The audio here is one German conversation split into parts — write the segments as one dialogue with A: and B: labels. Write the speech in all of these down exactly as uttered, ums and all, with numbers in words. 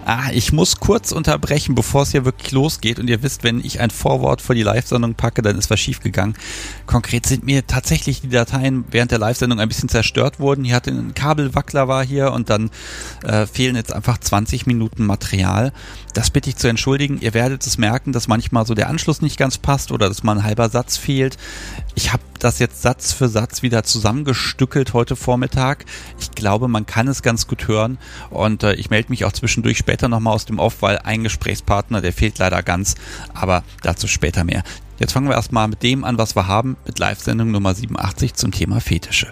A: Ah, ich muss kurz unterbrechen, bevor es hier wirklich losgeht. Und ihr wisst, wenn ich ein Vorwort vor die Live-Sendung packe, dann ist was schiefgegangen. Konkret sind mir tatsächlich die Dateien während der Live-Sendung ein bisschen zerstört worden. Hier hatte ein Kabelwackler war hier und dann äh, fehlen jetzt einfach zwanzig Minuten Material. Das bitte ich zu entschuldigen. Ihr werdet es merken, dass manchmal so der Anschluss nicht ganz passt oder dass mal ein halber Satz fehlt. Ich habe das jetzt Satz für Satz wieder zusammengestückelt heute Vormittag. Ich glaube, man kann es ganz gut hören und äh, ich melde mich auch zwischendurch später nochmal aus dem Off, weil ein Gesprächspartner, der fehlt leider ganz, aber dazu später mehr. Jetzt fangen wir erstmal mit dem an, was wir haben, mit Live-Sendung Nummer siebenundachtzig zum Thema Fetische.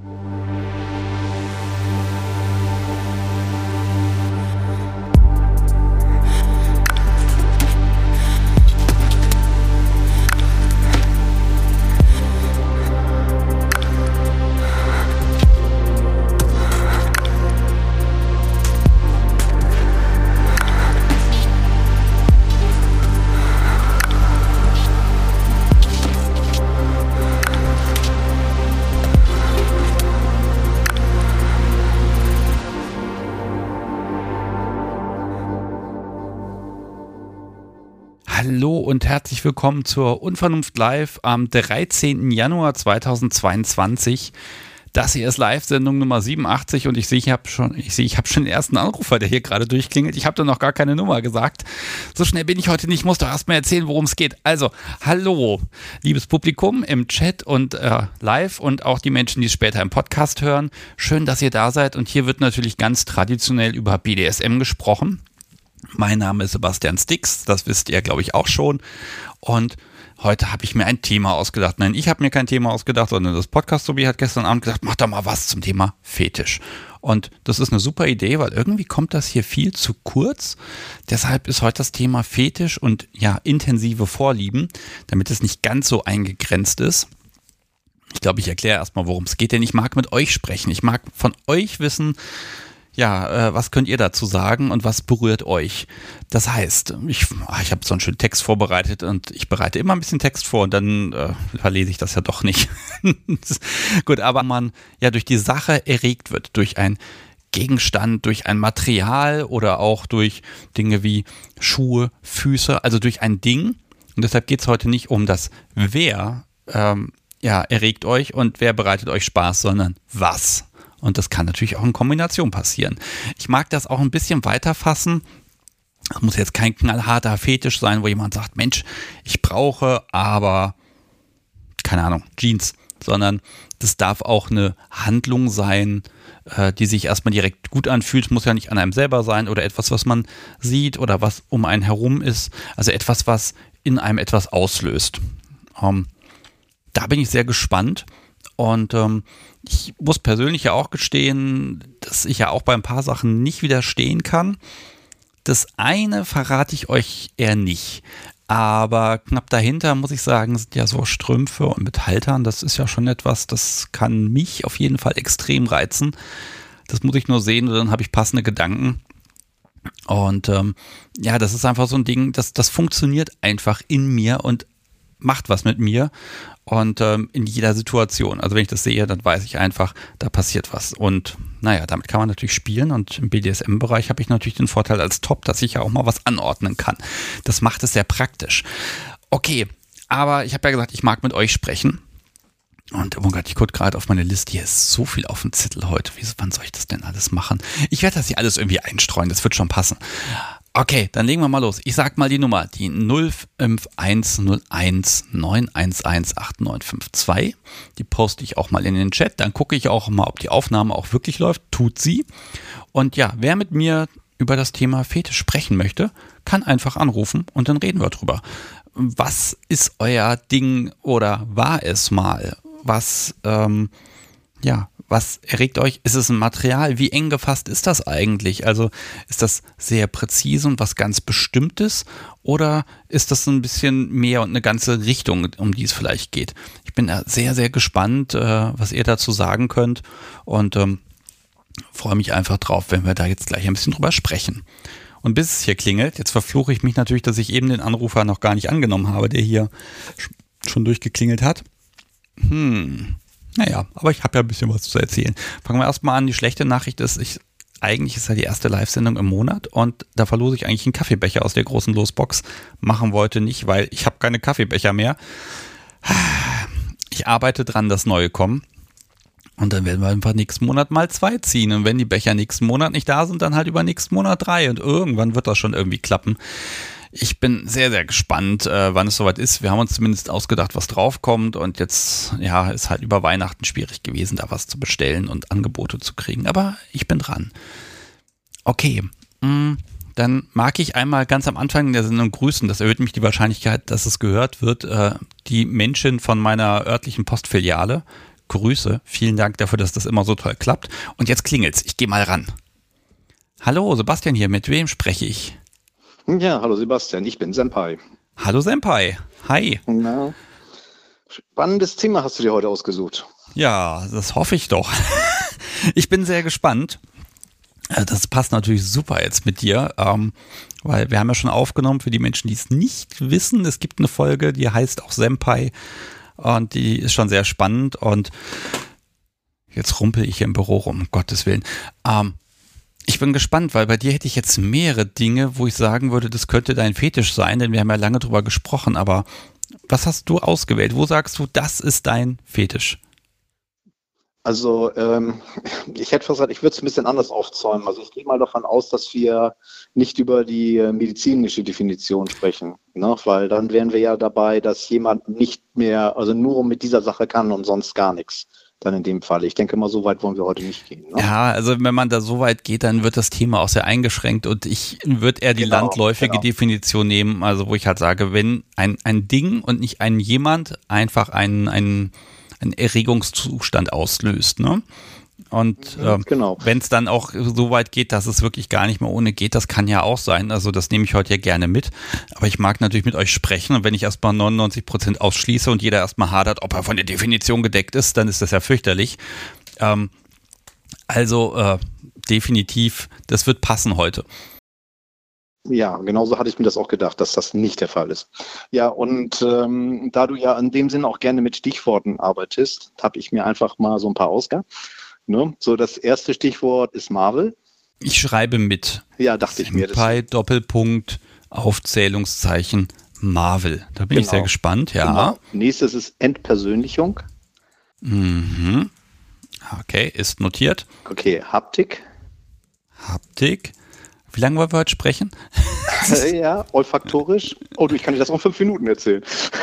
A: Hallo und herzlich willkommen zur Unvernunft Live am dreizehnten Januar zweitausendzweiundzwanzig. Das hier ist Live-Sendung Nummer siebenundachtzig und ich sehe, ich habe schon, ich sehe, ich habe schon den ersten Anrufer, der hier gerade durchklingelt. Ich habe da noch gar keine Nummer gesagt. So schnell bin ich heute nicht, ich muss doch erst mal erzählen, worum es geht. Also, hallo, liebes Publikum im Chat und äh, live und auch die Menschen, die es später im Podcast hören. Schön, dass ihr da seid und hier wird natürlich ganz traditionell über B D S M gesprochen. Mein Name ist Sebastian Stix, das wisst ihr, glaube ich, auch schon. Und heute habe ich mir ein Thema ausgedacht. Nein, ich habe mir kein Thema ausgedacht, sondern das Podcast-Sobi hat gestern Abend gesagt, mach doch mal was zum Thema Fetisch. Und das ist eine super Idee, weil irgendwie kommt das hier viel zu kurz. Deshalb ist heute das Thema Fetisch und ja, intensive Vorlieben, damit es nicht ganz so eingegrenzt ist. Ich glaube, ich erkläre erstmal, worum es geht, denn ich mag mit euch sprechen. Ich mag von euch wissen, ja, äh, was könnt ihr dazu sagen und was berührt euch? Das heißt, ich, ach, ich habe so einen schönen Text vorbereitet und ich bereite immer ein bisschen Text vor und dann äh, verlese ich das ja doch nicht. Gut, aber man ja durch die Sache erregt wird, durch ein Gegenstand, durch ein Material oder auch durch Dinge wie Schuhe, Füße, also durch ein Ding. Und deshalb geht es heute nicht um das Wer ähm, ja, erregt euch und wer bereitet euch Spaß, sondern was. Und das kann natürlich auch in Kombination passieren. Ich mag das auch ein bisschen weiterfassen. Es muss jetzt kein knallharter Fetisch sein, wo jemand sagt, Mensch, ich brauche aber, keine Ahnung, Jeans. Sondern das darf auch eine Handlung sein, die sich erstmal direkt gut anfühlt. Muss ja nicht an einem selber sein oder etwas, was man sieht oder was um einen herum ist. Also etwas, was in einem etwas auslöst. Ähm, da bin ich sehr gespannt. Und ähm, ich muss persönlich ja auch gestehen, dass ich ja auch bei ein paar Sachen nicht widerstehen kann. Das eine verrate ich euch eher nicht. Aber knapp dahinter, muss ich sagen, sind ja so Strümpfe und mit Haltern. Das ist ja schon etwas, das kann mich auf jeden Fall extrem reizen. Das muss ich nur sehen und dann habe ich passende Gedanken. Und ähm, ja, das ist einfach so ein Ding, das, das funktioniert einfach in mir und macht was mit mir. Und ähm, in jeder Situation. Also wenn ich das sehe, dann weiß ich einfach, da passiert was. Und naja, damit kann man natürlich spielen. Und im B D S M-Bereich habe ich natürlich den Vorteil als Top, dass ich ja auch mal was anordnen kann. Das macht es sehr praktisch. Okay, aber ich habe ja gesagt, ich mag mit euch sprechen. Und oh Gott, ich gucke gerade auf meine Liste. Hier ist so viel auf dem Zettel heute. Wie, wann soll ich das denn alles machen? Ich werde das hier alles irgendwie einstreuen. Das wird schon passen. Okay, dann legen wir mal los. Ich sag mal die Nummer, die null fünf eins null eins neun eins eins acht neun fünf zwei. Die poste ich auch mal in den Chat. Dann gucke ich auch mal, ob die Aufnahme auch wirklich läuft. Tut sie. Und ja, wer mit mir über das Thema Fetisch sprechen möchte, kann einfach anrufen und dann reden wir drüber. Was ist euer Ding oder war es mal? Was, ähm, ja, was erregt euch? Ist es ein Material? Wie eng gefasst ist das eigentlich? Also ist das sehr präzise und was ganz Bestimmtes oder ist das ein bisschen mehr und eine ganze Richtung, um die es vielleicht geht? Ich bin sehr, sehr gespannt, äh, was ihr dazu sagen könnt und ähm, freue mich einfach drauf, wenn wir da jetzt gleich ein bisschen drüber sprechen. Und bis es hier klingelt, jetzt verfluche ich mich natürlich, dass ich eben den Anrufer noch gar nicht angenommen habe, der hier schon durchgeklingelt hat. Hm... Naja, aber ich habe ja ein bisschen was zu erzählen. Fangen wir erstmal an. Die schlechte Nachricht ist, ich eigentlich ist ja die erste Live-Sendung im Monat und da verlose ich eigentlich einen Kaffeebecher aus der großen Losbox. Machen wollte nicht, weil ich habe keine Kaffeebecher mehr. Ich arbeite dran, dass neue kommen. Und dann werden wir einfach nächsten Monat mal zwei ziehen. Und wenn die Becher nächsten Monat nicht da sind, dann halt über nächsten Monat drei. Und irgendwann wird das schon irgendwie klappen. Ich bin sehr, sehr gespannt, äh, wann es soweit ist. Wir haben uns zumindest ausgedacht, was draufkommt. Und jetzt, ja, ist halt über Weihnachten schwierig gewesen, da was zu bestellen und Angebote zu kriegen. Aber ich bin dran. Okay, mh, dann mag ich einmal ganz am Anfang der Sendung grüßen. Das erhöht mich die Wahrscheinlichkeit, dass es gehört wird. Äh, die Menschen von meiner örtlichen Postfiliale. Grüße. Vielen Dank dafür, dass das immer so toll klappt. Und jetzt klingelt's. Ich gehe mal ran. Hallo, Sebastian hier. Mit wem spreche ich?
B: Ja, hallo Sebastian. Ich bin Senpai.
A: Hallo Senpai. Hi.
B: Na, spannendes Thema hast du dir heute ausgesucht.
A: Ja, das hoffe ich doch. Ich bin sehr gespannt. Das passt natürlich super jetzt mit dir, ähm, weil wir haben ja schon aufgenommen, für die Menschen, die es nicht wissen, es gibt eine Folge, die heißt auch Senpai. Und die ist schon sehr spannend und jetzt rumpel ich hier im Büro rum, um Gottes Willen. Ähm, ich bin gespannt, weil bei dir hätte ich jetzt mehrere Dinge, wo ich sagen würde, das könnte dein Fetisch sein, denn wir haben ja lange drüber gesprochen, aber was hast du ausgewählt? Wo sagst du, das ist dein Fetisch?
B: Also ähm, ich hätte gesagt, ich würde es ein bisschen anders aufzäumen. Also ich gehe mal davon aus, dass wir nicht über die äh, medizinische Definition sprechen, ne? Weil dann wären wir ja dabei, dass jemand nicht mehr, also nur mit dieser Sache kann und sonst gar nichts. Dann in dem Fall. Ich denke mal, so weit wollen wir heute nicht gehen. Ne?
A: Ja, also wenn man da so weit geht, dann wird das Thema auch sehr eingeschränkt und ich würde eher die genau, landläufige genau. Definition nehmen, also wo ich halt sage, wenn ein, ein Ding und nicht ein jemand einfach ein, ein einen Erregungszustand auslöst, ne? Und äh, genau. Wenn es dann auch so weit geht, dass es wirklich gar nicht mehr ohne geht, das kann ja auch sein. Also das nehme ich heute ja gerne mit. Aber ich mag natürlich mit euch sprechen und wenn ich erstmal neunundneunzig Prozent ausschließe und jeder erstmal hadert, ob er von der Definition gedeckt ist, dann ist das ja fürchterlich. Ähm, also äh, definitiv, das wird passen heute.
B: Ja, genauso hatte ich mir das auch gedacht, dass das nicht der Fall ist. Ja, und ähm, da du ja in dem Sinn auch gerne mit Stichworten arbeitest, habe ich mir einfach mal so ein paar ausgegangen. Ne? So, das erste Stichwort ist Marvel.
A: Ich schreibe mit.
B: Ja, dachte ich mir.
A: Bei Doppelpunkt, Aufzählungszeichen, Marvel. Da bin genau. ich sehr gespannt, ja. Genau.
B: Nächstes ist Entpersönlichung.
A: Mhm. Okay, ist notiert.
B: Okay, Haptik.
A: Haptik. Wie lange wollen wir heute sprechen?
B: Ja, olfaktorisch. Oh du, ich kann dir das auch in fünf Minuten erzählen.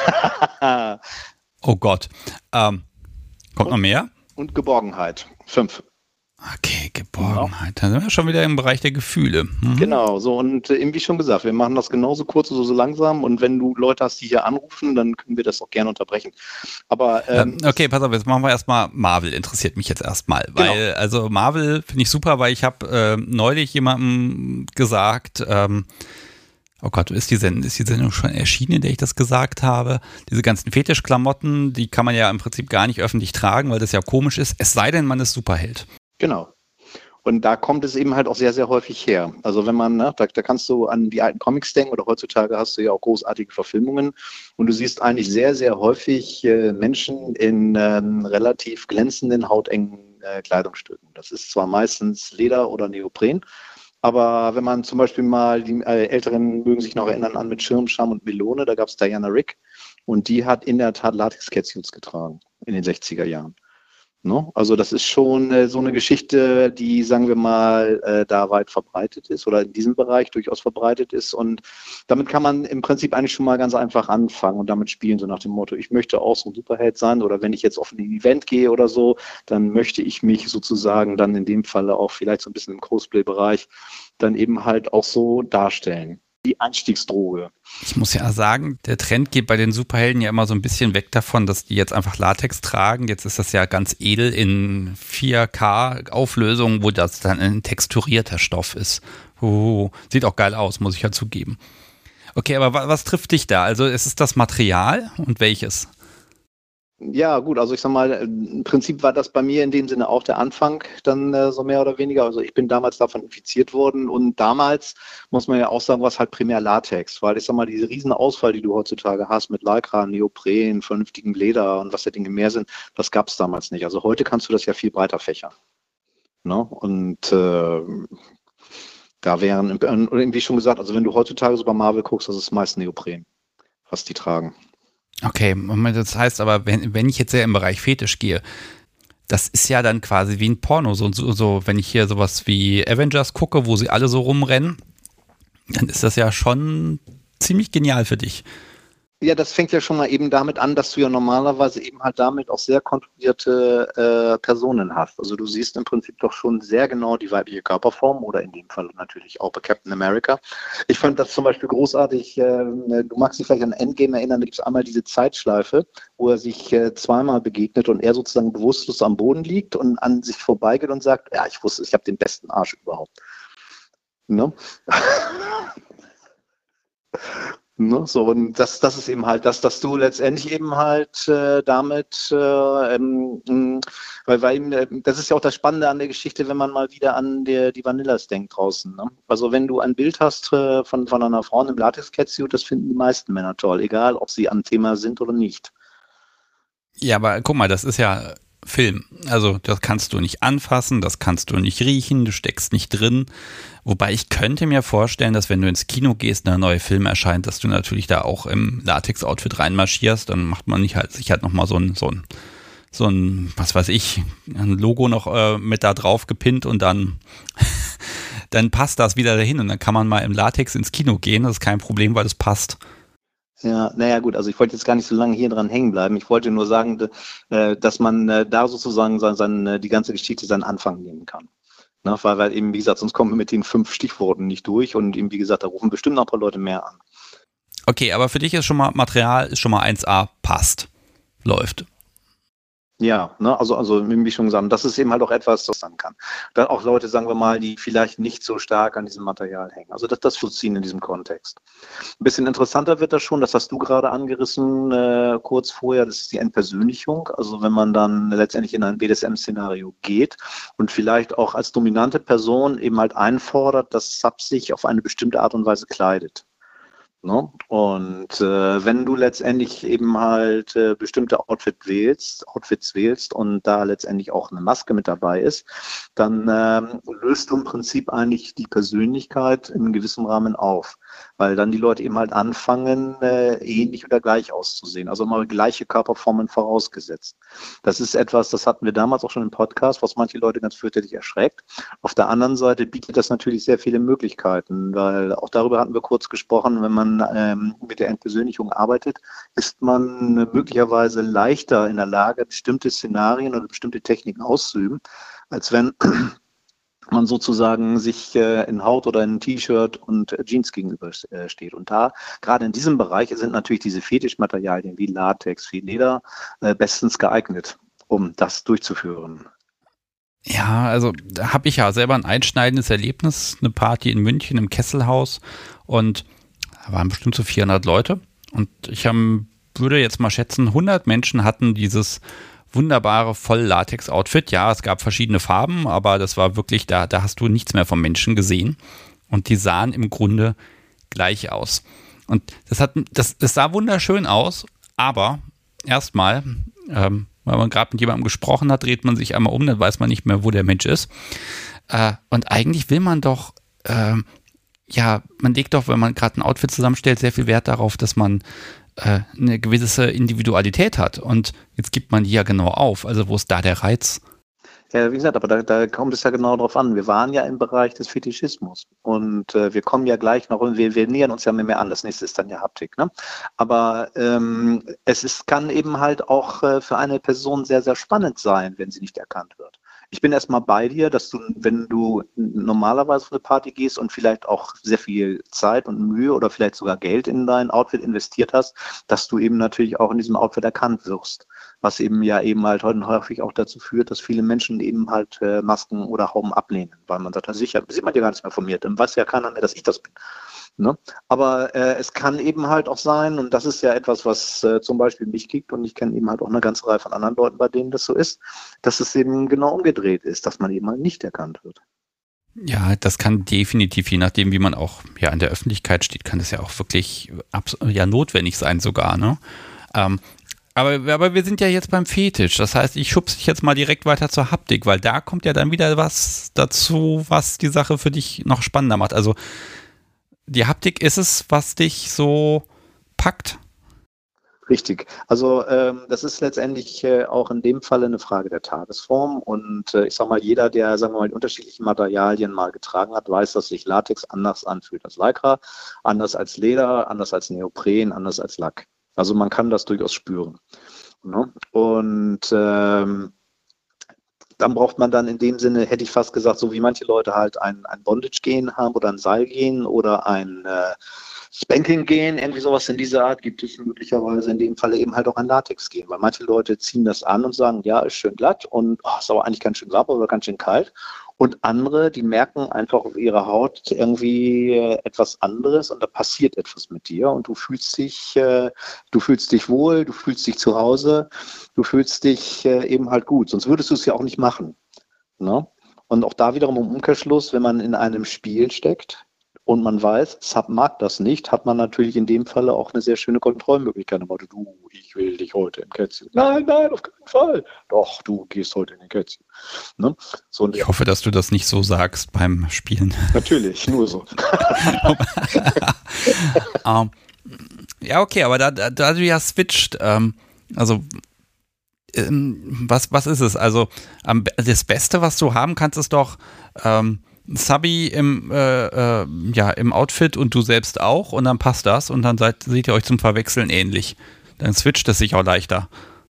A: Oh Gott. Ähm, kommt und, noch mehr?
B: Und Geborgenheit. Fünf.
A: Okay, Geborgenheit. Genau. Dann sind wir schon wieder im Bereich der Gefühle. Mhm.
B: Genau, so und äh, wie schon gesagt, wir machen das genauso kurz oder so langsam und wenn du Leute hast, die hier anrufen, dann können wir das auch gerne unterbrechen. Aber ähm,
A: ähm, okay, pass auf, jetzt machen wir erstmal Marvel, interessiert mich jetzt erstmal, weil genau. also Marvel finde ich super, weil ich habe äh, neulich jemandem gesagt, ähm, oh Gott, ist die, Sendung, ist die Sendung schon erschienen, in der ich das gesagt habe? Diese ganzen Fetischklamotten, die kann man ja im Prinzip gar nicht öffentlich tragen, weil das ja komisch ist, es sei denn, man ist Superheld.
B: Genau. Und da kommt es eben halt auch sehr, sehr häufig her. Also wenn man, ne, da, da kannst du an die alten Comics denken oder heutzutage hast du ja auch großartige Verfilmungen und du siehst eigentlich sehr, sehr häufig äh, Menschen in ähm, relativ glänzenden, hautengen äh, Kleidungsstücken. Das ist zwar meistens Leder oder Neopren, aber wenn man zum Beispiel mal, die äh, Älteren mögen sich noch erinnern an mit Schirmscham und Melone, da gab es Diana Rigg und die hat in der Tat Latex-Catsuits getragen in den sechziger Jahren. No? Also das ist schon äh, so eine Geschichte, die, sagen wir mal, äh, da weit verbreitet ist oder in diesem Bereich durchaus verbreitet ist und damit kann man im Prinzip eigentlich schon mal ganz einfach anfangen und damit spielen, so nach dem Motto, ich möchte auch so ein Superheld sein oder wenn ich jetzt auf ein Event gehe oder so, dann möchte ich mich sozusagen dann in dem Falle auch vielleicht so ein bisschen im Cosplay-Bereich dann eben halt auch so darstellen. Die Einstiegsdroge.
A: Ich muss ja sagen, der Trend geht bei den Superhelden ja immer so ein bisschen weg davon, dass die jetzt einfach Latex tragen. Jetzt ist das ja ganz edel in vier K-Auflösung, wo das dann ein texturierter Stoff ist. Uh, sieht auch geil aus, muss ich ja zugeben. Okay, aber was, was trifft dich da? Also ist es das Material und welches?
B: Ja, gut, also ich sag mal, im Prinzip war das bei mir in dem Sinne auch der Anfang dann äh, so mehr oder weniger. Also ich bin damals davon infiziert worden und damals muss man ja auch sagen, was halt primär Latex, weil ich sag mal, diese riesen Auswahl, die du heutzutage hast mit Lycra, Neopren, vernünftigem Leder und was der Dinge mehr sind, das gab es damals nicht. Also heute kannst du das ja viel breiter fächern. Ne? Und äh, da wären, wie schon gesagt, also wenn du heutzutage so bei Marvel guckst, das ist meist Neopren, was die tragen.
A: Okay, das heißt aber, wenn, wenn ich jetzt sehr im Bereich Fetisch gehe, das ist ja dann quasi wie ein Porno. So, so, so, wenn ich hier sowas wie Avengers gucke, wo sie alle so rumrennen, dann ist das ja schon ziemlich genial für dich.
B: Ja, das fängt ja schon mal eben damit an, dass du ja normalerweise eben halt damit auch sehr kontrollierte äh, Personen hast. Also du siehst im Prinzip doch schon sehr genau die weibliche Körperform oder in dem Fall natürlich auch bei Captain America. Ich fand das zum Beispiel großartig, äh, du magst dich vielleicht an Endgame erinnern, da gibt es einmal diese Zeitschleife, wo er sich äh, zweimal begegnet und er sozusagen bewusstlos am Boden liegt und an sich vorbeigeht und sagt, ja, ich wusste, ich habe den besten Arsch überhaupt. Ne? Ne, so, und das, das ist eben halt das, dass du letztendlich eben halt äh, damit, äh, ähm, weil, weil äh, das ist ja auch das Spannende an der Geschichte, wenn man mal wieder an der, die Vanillas denkt draußen. Ne? Also wenn du ein Bild hast äh, von, von einer Frau in einem Latex-Catsuit, das finden die meisten Männer toll, egal ob sie am Thema sind oder nicht.
A: Ja, aber guck mal, das ist ja Film. Also das kannst du nicht anfassen, das kannst du nicht riechen, du steckst nicht drin. Wobei ich könnte mir vorstellen, dass wenn du ins Kino gehst, ein neuer Film erscheint, dass du natürlich da auch im Latex-Outfit reinmarschierst, dann macht man nicht halt sich halt nochmal so ein, so ein, so ein, was weiß ich, ein Logo noch äh, mit da drauf gepinnt und dann, dann passt das wieder dahin und dann kann man mal im Latex ins Kino gehen, das ist kein Problem, weil das passt.
B: Ja, naja gut, also ich wollte jetzt gar nicht so lange hier dran hängen bleiben. Ich wollte nur sagen, dass man da sozusagen sein, sein, die ganze Geschichte seinen Anfang nehmen kann. Na, weil, weil eben, wie gesagt, sonst kommen wir mit den fünf Stichworten nicht durch und eben, wie gesagt, da rufen bestimmt noch ein paar Leute mehr an.
A: Okay, aber für dich ist schon mal Material, ist schon mal eins A, passt, läuft.
B: Ja, ne, also, also wie schon gesagt, das ist eben halt auch etwas, was dann kann. Dann auch Leute, sagen wir mal, die vielleicht nicht so stark an diesem Material hängen. Also das, das vollziehen in diesem Kontext. Ein bisschen interessanter wird das schon, das hast du gerade angerissen, äh, kurz vorher, das ist die Entpersönlichung. Also wenn man dann letztendlich in ein B D S M-Szenario geht und vielleicht auch als dominante Person eben halt einfordert, dass Sub sich auf eine bestimmte Art und Weise kleidet. Ne? Und äh, wenn du letztendlich eben halt äh, bestimmte Outfit wählst, Outfits wählst und da letztendlich auch eine Maske mit dabei ist, dann ähm, löst du im Prinzip eigentlich die Persönlichkeit in gewissem Rahmen auf, weil dann die Leute eben halt anfangen, äh, ähnlich oder gleich auszusehen, also mal gleiche Körperformen vorausgesetzt. Das ist etwas, das hatten wir damals auch schon im Podcast, was manche Leute ganz fürchterlich erschreckt. Auf der anderen Seite bietet das natürlich sehr viele Möglichkeiten, weil auch darüber hatten wir kurz gesprochen, wenn man ähm, mit der Entpersönlichung arbeitet, ist man möglicherweise leichter in der Lage, bestimmte Szenarien oder bestimmte Techniken auszuüben, als wenn man sozusagen sich äh, in Haut oder in T-Shirt und äh, Jeans gegenüber äh, steht. Und da, gerade in diesem Bereich, sind natürlich diese Fetischmaterialien wie Latex, wie Leder äh, bestens geeignet, um das durchzuführen.
A: Ja, also da habe ich ja selber ein einschneidendes Erlebnis, eine Party in München im Kesselhaus und da waren bestimmt so vierhundert Leute und ich hab, würde jetzt mal schätzen, hundert Menschen hatten dieses wunderbare Voll-Latex-Outfit. Ja, es gab verschiedene Farben, aber das war wirklich, da, da hast du nichts mehr vom Menschen gesehen und die sahen im Grunde gleich aus. Und das, hat, das, das sah wunderschön aus, aber erstmal, ähm, weil man gerade mit jemandem gesprochen hat, dreht man sich einmal um, dann weiß man nicht mehr, wo der Mensch ist. Äh, und eigentlich will man doch äh, ja, man legt doch, wenn man gerade ein Outfit zusammenstellt, sehr viel Wert darauf, dass man äh, eine gewisse Individualität hat. Und jetzt gibt man die ja genau auf. Also wo ist da der Reiz?
B: Ja, wie gesagt, aber da, da kommt es ja genau drauf an. Wir waren ja im Bereich des Fetischismus und äh, wir kommen ja gleich noch, wir, wir nähern uns ja mehr an. Das nächste ist dann ja Haptik. Ne? Aber ähm, es ist, kann eben halt auch äh, für eine Person sehr, sehr spannend sein, wenn sie nicht erkannt wird. Ich bin erstmal bei dir, dass du, wenn du normalerweise auf eine Party gehst und vielleicht auch sehr viel Zeit und Mühe oder vielleicht sogar Geld in dein Outfit investiert hast, dass du eben natürlich auch in diesem Outfit erkannt wirst. Was eben ja eben halt heute häufig auch dazu führt, dass viele Menschen eben halt äh, Masken oder Hauben ablehnen, weil man sagt, sicher, sieht man ja gar nichts mehr von mir, dann weiß ja keiner mehr, dass ich das bin. Ne? Aber äh, es kann eben halt auch sein, und das ist ja etwas, was äh, zum Beispiel mich kickt, und ich kenne eben halt auch eine ganze Reihe von anderen Leuten, bei denen das so ist, dass es eben genau umgedreht ist, dass man eben halt nicht erkannt wird.
A: Ja, das kann definitiv, je nachdem, wie man auch ja in der Öffentlichkeit steht, kann das ja auch wirklich abs- ja notwendig sein sogar. Ne? Ähm, Aber, aber wir sind ja jetzt beim Fetisch. Das heißt, ich schubse dich jetzt mal direkt weiter zur Haptik, weil da kommt ja dann wieder was dazu, was die Sache für dich noch spannender macht. Also die Haptik ist es, was dich so packt?
B: Richtig. Also ähm, das ist letztendlich äh, auch in dem Falle eine Frage der Tagesform. Und äh, ich sag mal, jeder, der, sagen wir mal, die unterschiedlichen Materialien mal getragen hat, weiß, dass sich Latex anders anfühlt als Lycra, anders als Leder, anders als Neopren, anders als Lack. Also man kann das durchaus spüren. Ne? Und ähm, dann braucht man dann in dem Sinne, hätte ich fast gesagt, so wie manche Leute halt ein, ein Bondage-Gen haben oder ein Seilgen oder ein äh, Spanking-Gen, irgendwie sowas in dieser Art, gibt es möglicherweise in dem Falle eben halt auch ein Latex-Gen, weil manche Leute ziehen das an und sagen, ja, ist schön glatt und oh, ist aber eigentlich ganz schön warm oder ganz schön kalt. Und andere, die merken einfach auf ihrer Haut irgendwie äh, etwas anderes und da passiert etwas mit dir und du fühlst dich, äh, du fühlst dich wohl, du fühlst dich zu Hause, du fühlst dich äh, eben halt gut, sonst würdest du es ja auch nicht machen. Ne? Und auch da wiederum im Umkehrschluss, wenn man in einem Spiel steckt und man weiß, Sub mag das nicht, hat man natürlich in dem Falle auch eine sehr schöne Kontrollmöglichkeit. Im Motto, du, ich will dich heute im Kätzchen. Nein, nein, auf keinen Fall. Doch, du gehst heute in den Kätzchen. Ne? So,
A: ich hoffe, dass du das nicht so sagst beim Spielen.
B: Natürlich, nur so.
A: um, ja, okay, aber da, da, da du ja switcht, ähm, also ähm, was, was ist es? Also am, das Beste, was du haben kannst, ist doch ähm, Subby im, äh, äh, ja, im Outfit und du selbst auch und dann passt das und dann seid, seht ihr euch zum Verwechseln ähnlich. Dann switcht es sich auch leichter.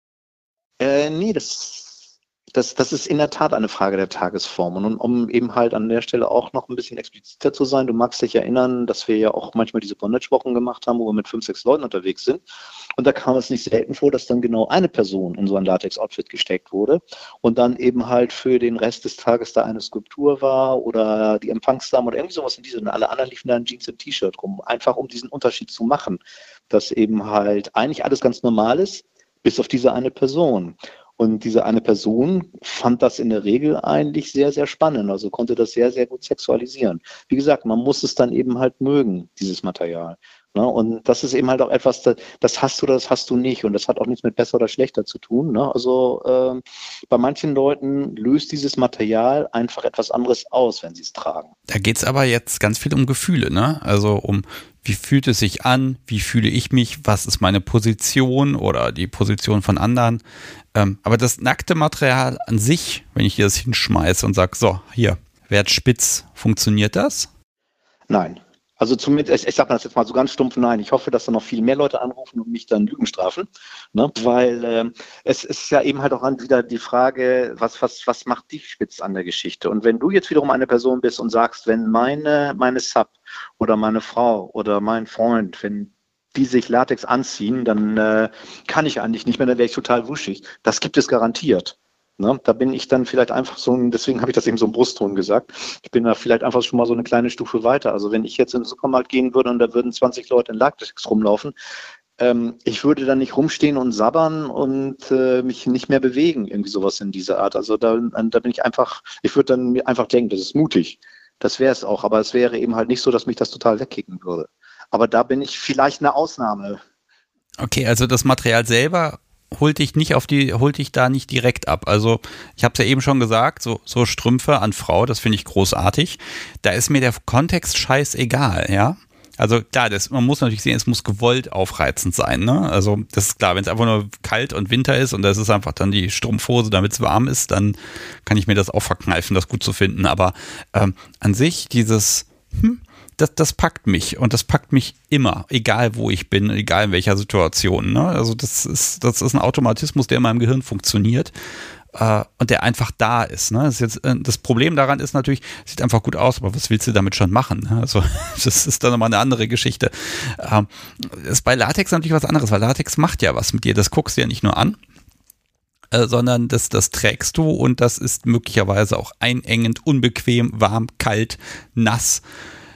B: Äh, nee, das, das, das ist in der Tat eine Frage der Tagesform. Und um eben halt an der Stelle auch noch ein bisschen expliziter zu sein, du magst dich erinnern, dass wir ja auch manchmal diese Bondage-Wochen gemacht haben, wo wir mit fünf, sechs Leuten unterwegs sind. Und da kam es nicht selten vor, dass dann genau eine Person in so ein Latex-Outfit gesteckt wurde und dann eben halt für den Rest des Tages da eine Skulptur war oder die Empfangsdame oder irgendwie sowas in diesem. Und alle anderen liefen da in Jeans und T-Shirt rum, einfach um diesen Unterschied zu machen, dass eben halt eigentlich alles ganz normal ist, bis auf diese eine Person. Und diese eine Person fand das in der Regel eigentlich sehr, sehr spannend, also konnte das sehr, sehr gut sexualisieren. Wie gesagt, man muss es dann eben halt mögen, dieses Material. Ne? Und das ist eben halt auch etwas, das hast du oder das hast du nicht. Und das hat auch nichts mit besser oder schlechter zu tun. Ne? Also äh, bei manchen Leuten löst dieses Material einfach etwas anderes aus, wenn sie es tragen.
A: Da geht es aber jetzt ganz viel um Gefühle, ne? Also um, wie fühlt es sich an, wie fühle ich mich, was ist meine Position oder die Position von anderen. Ähm, aber das nackte Material an sich, wenn ich hier das hinschmeiße und sage, so, hier, Wert spitz, funktioniert das?
B: Nein. Also zumindest, ich sage das jetzt mal so ganz stumpf, nein. Ich hoffe, dass da noch viel mehr Leute anrufen und mich dann Lügen strafen, ne? Weil äh, es ist ja eben halt auch wieder die Frage, was, was, was macht dich spitz an der Geschichte? Und wenn du jetzt wiederum eine Person bist und sagst, wenn meine, meine Sub oder meine Frau oder mein Freund, wenn die sich Latex anziehen, dann äh, kann ich eigentlich nicht mehr, dann wäre ich total wuschig. Das gibt es garantiert. Ne, da bin ich dann vielleicht einfach so, deswegen habe ich das eben so im Brustton gesagt, ich bin da vielleicht einfach schon mal so eine kleine Stufe weiter. Also wenn ich jetzt in den Supermarkt gehen würde und da würden zwanzig Leute in Latex rumlaufen, ähm, ich würde dann nicht rumstehen und sabbern und äh, mich nicht mehr bewegen, irgendwie sowas in dieser Art. Also da, da bin ich einfach, ich würde dann mir einfach denken, das ist mutig. Das wäre es auch, aber es wäre eben halt nicht so, dass mich das total wegkicken würde. Aber da bin ich vielleicht eine Ausnahme.
A: Okay, also das Material selber holt dich nicht auf die, holt dich da nicht direkt ab. Also ich habe es ja eben schon gesagt, so, so Strümpfe an Frau, das finde ich großartig. Da ist mir der Kontext scheißegal, ja. Also klar, das, man muss natürlich sehen, es muss gewollt aufreizend sein, ne? Also das ist klar, wenn es einfach nur kalt und Winter ist und das ist einfach dann die Strumpfhose, damit es warm ist, dann kann ich mir das auch verkneifen, das gut zu finden. Aber ähm, an sich dieses, hm, Das, das packt mich und das packt mich immer, egal wo ich bin, egal in welcher Situation. Ne? Also das ist, das ist ein Automatismus, der in meinem Gehirn funktioniert äh, und der einfach da ist. Ne? Das, ist jetzt, äh, das Problem daran ist natürlich, sieht einfach gut aus, aber was willst du damit schon machen? Ne? Also das ist dann nochmal eine andere Geschichte. Ähm, ist bei Latex natürlich was anderes, weil Latex macht ja was mit dir. Das guckst du ja nicht nur an, äh, sondern das, das trägst du und das ist möglicherweise auch einengend, unbequem, warm, kalt, nass.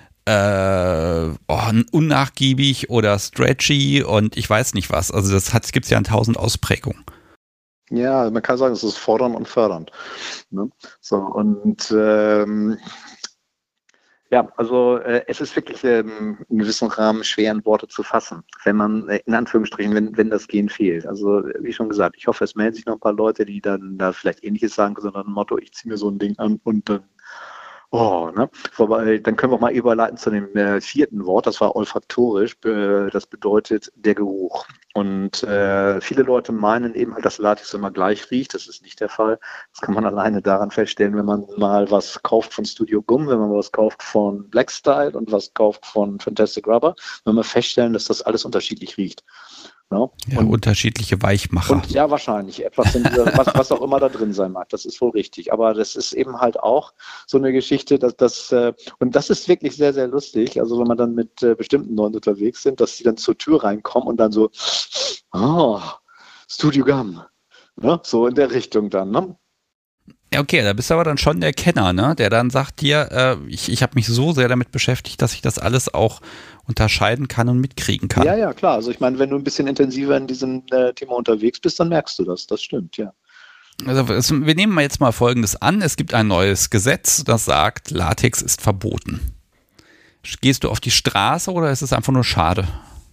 A: Äh, oh, unnachgiebig oder stretchy und ich weiß nicht was. Also das gibt es ja in tausend Ausprägungen.
B: Ja, man kann sagen, es ist fordernd und fördernd. Ne? So, und ähm, Ja, also äh, es ist wirklich ähm, in gewissem Rahmen schwer in Worte zu fassen, wenn man, äh, in Anführungsstrichen, wenn, wenn das Gen fehlt. Also wie schon gesagt, ich hoffe, es melden sich noch ein paar Leute, die dann da vielleicht Ähnliches sagen, sondern ein Motto, ich ziehe mir so ein Ding an und dann, oh, ne? Wobei, dann können wir auch mal überleiten zu dem äh, vierten Wort, das war olfaktorisch, äh, das bedeutet der Geruch. Und äh, viele Leute meinen eben halt, dass Latex immer gleich riecht. Das ist nicht der Fall. Das kann man alleine daran feststellen, wenn man mal was kauft von Studio Gum, wenn man was kauft von Black Style und was kauft von Fantastic Rubber, wenn wir feststellen, dass das alles unterschiedlich riecht. Ja,
A: ja,
B: und,
A: unterschiedliche Weichmacher.
B: Und ja, wahrscheinlich. Etwas, in, was, was auch immer da drin sein mag. Das ist wohl richtig. Aber das ist eben halt auch so eine Geschichte, dass das, äh, und das ist wirklich sehr, sehr lustig. Also wenn man dann mit äh, bestimmten Leuten unterwegs sind, dass sie dann zur Tür reinkommen und dann so, oh, Studio Gum. Ne? So in der Richtung dann, ne?
A: Ja, okay, da bist du aber dann schon der Kenner, ne? Der dann sagt dir, äh, ich, ich habe mich so sehr damit beschäftigt, dass ich das alles auch unterscheiden kann und mitkriegen kann.
B: Ja, ja, klar. Also ich meine, wenn du ein bisschen intensiver in diesem äh, Thema unterwegs bist, dann merkst du das. Das stimmt, ja.
A: Also es, wir nehmen mal jetzt mal Folgendes an. Es gibt ein neues Gesetz, das sagt, Latex ist verboten. Gehst du auf die Straße oder ist es einfach nur schade?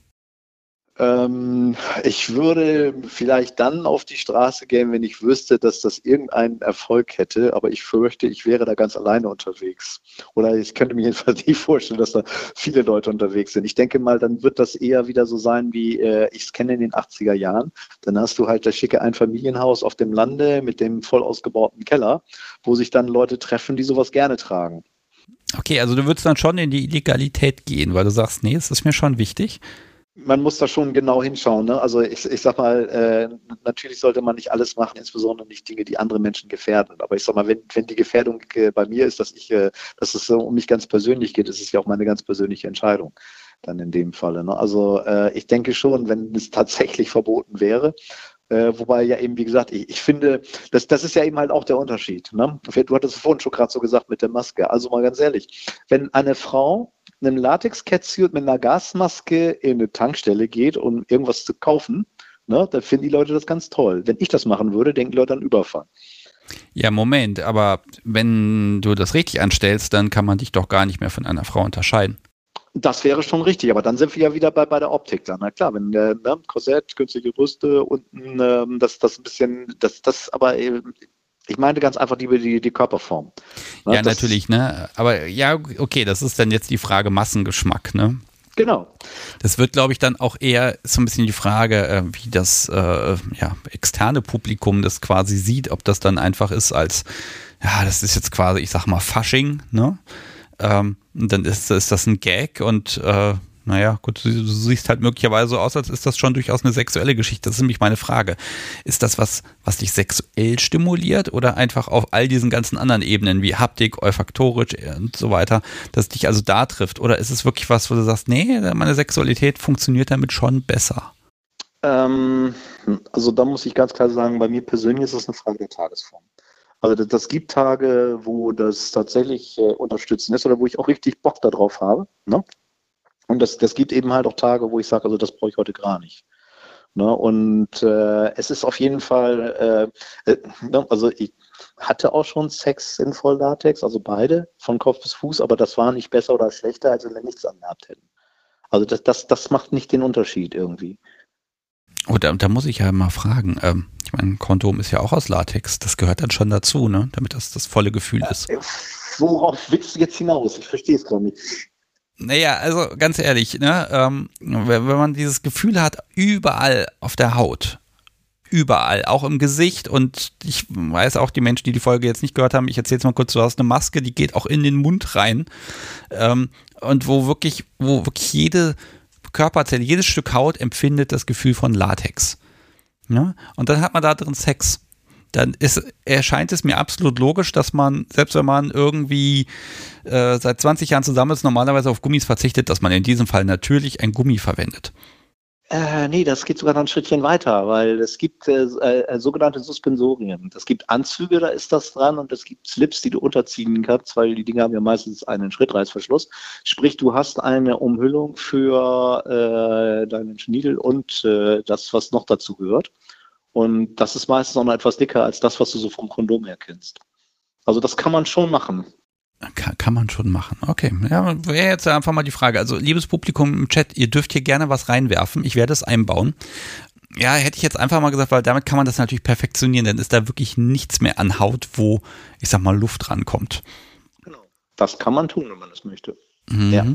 B: Ähm, ich würde vielleicht dann auf die Straße gehen, wenn ich wüsste, dass das irgendeinen Erfolg hätte, aber ich fürchte, ich wäre da ganz alleine unterwegs. Oder ich könnte mir jedenfalls nicht vorstellen, dass da viele Leute unterwegs sind. Ich denke mal, dann wird das eher wieder so sein, wie äh, ich es kenne in den achtziger Jahren. Dann hast du halt das schicke Einfamilienhaus auf dem Lande mit dem voll ausgebauten Keller, wo sich dann Leute treffen, die sowas gerne tragen.
A: Okay, also du würdest dann schon in die Illegalität gehen, weil du sagst, nee, es ist mir schon wichtig.
B: Man muss da schon genau hinschauen. Ne? Also ich, ich sag mal, äh, natürlich sollte man nicht alles machen, insbesondere nicht Dinge, die andere Menschen gefährden. Aber ich sag mal, wenn, wenn die Gefährdung äh, bei mir ist, dass ich, äh, dass es so um mich ganz persönlich geht, ist es ja auch meine ganz persönliche Entscheidung dann in dem Falle. Ne? Also äh, ich denke schon, wenn es tatsächlich verboten wäre, äh, wobei ja eben, wie gesagt, ich, ich finde, das, das ist ja eben halt auch der Unterschied. Ne? Du hattest es vorhin schon gerade so gesagt mit der Maske. Also mal ganz ehrlich, wenn eine Frau einem Latex-Catsuit mit einer Gasmaske in eine Tankstelle geht, um irgendwas zu kaufen, ne, dann finden die Leute das ganz toll. Wenn ich das machen würde, denken die Leute an Überfall.
A: Ja, Moment, aber wenn du das richtig anstellst, dann kann man dich doch gar nicht mehr von einer Frau unterscheiden.
B: Das wäre schon richtig, aber dann sind wir ja wieder bei, bei der Optik dann. Na klar, wenn äh, ne, Korsett, künstliche Brüste, unten äh, das, das ein bisschen, das, das aber äh, ich meinte ganz einfach die, die, die Körperform. Ne,
A: ja, natürlich, ne? Aber ja, okay, das ist dann jetzt die Frage Massengeschmack, ne?
B: Genau.
A: Das wird, glaube ich, dann auch eher so ein bisschen die Frage, äh, wie das äh, ja, externe Publikum das quasi sieht, ob das dann einfach ist als, ja, das ist jetzt quasi, ich sag mal, Fasching, ne? Ähm, und dann ist, ist das ein Gag und äh, naja, gut, du, du siehst halt möglicherweise so aus, als ist das schon durchaus eine sexuelle Geschichte. Das ist nämlich meine Frage. Ist das was, was dich sexuell stimuliert oder einfach auf all diesen ganzen anderen Ebenen wie Haptik, olfaktorisch und so weiter, dass dich also da trifft? Oder ist es wirklich was, wo du sagst, nee, meine Sexualität funktioniert damit schon besser?
B: Ähm, also da muss ich ganz klar sagen, bei mir persönlich ist es eine Frage der Tagesform. Also das, das gibt Tage, wo das tatsächlich äh, unterstützend ist oder wo ich auch richtig Bock darauf habe, ne? Und das, das gibt eben halt auch Tage, wo ich sage, also das brauche ich heute gar nicht. Ne? Und äh, es ist auf jeden Fall, äh, äh, ne? Also ich hatte auch schon Sex in Volllatex, also beide, von Kopf bis Fuß, aber das war nicht besser oder schlechter, als wenn wir nichts angehabt hätten. Also das, das, das macht nicht den Unterschied irgendwie.
A: Oh, da, da muss ich ja mal fragen, ähm, ich meine, ein Kondom ist ja auch aus Latex, das gehört dann schon dazu, ne? Damit das das volle Gefühl ist.
B: Äh, worauf willst du jetzt hinaus? Ich verstehe es gar nicht.
A: Naja, also ganz ehrlich, ne, ähm, wenn, wenn man dieses Gefühl hat, überall auf der Haut, überall, auch im Gesicht und ich weiß auch, die Menschen, die die Folge jetzt nicht gehört haben, ich erzähle jetzt mal kurz, du hast eine Maske, die geht auch in den Mund rein ähm, und wo wirklich, wo wirklich jede Körperzelle, jedes Stück Haut empfindet das Gefühl von Latex. Ja? Und dann hat man da drin Sex. Dann ist, erscheint es mir absolut logisch, dass man, selbst wenn man irgendwie äh, seit zwanzig Jahren zusammen ist, normalerweise auf Gummis verzichtet, dass man in diesem Fall natürlich ein Gummi verwendet.
B: Äh, nee, das geht sogar noch ein Schrittchen weiter, weil es gibt äh, äh, sogenannte Suspensorien. Es gibt Anzüge, da ist das dran, und es gibt Slips, die du unterziehen kannst, weil die Dinge haben ja meistens einen Schrittreißverschluss. Sprich, du hast eine Umhüllung für äh, deinen Schniedel und äh, das, was noch dazu gehört. Und das ist meistens auch noch etwas dicker als das, was du so vom Kondom her kennst. Also das kann man schon machen.
A: Kann, kann man schon machen. Okay, ja, wäre jetzt einfach mal die Frage. Also, liebes Publikum im Chat, ihr dürft hier gerne was reinwerfen. Ich werde es einbauen. Ja, hätte ich jetzt einfach mal gesagt, weil damit kann man das natürlich perfektionieren. Dann ist da wirklich nichts mehr an Haut, wo, ich sag mal, Luft rankommt.
B: Genau. Das kann man tun, wenn man das möchte.
A: Mhm.
B: Ja.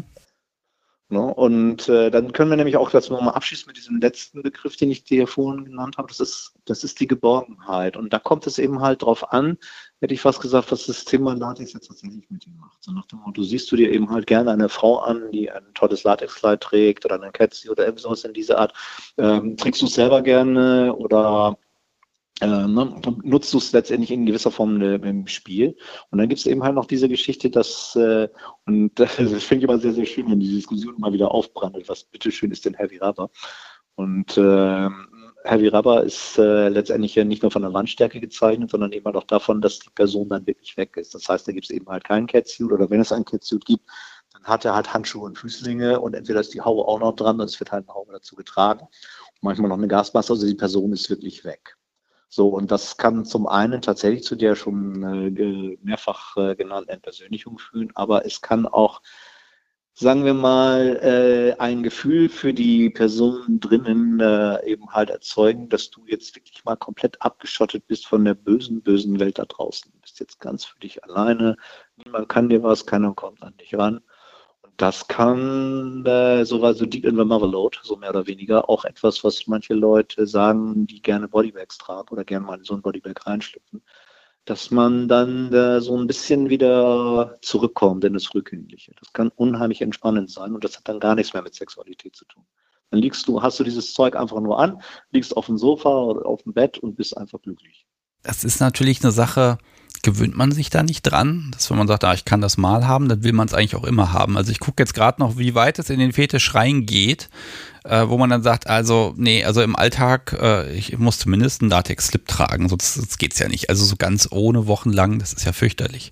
B: No, und äh, dann können wir nämlich auch jetzt nochmal abschließen mit diesem letzten Begriff, den ich dir vorhin genannt habe. Das ist, das ist die Geborgenheit. Und da kommt es eben halt drauf an, hätte ich fast gesagt, was das Thema Latex jetzt tatsächlich mit dir macht. So nach dem Motto, siehst du dir eben halt gerne eine Frau an, die ein tolles Latexkleid trägt oder eine Catsuit oder irgendwas in dieser Art. Ähm, trägst du es selber gerne oder Äh, ne, nutzt du es letztendlich in gewisser Form äh, im Spiel. Und dann gibt es eben halt noch diese Geschichte, dass, äh, und das finde ich immer sehr, sehr schön, wenn die Diskussion mal wieder aufbrandet, was bitteschön ist denn Heavy Rubber? Und äh, Heavy Rubber ist äh, letztendlich ja nicht nur von der Wandstärke gezeichnet, sondern eben halt auch davon, dass die Person dann wirklich weg ist. Das heißt, da gibt es eben halt keinen Catsuit oder wenn es einen Catsuit gibt, dann hat er halt Handschuhe und Füßlinge und entweder ist die Haube auch noch dran, es wird halt eine Haube dazu getragen. Und manchmal noch eine Gasmaske, also die Person ist wirklich weg. So, und das kann zum einen tatsächlich zu der schon äh, mehrfach äh, genannten Entpersönlichung führen, aber es kann auch, sagen wir mal, äh, ein Gefühl für die Person drinnen äh, eben halt erzeugen, dass du jetzt wirklich mal komplett abgeschottet bist von der bösen, bösen Welt da draußen. Du bist jetzt ganz für dich alleine, niemand kann dir was, keiner kommt an dich ran. Das kann äh, so, so deep in the motherload, so mehr oder weniger, auch etwas, was manche Leute sagen, die gerne Bodybags tragen oder gerne mal in so ein Bodybag reinschlüpfen, dass man dann äh, so ein bisschen wieder zurückkommt in das Rückgängliche. Das kann unheimlich entspannend sein und das hat dann gar nichts mehr mit Sexualität zu tun. Dann liegst du, hast du dieses Zeug einfach nur an, liegst auf dem Sofa oder auf dem Bett und bist einfach glücklich.
A: Das ist natürlich eine Sache, gewöhnt man sich da nicht dran, dass wenn man sagt, ah, ich kann das mal haben, dann will man es eigentlich auch immer haben. Also ich gucke jetzt gerade noch, wie weit es in den Fetisch reingeht, äh, wo man dann sagt, also nee, also im Alltag, äh, ich muss zumindest einen Latex-Slip tragen, sonst, sonst geht's ja nicht. Also so ganz ohne wochenlang, das ist ja fürchterlich.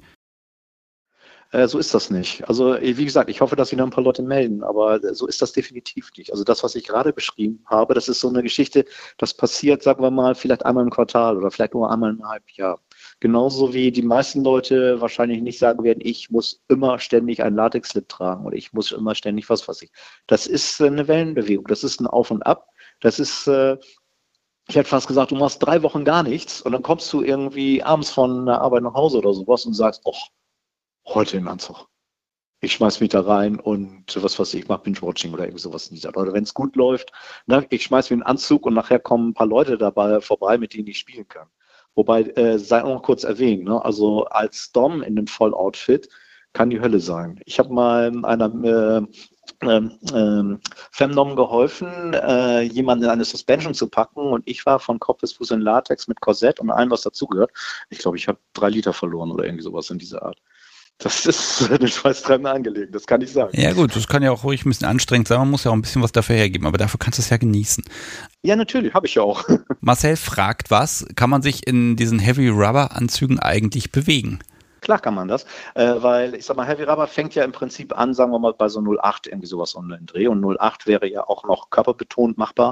B: Äh, so ist das nicht. Also wie gesagt, ich hoffe, dass sich noch ein paar Leute melden, aber so ist das definitiv nicht. Also das, was ich gerade beschrieben habe, das ist so eine Geschichte, das passiert, sagen wir mal, vielleicht einmal im Quartal oder vielleicht nur einmal im Halbjahr. Genauso wie die meisten Leute wahrscheinlich nicht sagen werden, ich muss immer ständig einen Latex-Slip tragen oder ich muss immer ständig was weiß ich. Das ist eine Wellenbewegung, das ist ein Auf und Ab. Das ist, äh, ich hätte fast gesagt, du machst drei Wochen gar nichts und dann kommst du irgendwie abends von der Arbeit nach Hause oder sowas und sagst, oh, heute im Anzug. Ich schmeiß mich da rein und was weiß ich, ich mach Binge-Watching oder irgendwie sowas in dieser Art. Oder wenn es gut läuft, ne, ich schmeiß mir einen Anzug und nachher kommen ein paar Leute dabei vorbei, mit denen ich spielen kann. Wobei, äh, sei auch noch kurz erwähnt, ne? Also als Dom in einem Voll-Outfit kann die Hölle sein. Ich habe mal einer äh, ähm, ähm, Femdom geholfen, äh, jemanden in eine Suspension zu packen und ich war von Kopf bis Fuß in Latex mit Korsett und allem, was dazugehört. Ich glaube, ich habe drei Liter verloren oder irgendwie sowas in dieser Art. Das ist eine schweißtreibende Angelegenheit, das kann ich sagen.
A: Ja gut, das kann ja auch ruhig ein bisschen anstrengend sein, man muss ja auch ein bisschen was dafür hergeben, aber dafür kannst du es ja genießen.
B: Ja, natürlich, habe ich ja auch.
A: Marcel fragt was, kann man sich in diesen Heavy-Rubber-Anzügen eigentlich bewegen?
B: Klar kann man das, äh, weil ich sag mal, Heavy Rubber fängt ja im Prinzip an, sagen wir mal, bei so null Komma acht irgendwie sowas online-Dreh und null Komma acht wäre ja auch noch körperbetont machbar.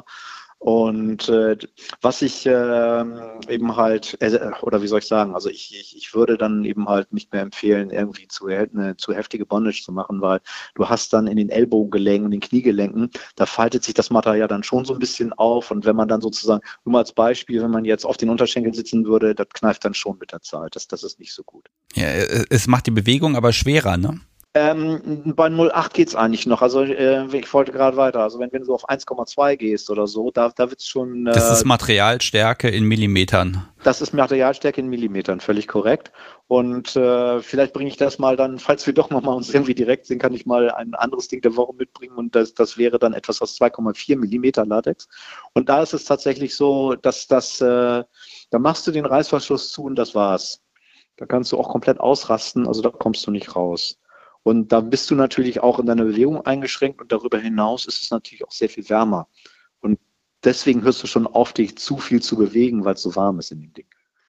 B: Und äh, was ich äh, eben halt, äh, oder wie soll ich sagen, also ich, ich, ich würde dann eben halt nicht mehr empfehlen, irgendwie zu, eine zu heftige Bondage zu machen, weil du hast dann in den Ellbogengelenken und den Kniegelenken, da faltet sich das Material dann schon so ein bisschen auf und wenn man dann sozusagen, nur mal als Beispiel, wenn man jetzt auf den Unterschenkeln sitzen würde, das kneift dann schon mit der Zeit, das, das ist nicht so gut.
A: Ja, es macht die Bewegung aber schwerer, ne?
B: Ähm, bei null Komma acht geht es eigentlich noch. Also äh, ich wollte gerade weiter. Also wenn, wenn du auf eins Komma zwei gehst oder so, da, da wird es schon... Äh,
A: das ist Materialstärke in Millimetern.
B: Das ist Materialstärke in Millimetern, völlig korrekt. Und äh, vielleicht bringe ich das mal dann, falls wir doch noch mal uns irgendwie direkt sehen, kann ich mal ein anderes Ding der Woche mitbringen. Und das, das wäre dann etwas aus zwei Komma vier Millimeter Latex. Und da ist es tatsächlich so, dass das, äh, da machst du den Reißverschluss zu und das war's. Da kannst du auch komplett ausrasten, also da kommst du nicht raus. Und da bist du natürlich auch in deiner Bewegung eingeschränkt und darüber hinaus ist es natürlich auch sehr viel wärmer. Und deswegen hörst du schon auf, dich zu viel zu bewegen, weil es so warm ist in dem Ding.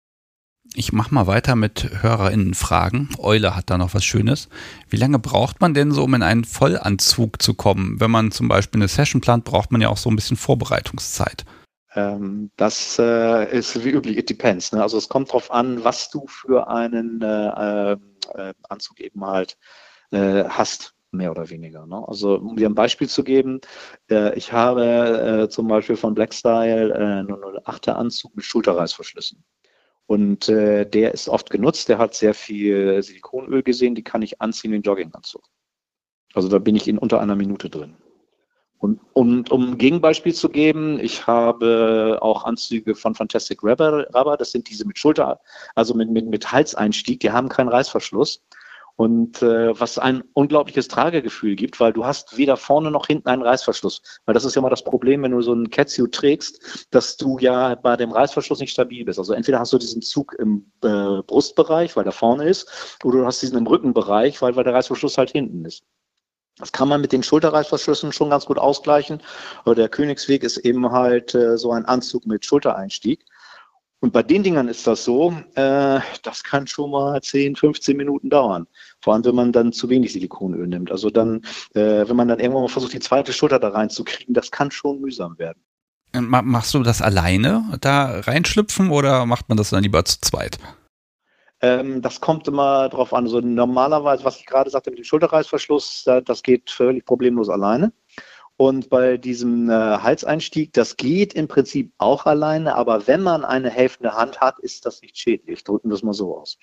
A: Ich mache mal weiter mit HörerInnen-Fragen. Eule hat da noch was Schönes. Wie lange braucht man denn so, um in einen Vollanzug zu kommen? Wenn man zum Beispiel eine Session plant, braucht man ja auch so ein bisschen Vorbereitungszeit.
B: Ähm, das äh, ist wie üblich, it depends. Ne? Also es kommt drauf an, was du für einen äh, äh, Anzug eben halt äh, hast, mehr oder weniger. Ne? Also um dir ein Beispiel zu geben, äh, ich habe äh, zum Beispiel von Blackstyle äh, einen null achter Anzug mit Schulterreißverschlüssen. Und äh, der ist oft genutzt, der hat sehr viel Silikonöl gesehen, die kann ich anziehen wie ein Jogginganzug. Also da bin ich in unter einer Minute drin. Und, und um ein Gegenbeispiel zu geben, ich habe auch Anzüge von Fantastic Rubber, Rubber, das sind diese mit Schulter, also mit, mit, mit Halseinstieg, die haben keinen Reißverschluss. Und äh, was ein unglaubliches Tragegefühl gibt, weil du hast weder vorne noch hinten einen Reißverschluss. Weil das ist ja mal das Problem, wenn du so einen Catsuit trägst, dass du ja bei dem Reißverschluss nicht stabil bist. Also entweder hast du diesen Zug im äh, Brustbereich, weil der vorne ist, oder du hast diesen im Rückenbereich, weil, weil der Reißverschluss halt hinten ist. Das kann man mit den Schulterreißverschlüssen schon ganz gut ausgleichen. Aber der Königsweg ist eben halt äh, so ein Anzug mit Schultereinstieg. Und bei den Dingern ist das so, äh, das kann schon mal zehn, fünfzehn Minuten dauern. Vor allem, wenn man dann zu wenig Silikonöl nimmt. Also dann, äh, wenn man dann irgendwann mal versucht, die zweite Schulter da reinzukriegen, das kann schon mühsam werden.
A: Machst du das alleine, da reinschlüpfen, oder macht man das dann lieber zu zweit?
B: Ähm, das kommt immer drauf an. Also normalerweise, was ich gerade sagte mit dem Schulterreißverschluss, das geht völlig problemlos alleine. Und bei diesem äh, Halseinstieg, das geht im Prinzip auch alleine, aber wenn man eine helfende Hand hat, ist das nicht schädlich. Drücken wir es mal so aus.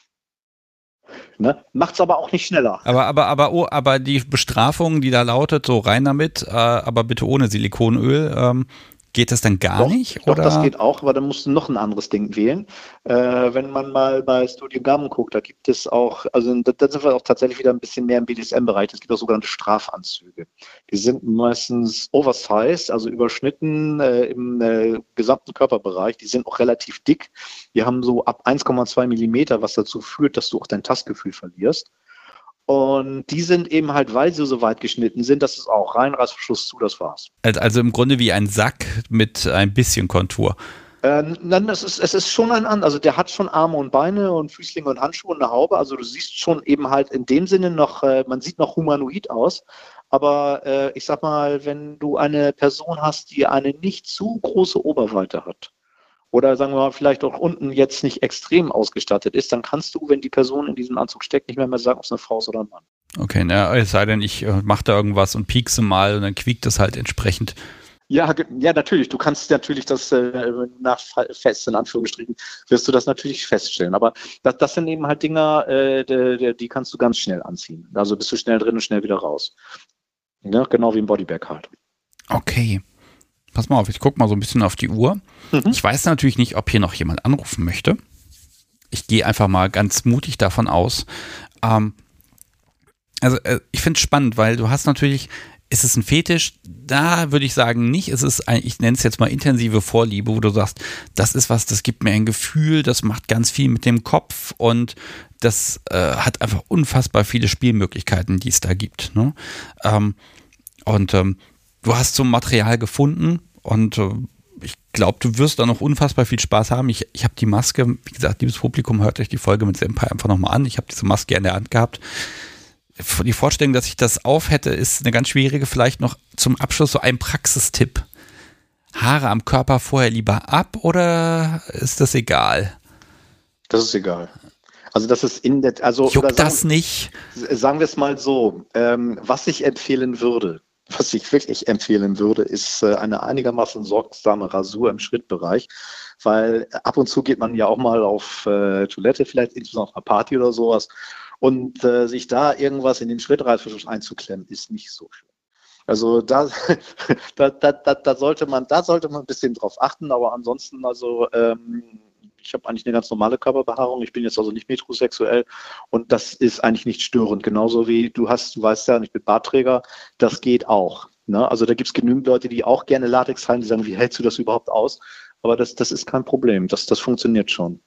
B: Ne? Macht es aber auch nicht schneller.
A: Aber, aber, aber, oh, aber die Bestrafung, die da lautet, so rein damit, äh, aber bitte ohne Silikonöl, ähm, geht das dann gar
B: doch,
A: nicht?
B: Doch,
A: oder?
B: Das geht auch, aber dann musst du noch ein anderes Ding wählen. Äh, wenn man mal bei Studio Gammon guckt, da gibt es auch, also da, da sind wir auch tatsächlich wieder ein bisschen mehr im B D S M-Bereich, es gibt auch sogenannte Strafanzüge. Die sind meistens oversized, also überschnitten äh, im äh, gesamten Körperbereich. Die sind auch relativ dick. Die haben so ab eins Komma zwei Millimeter, was dazu führt, dass du auch dein Tastgefühl verlierst. Und die sind eben halt, weil sie so weit geschnitten sind, das ist auch rein Reißverschluss zu, das war's.
A: Also im Grunde wie ein Sack mit ein bisschen Kontur.
B: Äh, nein, das ist, es ist schon ein an, also der hat schon Arme und Beine und Füßlinge und Handschuhe und eine Haube. Also du siehst schon eben halt in dem Sinne noch, äh, man sieht noch humanoid aus. Aber äh, ich sag mal, wenn du eine Person hast, die eine nicht zu große Oberweite hat, oder sagen wir mal, vielleicht auch unten jetzt nicht extrem ausgestattet ist, dann kannst du, wenn die Person in diesem Anzug steckt, nicht mehr, mehr sagen, ob es eine Frau ist oder ein Mann.
A: Okay, na, es sei denn, ich äh, mache da irgendwas und piekse mal und dann quiekt es halt entsprechend.
B: Ja, ja, natürlich. Du kannst natürlich das äh, nach fest, in Anführungsstrichen, wirst du das natürlich feststellen. Aber das, das sind eben halt Dinger, äh, die, die kannst du ganz schnell anziehen. Also bist du schnell drin und schnell wieder raus. Ja, genau wie im Bodybag halt.
A: Okay. Pass mal auf, ich gucke mal so ein bisschen auf die Uhr. Mhm. Ich weiß natürlich nicht, ob hier noch jemand anrufen möchte. Ich gehe einfach mal ganz mutig davon aus. Ähm, also äh, ich finde es spannend, weil du hast natürlich, ist es ein Fetisch? Da würde ich sagen nicht. Es ist ein, ich nenne es jetzt mal intensive Vorliebe, wo du sagst, das ist was, das gibt mir ein Gefühl, das macht ganz viel mit dem Kopf und das äh, hat einfach unfassbar viele Spielmöglichkeiten, die es da gibt. Ne? Ähm, und ähm, du hast so ein Material gefunden und äh, ich glaube, du wirst da noch unfassbar viel Spaß haben. Ich, ich habe die Maske, wie gesagt, liebes Publikum, hört euch die Folge mit Senpai einfach nochmal an. Ich habe diese Maske in der Hand gehabt. Die Vorstellung, dass ich das auf hätte, ist eine ganz schwierige. Vielleicht noch zum Abschluss so ein Praxistipp. Haare am Körper vorher lieber ab oder ist das egal?
B: Das ist egal. Also das ist in der, also
A: juckt
B: oder sagen,
A: das nicht?
B: Sagen wir es mal so, ähm, was ich empfehlen würde, was ich wirklich empfehlen würde, ist äh, eine einigermaßen sorgsame Rasur im Schrittbereich, weil ab und zu geht man ja auch mal auf äh, Toilette, vielleicht insbesondere auf einer Party oder sowas, und äh, sich da irgendwas in den Schrittreißverschluss einzuklemmen, ist nicht so schön. Also da, da, da, da, da sollte man, da sollte man ein bisschen drauf achten, aber ansonsten, also ähm, ich habe eigentlich eine ganz normale Körperbehaarung, ich bin jetzt also nicht metrosexuell und das ist eigentlich nicht störend, genauso wie du hast, du weißt ja, ich bin Bartträger, das geht auch. Ne? Also da gibt es genügend Leute, die auch gerne Latex tragen, die sagen, wie hältst du das überhaupt aus? Aber das, das ist kein Problem, das, das funktioniert schon.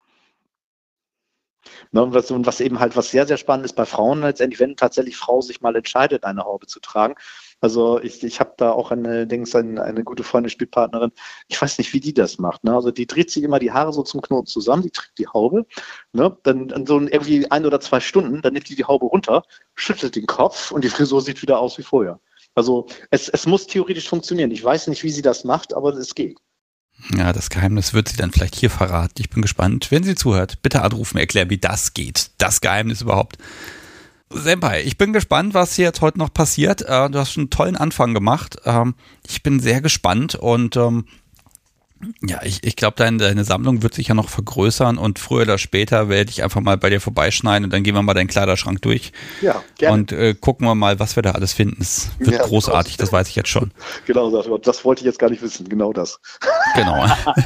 B: Ne, und, was, und was eben halt was sehr, sehr spannend ist bei Frauen letztendlich, wenn tatsächlich Frau sich mal entscheidet, eine Haube zu tragen. Also ich, ich habe da auch eine, Dings, eine, eine gute Freundin, Spielpartnerin, ich weiß nicht, wie die das macht. Ne? Also die dreht sich immer die Haare so zum Knoten zusammen, die trägt die Haube, ne? Dann, dann so irgendwie ein oder zwei Stunden, dann nimmt die die Haube runter, schüttelt den Kopf und die Frisur sieht wieder aus wie vorher. Also es, es muss theoretisch funktionieren. Ich weiß nicht, wie sie das macht, aber es geht.
A: Ja, das Geheimnis wird sie dann vielleicht hier verraten. Ich bin gespannt. Wenn sie zuhört, bitte anrufen, erklären, wie das geht. Das Geheimnis überhaupt. Senpai, ich bin gespannt, was hier jetzt heute noch passiert. Äh, du hast schon einen tollen Anfang gemacht. Ähm, ich bin sehr gespannt und ähm, ja, ich, ich glaube, deine, deine Sammlung wird sich ja noch vergrößern und früher oder später werde ich einfach mal bei dir vorbeischneiden und dann gehen wir mal deinen Kleiderschrank durch.
B: Ja, gerne.
A: Und äh, gucken wir mal, was wir da alles finden. Es wird
B: ja,
A: großartig, das weiß ich jetzt schon.
B: Genau, das, das wollte ich jetzt gar nicht wissen, genau das.
A: Genau.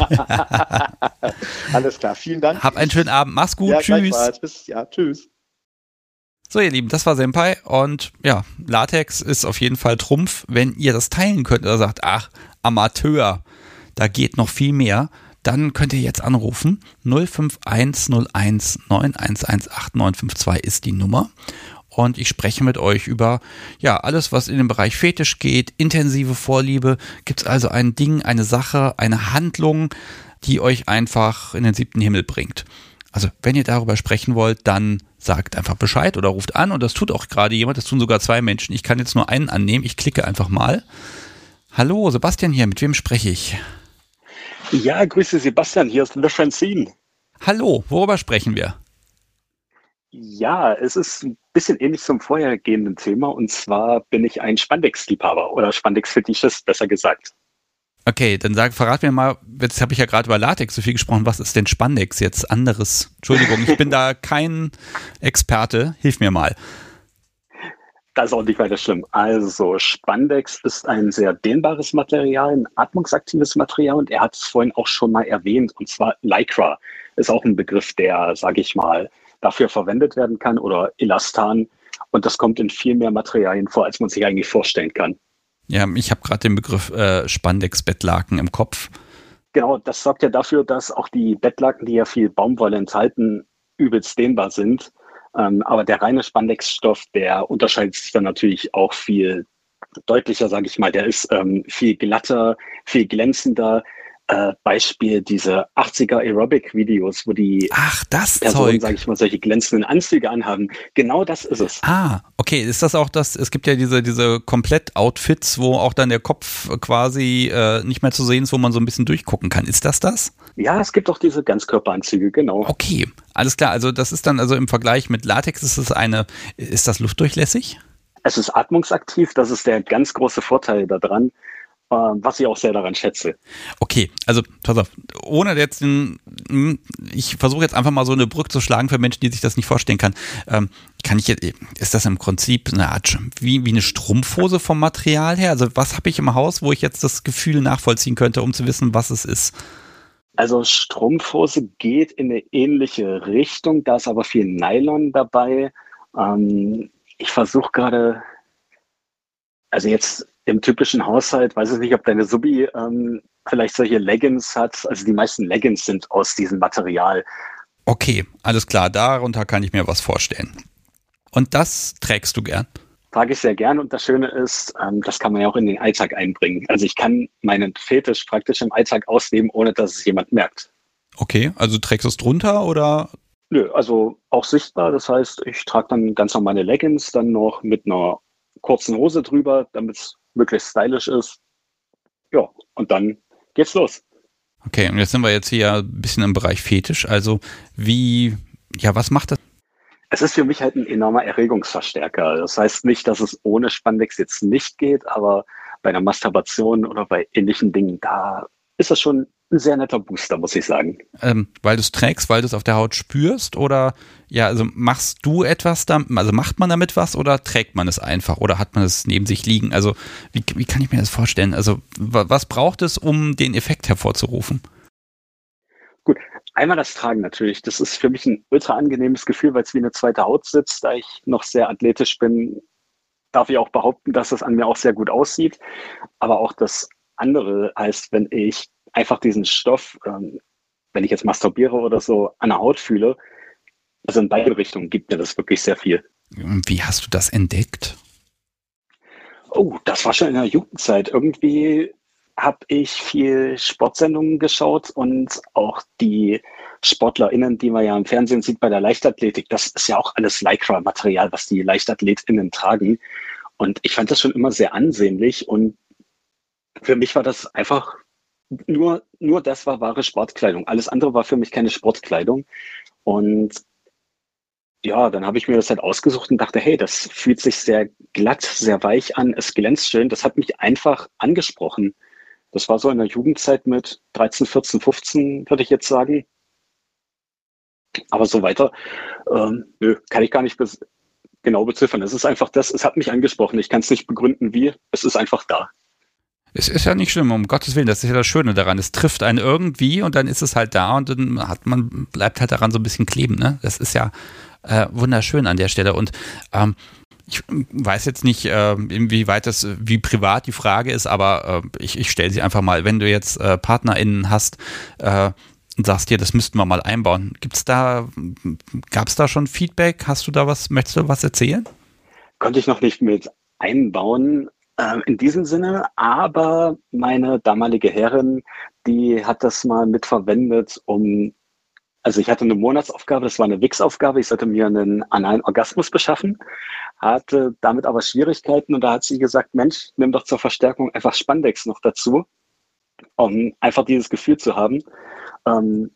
B: Alles klar, vielen Dank.
A: Hab einen schönen Abend, mach's gut,
B: ja,
A: tschüss.
B: Bis, ja, tschüss.
A: So, ihr Lieben, das war Senpai und ja, Latex ist auf jeden Fall Trumpf. Wenn ihr das teilen könnt oder sagt, ach, Amateur, da geht noch viel mehr, dann könnt ihr jetzt anrufen. null fünf eins null eins neun eins eins acht neun fünf zwei ist die Nummer. Und ich spreche mit euch über ja alles, was in den Bereich Fetisch geht, intensive Vorliebe. Gibt es also ein Ding, eine Sache, eine Handlung, die euch einfach in den siebten Himmel bringt. Also wenn ihr darüber sprechen wollt, dann sagt einfach Bescheid oder ruft an. Und das tut auch gerade jemand, das tun sogar zwei Menschen. Ich kann jetzt nur einen annehmen, ich klicke einfach mal. Hallo, Sebastian hier, mit wem spreche ich?
C: Ja, grüße Sebastian, hier ist Le Francine.
A: Hallo, worüber sprechen wir?
C: Ja, es ist ein bisschen ähnlich zum vorhergehenden Thema und zwar bin ich ein Spandex-Liebhaber oder Spandex-Fetischist, besser gesagt.
A: Okay, dann sag, verrat mir mal, jetzt habe ich ja gerade über Latex so viel gesprochen, was ist denn Spandex jetzt anderes? Entschuldigung, ich bin da kein Experte, hilf mir mal.
C: Das ist auch nicht weiter schlimm. Also Spandex ist ein sehr dehnbares Material, ein atmungsaktives Material und er hat es vorhin auch schon mal erwähnt und zwar Lycra ist auch ein Begriff, der, sage ich mal, dafür verwendet werden kann oder Elastan und das kommt in viel mehr Materialien vor, als man sich eigentlich vorstellen kann.
A: Ja, ich habe gerade den Begriff äh, Spandex-Bettlaken im Kopf.
C: Genau, das sorgt ja dafür, dass auch die Bettlaken, die ja viel Baumwolle enthalten, übelst dehnbar sind. Ähm, aber der reine Spandexstoff, der unterscheidet sich dann natürlich auch viel deutlicher, sage ich mal. Der ist ähm, viel glatter, viel glänzender. Äh, Beispiel diese achtziger Aerobic-Videos, wo die
A: Ach, das
C: Personen,
A: Zeug.
C: sage ich mal, solche glänzenden Anzüge anhaben. Genau das ist es.
A: Ah, okay. Ist das auch das, es gibt ja diese, diese Komplett-Outfits, wo auch dann der Kopf quasi äh, nicht mehr zu sehen ist, wo man so ein bisschen durchgucken kann. Ist das das?
C: Ja, es gibt auch diese Ganzkörperanzüge, genau.
A: Okay, alles klar. Also das ist dann also im Vergleich mit Latex, ist es eine, ist das luftdurchlässig?
C: Es ist atmungsaktiv, das ist der ganz große Vorteil daran. Was ich auch sehr daran schätze.
A: Okay, also pass auf, ohne jetzt den, ich versuche jetzt einfach mal so eine Brücke zu schlagen für Menschen, die sich das nicht vorstellen kann. Ähm, kann ich jetzt, ist das im Prinzip eine Art, wie, wie eine Strumpfhose vom Material her? Also was habe ich im Haus, wo ich jetzt das Gefühl nachvollziehen könnte, um zu wissen, was es ist?
C: Also Strumpfhose geht in eine ähnliche Richtung, da ist aber viel Nylon dabei. Ähm, ich versuche gerade, also jetzt im typischen Haushalt, weiß ich nicht, ob deine Subi ähm, vielleicht solche Leggings hat. Also die meisten Leggings sind aus diesem Material.
A: Okay, alles klar, darunter kann ich mir was vorstellen. Und das trägst du gern?
C: Trage ich sehr gern und das Schöne ist, ähm, das kann man ja auch in den Alltag einbringen. Also ich kann meinen Fetisch praktisch im Alltag ausleben, ohne dass es jemand merkt.
A: Okay, also trägst du es drunter oder?
C: Nö, also auch sichtbar. Das heißt, ich trage dann ganz normale Leggings, dann noch mit einer kurzen Hose drüber, damit es möglichst stylisch ist. Ja, und dann geht's los.
A: Okay, und jetzt sind wir jetzt hier ein bisschen im Bereich Fetisch. Also wie, ja, was macht das?
C: Es ist für mich halt ein enormer Erregungsverstärker. Das heißt nicht, dass es ohne Spandex jetzt nicht geht, aber bei einer Masturbation oder bei ähnlichen Dingen, da ist das schon ein sehr netter Booster, muss ich sagen.
A: Ähm, weil du es trägst, weil du es auf der Haut spürst oder ja, also machst du etwas damit, also macht man damit was oder trägt man es einfach oder hat man es neben sich liegen? Also wie, wie kann ich mir das vorstellen? Also was braucht es, um den Effekt hervorzurufen?
C: Gut, einmal das Tragen natürlich. Das ist für mich ein ultra angenehmes Gefühl, weil es wie eine zweite Haut sitzt. Da ich noch sehr athletisch bin, darf ich auch behaupten, dass es an mir auch sehr gut aussieht. Aber auch das andere heißt, wenn ich einfach diesen Stoff, ähm, wenn ich jetzt masturbiere oder so, an der Haut fühle, also in beide Richtungen gibt mir das wirklich sehr viel.
A: Wie hast du das entdeckt?
C: Oh, das war schon in der Jugendzeit. Irgendwie habe ich viel Sportsendungen geschaut und auch die SportlerInnen, die man ja im Fernsehen sieht bei der Leichtathletik, das ist ja auch alles Lycra-Material, was die LeichtathletInnen tragen. Und ich fand das schon immer sehr ansehnlich und für mich war das einfach nur, nur das war wahre Sportkleidung. Alles andere war für mich keine Sportkleidung. Und ja, dann habe ich mir das halt ausgesucht und dachte, hey, das fühlt sich sehr glatt, sehr weich an, es glänzt schön. Das hat mich einfach angesprochen. Das war so in der Jugendzeit mit dreizehn, vierzehn, fünfzehn, würde ich jetzt sagen. Aber so weiter, ähm, nö, kann ich gar nicht bis, genau beziffern. Es ist einfach das, es hat mich angesprochen. Ich kann es nicht begründen, wie. Es ist einfach da.
A: Es ist ja nicht schlimm, um Gottes Willen, das ist ja das Schöne daran. Es trifft einen irgendwie und dann ist es halt da und dann hat man, bleibt halt daran so ein bisschen kleben, ne? Das ist ja äh, wunderschön an der Stelle. Und ähm, ich weiß jetzt nicht, äh, inwieweit das, wie privat die Frage ist, aber äh, ich, ich stelle sie einfach mal, wenn du jetzt äh, PartnerInnen hast, äh, und sagst dir, das müssten wir mal einbauen. Gibt's da, gab es da schon Feedback? Hast du da was, möchtest du was erzählen?
C: Konnte ich noch nicht mit einbauen äh, in diesem Sinne, aber meine damalige Herrin, die hat das mal mitverwendet, um, also ich hatte eine Monatsaufgabe, das war eine Wix-Aufgabe, ich sollte mir einen analen Orgasmus beschaffen, hatte damit aber Schwierigkeiten und da hat sie gesagt, Mensch, nimm doch zur Verstärkung einfach Spandex noch dazu, um einfach dieses Gefühl zu haben. Ähm,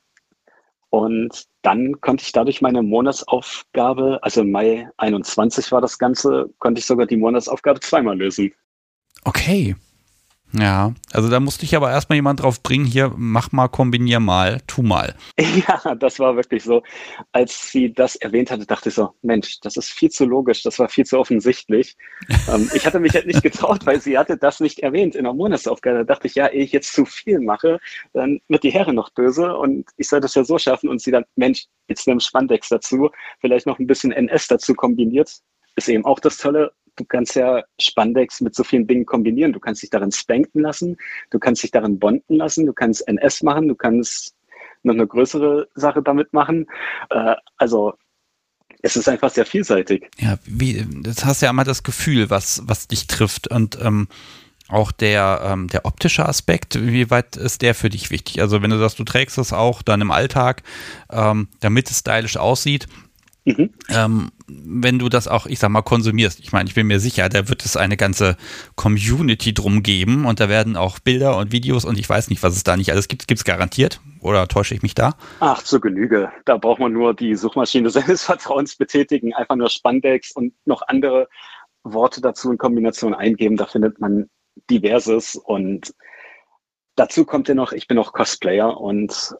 C: und dann konnte ich dadurch meine Monatsaufgabe, also im Mai einundzwanzig war das Ganze, konnte ich sogar die Monatsaufgabe zweimal lösen.
A: Okay. Ja, also da musste ich aber erstmal jemand drauf bringen, hier, mach mal, kombinier mal, tu mal.
C: Ja, das war wirklich so. Als sie das erwähnt hatte, dachte ich so, Mensch, das ist viel zu logisch, das war viel zu offensichtlich. ähm, ich hatte mich halt nicht getraut, weil sie hatte das nicht erwähnt in der Monatsaufgabe. Da dachte ich, ja, ehe ich jetzt zu viel mache, dann wird die Herrin noch böse und ich soll das ja so schaffen und sie dann, Mensch, jetzt nimm Spandex dazu, vielleicht noch ein bisschen N S dazu kombiniert. Ist eben auch das Tolle. Du kannst ja Spandex mit so vielen Dingen kombinieren. Du kannst dich darin spanken lassen, du kannst dich darin bonden lassen, du kannst N S machen, du kannst noch eine größere Sache damit machen. Äh, also es ist einfach sehr vielseitig.
A: Ja, wie, das hast ja immer das Gefühl, was, was dich trifft und ähm, auch der, ähm, der optische Aspekt, wie weit ist der für dich wichtig? Also wenn du sagst, du trägst das auch dann im Alltag, ähm, damit es stylisch aussieht, Mhm. Ähm, wenn du das auch, ich sag mal, konsumierst. Ich meine, ich bin mir sicher, da wird es eine ganze Community drum geben und da werden auch Bilder und Videos und ich weiß nicht, was es da nicht alles gibt. Gibt es garantiert? Oder täusche ich mich da?
C: Ach, zur Genüge. Da braucht man nur die Suchmaschine seines Vertrauens betätigen, einfach nur Spandex und noch andere Worte dazu in Kombination eingeben. Da findet man Diverses und dazu kommt ja noch, ich bin auch Cosplayer und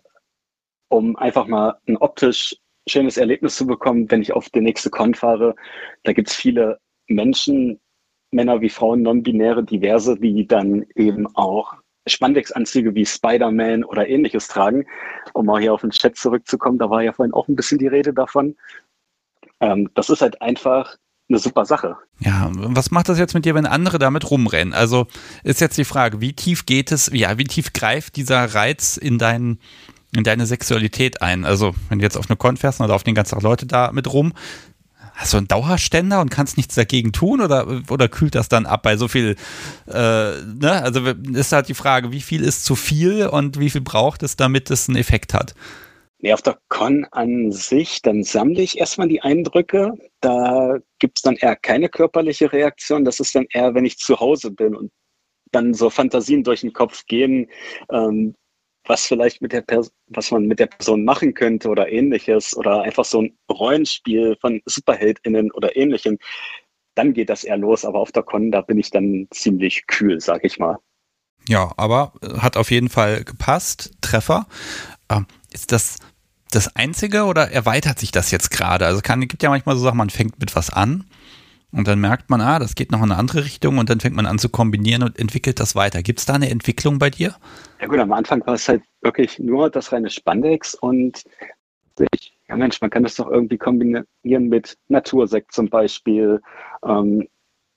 C: um einfach mal ein optisch schönes Erlebnis zu bekommen, wenn ich auf die nächste Con fahre. Da gibt es viele Menschen, Männer wie Frauen, non-binäre, diverse, die dann eben auch Spandex-Anzüge wie Spider-Man oder ähnliches tragen. Um mal hier auf den Chat zurückzukommen, da war ja vorhin auch ein bisschen die Rede davon. Ähm, das ist halt einfach eine super Sache.
A: Ja, was macht das jetzt mit dir, wenn andere damit rumrennen? Also ist jetzt die Frage, wie tief geht es, ja, wie tief greift dieser Reiz in deinen in deine Sexualität ein. Also, wenn du jetzt auf eine Con fährst und da laufen den ganzen Tag Leute da mit rum, hast du einen Dauerständer und kannst nichts dagegen tun oder, oder kühlt das dann ab bei so viel, äh, ne? Also ist halt die Frage, wie viel ist zu viel und wie viel braucht es, damit es einen Effekt hat?
C: Nee, auf der Con an sich, dann sammle ich erstmal die Eindrücke. Da gibt es dann eher keine körperliche Reaktion. Das ist dann eher, wenn ich zu Hause bin und dann so Fantasien durch den Kopf gehen, ähm, was vielleicht mit der Person, was man mit der Person machen könnte oder ähnliches oder einfach so ein Rollenspiel von SuperheldInnen oder ähnlichem, dann geht das eher los. Aber auf der Con, da bin ich dann ziemlich kühl, sag ich mal.
A: Ja, aber hat auf jeden Fall gepasst. Treffer. Ähm, ist das das Einzige oder erweitert sich das jetzt gerade? Also kann, gibt ja manchmal so Sachen, man fängt mit was an und dann merkt man, ah, das geht noch in eine andere Richtung und dann fängt man an zu kombinieren und entwickelt das weiter. Gibt es da eine Entwicklung bei dir?
C: Ja gut, am Anfang war es halt wirklich nur das reine Spandex und ich, ja Mensch, man kann das doch irgendwie kombinieren mit Natursekt zum Beispiel. Ähm,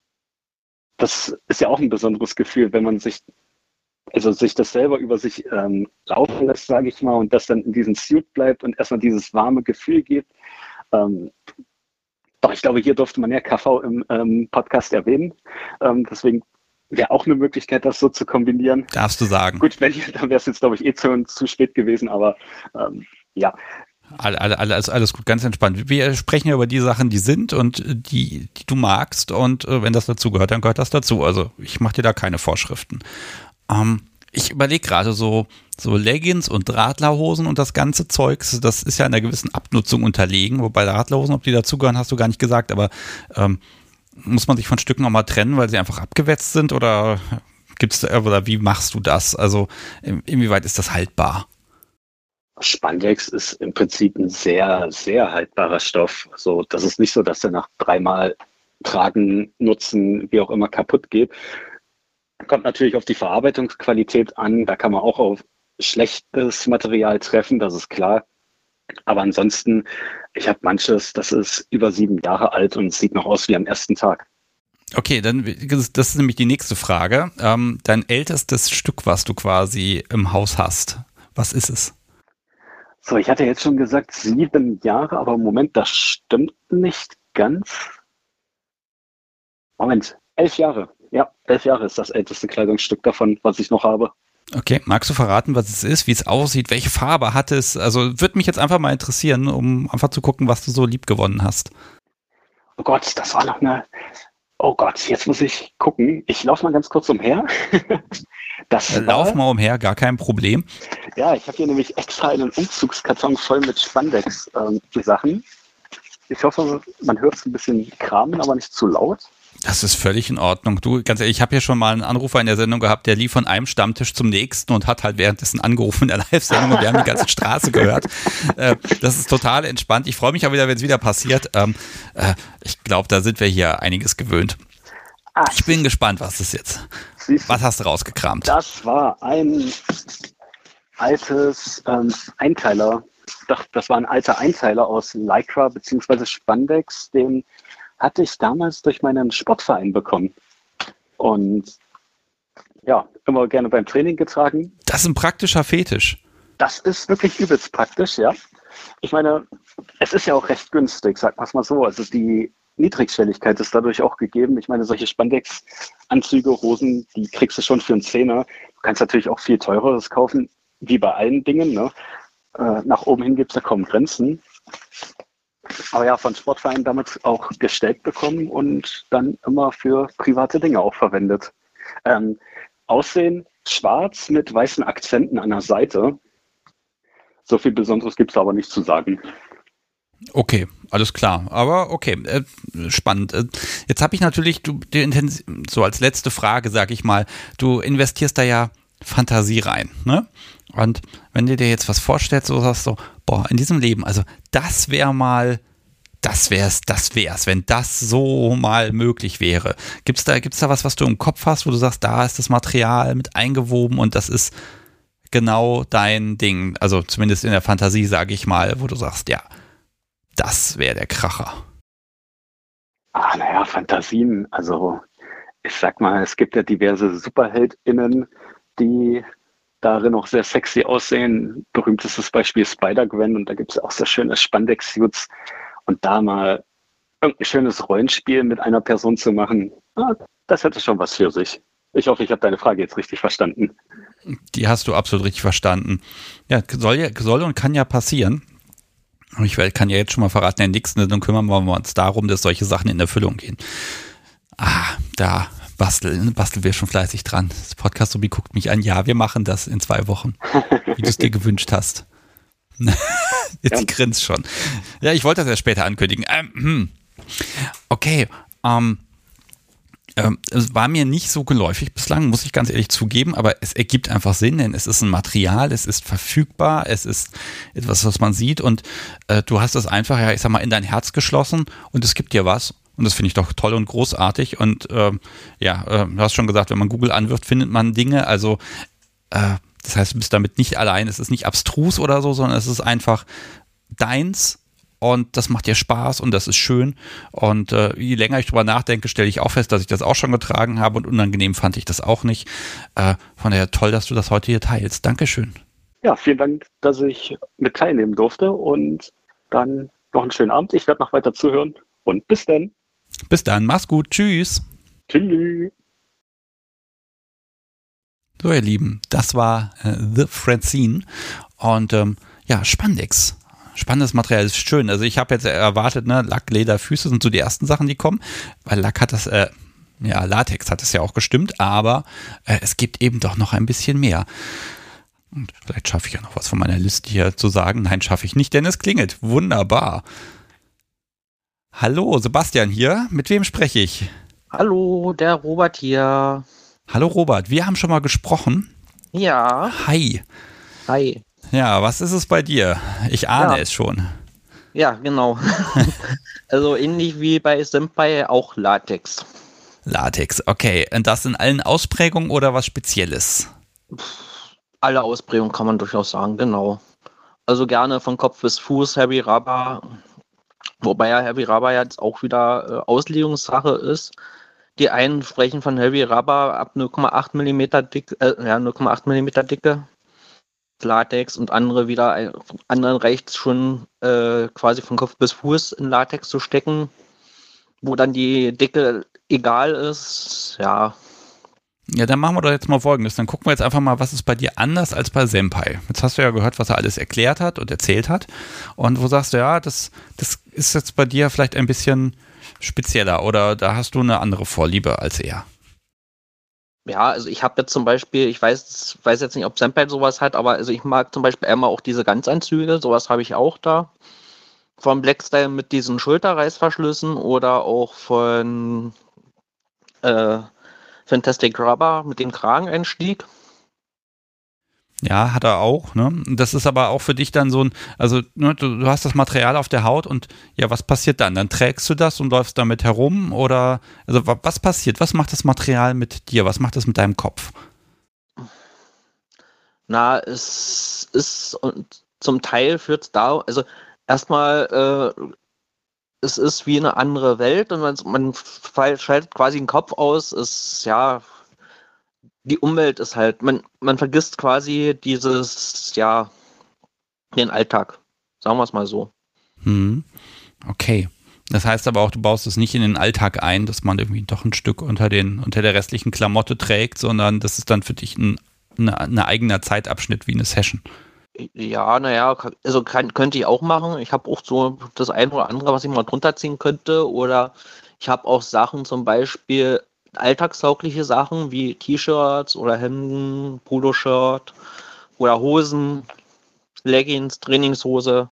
C: das ist ja auch ein besonderes Gefühl, wenn man sich, also sich das selber über sich ähm, laufen lässt, sage ich mal, und das dann in diesem Suit bleibt und erstmal dieses warme Gefühl gibt. Ähm, Doch, ich glaube, hier durfte man ja K V im ähm, Podcast erwähnen. Ähm, deswegen wäre auch eine Möglichkeit, das so zu kombinieren.
A: Darfst du sagen.
C: Gut, wenn dann wäre es jetzt, glaube ich, eh zu, zu spät gewesen, aber ähm, ja.
A: Alle, alle, alles, alles gut, ganz entspannt. Wir sprechen ja über die Sachen, die sind und die, die du magst und äh, wenn das dazu gehört, dann gehört das dazu. Also ich mache dir da keine Vorschriften. Ähm, Ich überlege gerade so, so Leggings und Radlerhosen und das ganze Zeug, das ist ja einer gewissen Abnutzung unterlegen, wobei Radlerhosen, ob die dazugehören, hast du gar nicht gesagt, aber ähm, muss man sich von Stücken auch mal trennen, weil sie einfach abgewetzt sind oder gibt's da, oder wie machst du das? Also inwieweit ist das haltbar?
C: Spandex ist im Prinzip ein sehr, sehr haltbarer Stoff. Also das ist nicht so, dass er nach dreimal Tragen, Nutzen, wie auch immer kaputt geht. Kommt natürlich auf die Verarbeitungsqualität an. Da kann man auch auf schlechtes Material treffen, das ist klar. Aber ansonsten, ich habe manches, das ist über sieben Jahre alt und sieht noch aus wie am ersten Tag.
A: Okay, dann das ist nämlich die nächste Frage. Ähm, dein ältestes Stück, was du quasi im Haus hast, was ist es?
C: So, ich hatte jetzt schon gesagt sieben Jahre, aber im Moment, das stimmt nicht ganz. Moment, elf Jahre. Ja, elf Jahre ist das älteste Kleidungsstück davon, was ich noch habe.
A: Okay, magst du verraten, was es ist, wie es aussieht, welche Farbe hat es? Also würde mich jetzt einfach mal interessieren, um einfach zu gucken, was du so lieb gewonnen hast.
C: Oh Gott, das war noch eine... Oh Gott, jetzt muss ich gucken. Ich laufe mal ganz kurz umher. Das war,
A: Lauf mal umher, gar kein Problem.
C: Ja, ich habe hier nämlich extra einen Umzugskarton voll mit Spandex-Sachen. Ähm, ich hoffe, man hört es ein bisschen kramen, aber nicht zu laut.
A: Das ist völlig in Ordnung. Du, ganz ehrlich, ich habe ja schon mal einen Anrufer in der Sendung gehabt, der lief von einem Stammtisch zum nächsten und hat halt währenddessen angerufen in der Live-Sendung und wir haben die ganze Straße gehört. Äh, das ist total entspannt. Ich freue mich auch wieder, wenn es wieder passiert. Ähm, äh, ich glaube, da sind wir hier einiges gewöhnt. Ah, ich bin gespannt, was ist jetzt. Was hast du rausgekramt?
C: Das war ein altes ähm, Einteiler. Doch, das war ein alter Einteiler aus Lycra bzw. Spandex, den hatte ich damals durch meinen Sportverein bekommen. Und ja, immer gerne beim Training getragen.
A: Das ist ein praktischer Fetisch.
C: Das ist wirklich übelst praktisch, ja. Ich meine, es ist ja auch recht günstig, sag mal mal so. Also die Niedrigschwelligkeit ist dadurch auch gegeben. Ich meine, solche Spandex-Anzüge, Hosen, die kriegst du schon für einen Zehner. Du kannst natürlich auch viel teureres kaufen, wie bei allen Dingen. Ne? Äh, nach oben hin gibt es da kaum Grenzen. Aber ja, von Sportvereinen damals auch gestellt bekommen und dann immer für private Dinge auch verwendet. Ähm, Aussehen schwarz mit weißen Akzenten an der Seite. So viel Besonderes gibt es aber nicht zu sagen.
A: Okay, alles klar. Aber okay, äh, spannend. Äh, jetzt habe ich natürlich, du, die Intens- so als letzte Frage, sag ich mal, du investierst da ja Fantasie rein, ne? Und wenn du dir jetzt was vorstellst, so sagst du, boah, in diesem Leben, also das wäre mal, das wär's, das wär's, wenn das so mal möglich wäre. Gibt's da, gibt's da was, was du im Kopf hast, wo du sagst, da ist das Material mit eingewoben und das ist genau dein Ding, also zumindest in der Fantasie, sage ich mal, wo du sagst, ja, das wäre der Kracher.
C: Ah, naja, Fantasien, also ich sag mal, es gibt ja diverse SuperheldInnen, die darin auch sehr sexy aussehen. Berühmtestes Beispiel Spider-Gwen und da gibt es auch sehr schöne Spandex-Suits. Und da mal irgendein schönes Rollenspiel mit einer Person zu machen, ah, das hätte schon was für sich. Ich hoffe, ich habe deine Frage jetzt richtig verstanden.
A: Die hast du absolut richtig verstanden. Ja, soll, ja, soll und kann ja passieren. Und ich kann ja jetzt schon mal verraten, in der nächsten Sendung kümmern wir uns darum, dass solche Sachen in Erfüllung gehen. Ah, da basteln, basteln wir schon fleißig dran. Das Podcast-Sobi guckt mich an. Ja, wir machen das in zwei Wochen, wie du es dir gewünscht hast. Jetzt ja. Grinst schon. Ja, ich wollte das ja später ankündigen. Ähm, hm. Okay, ähm, ähm, es war mir nicht so geläufig bislang, muss ich ganz ehrlich zugeben, aber es ergibt einfach Sinn, denn es ist ein Material, es ist verfügbar, es ist etwas, was man sieht und äh, du hast es einfach, ja, ich sag mal, in dein Herz geschlossen und es gibt dir was. Und das finde ich doch toll und großartig. Und ähm, ja, äh, du hast schon gesagt, wenn man Google anwirft, findet man Dinge. Also äh, das heißt, du bist damit nicht allein. Es ist nicht abstrus oder so, sondern es ist einfach deins. Und das macht dir Spaß und das ist schön. Und äh, je länger ich drüber nachdenke, stelle ich auch fest, dass ich das auch schon getragen habe. Und unangenehm fand ich das auch nicht. Äh, von daher toll, dass du das heute hier teilst. Dankeschön.
C: Ja, vielen Dank, dass ich mit teilnehmen durfte. Und dann noch einen schönen Abend. Ich werde noch weiter zuhören. Und bis dann.
A: Bis dann, mach's gut, tschüss.
C: Tschüss.
A: So, ihr Lieben, das war äh, The Francine und ähm, ja, Spandex. Spannendes Material, ist schön. Also ich habe jetzt erwartet, ne, Lack, Leder, Füße sind so die ersten Sachen, die kommen, weil Lack hat das, äh, Ja, Latex hat es ja auch gestimmt, aber äh, es gibt eben doch noch ein bisschen mehr. Und vielleicht schaffe ich ja noch was von meiner Liste hier zu sagen. Nein, schaffe ich nicht, denn es klingelt. Wunderbar. Hallo, Sebastian hier. Mit wem spreche ich?
D: Hallo, der Robert hier.
A: Hallo Robert, wir haben schon mal gesprochen.
D: Ja.
A: Hi.
D: Hi.
A: Ja, was ist es bei dir? Ich ahne
D: Ja.
A: es schon.
D: Ja, genau. Also ähnlich wie bei Senpai auch Latex.
A: Latex, okay. Und das in allen Ausprägungen oder was Spezielles?
D: Alle Ausprägungen kann man durchaus sagen, genau. Also gerne von Kopf bis Fuß Heavy Rubber. Wobei ja Heavy Rubber jetzt auch wieder äh, Auslegungssache ist. Die einen sprechen von Heavy Rubber ab null Komma acht Millimeter dick, äh, ja, null Komma acht Millimeter Dicke Latex und andere wieder, ein- anderen reicht es schon äh, quasi von Kopf bis Fuß in Latex zu stecken, wo dann die Dicke egal ist. Ja,
A: Ja, dann machen wir doch jetzt mal Folgendes. Dann gucken wir jetzt einfach mal, was ist bei dir anders als bei Senpai. Jetzt hast du ja gehört, was er alles erklärt hat und erzählt hat. Und wo sagst du, ja, das, das ist jetzt bei dir vielleicht ein bisschen spezieller oder da hast du eine andere Vorliebe als er.
D: ja, also ich habe jetzt zum Beispiel, ich weiß, weiß jetzt nicht, ob Senpai sowas hat, aber also ich mag zum Beispiel einmal auch diese Ganzanzüge, sowas habe ich auch da. Von Blackstyle mit diesen Schulterreißverschlüssen oder auch von äh, Fantastic Rubber mit dem Krageneinstieg.
A: Ja, hat er auch, ne? Das ist aber auch für dich dann so ein, also ne, du, du hast das Material auf der Haut und ja, was passiert dann? Dann trägst du das und läufst damit herum oder, also wa- was passiert? Was macht das Material mit dir? Was macht das mit deinem Kopf?
D: Na, es ist und zum Teil führt es da, also erstmal, äh, es ist wie eine andere Welt und man, man fall- schaltet quasi den Kopf aus. Es, ja, die Umwelt ist halt, man, man vergisst quasi dieses, ja, den Alltag. Sagen wir es mal so.
A: Hm, okay. Das heißt aber auch, du baust es nicht in den Alltag ein, dass man irgendwie doch ein Stück unter den, unter der restlichen Klamotte trägt, sondern das ist dann für dich ein, eine, ein eigener Zeitabschnitt wie eine Session.
D: Ja, naja, also kann, könnte ich auch machen. Ich habe auch so das eine oder andere, was ich mal drunter ziehen könnte. Oder ich habe auch Sachen, zum Beispiel alltagstaugliche Sachen wie T-Shirts oder Hemden, Poloshirt oder Hosen, Leggings, Trainingshose.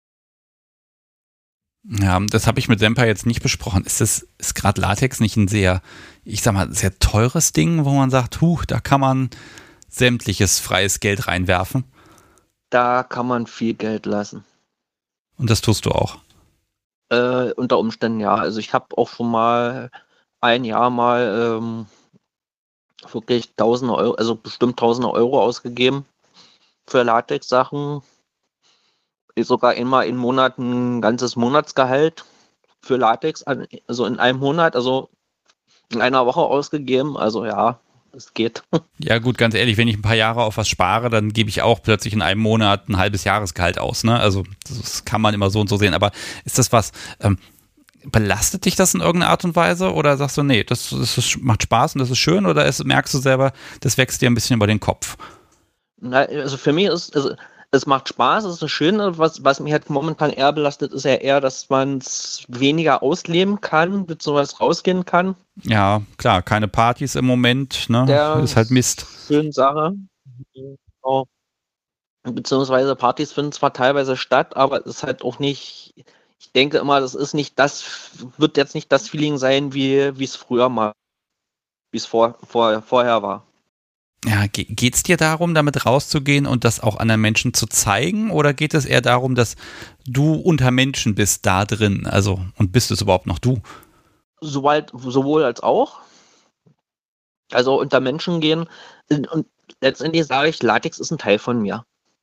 A: Ja, das habe ich mit Senpai jetzt nicht besprochen. Ist das, ist gerade Latex nicht ein sehr, ich sag mal, sehr teures Ding, wo man sagt, huh, da kann man sämtliches freies Geld reinwerfen?
D: Da kann man viel Geld lassen.
A: Und das tust du auch.
D: Äh, unter Umständen ja. Also ich habe auch schon mal ein Jahr mal ähm, wirklich tausende Euro, also bestimmt tausende Euro ausgegeben für Latex-Sachen. Sogar einmal im Monat ein ganzes Monatsgehalt für Latex, also in einem Monat, also in einer Woche ausgegeben. Also ja, es geht.
A: Ja gut, ganz ehrlich, wenn ich ein paar Jahre auf was spare, dann gebe ich auch plötzlich in einem Monat ein halbes Jahresgehalt aus. Ne? Also das kann man immer so und so sehen. Aber ist das was, ähm, belastet dich das in irgendeiner Art und Weise? Oder sagst du, nee, das, das ist, macht Spaß und das ist schön? Oder ist, merkst du selber, das wächst dir ein bisschen über den Kopf?
D: Na, also für mich ist, also es macht Spaß, es ist das Schöne, was, was mich halt momentan eher belastet, ist ja eher, dass man es weniger ausleben kann, beziehungsweise rausgehen kann.
A: Ja, klar, keine Partys im Moment, ne?
D: Der
A: Ist halt Mist.
D: schönen Sache. Genau. Beziehungsweise Partys finden zwar teilweise statt, aber es ist halt auch nicht, ich denke immer, das ist nicht das, wird jetzt nicht das Feeling sein, wie wie es früher mal, wie es vor, vor, vorher war.
A: Ja, ge- geht's dir darum, damit rauszugehen und das auch anderen Menschen zu zeigen? Oder geht es eher darum, dass du unter Menschen bist da drin? Also, und bist es überhaupt noch du?
D: Soweit, sowohl als auch. Also unter Menschen gehen. Und letztendlich sage ich, Latex ist ein Teil von mir.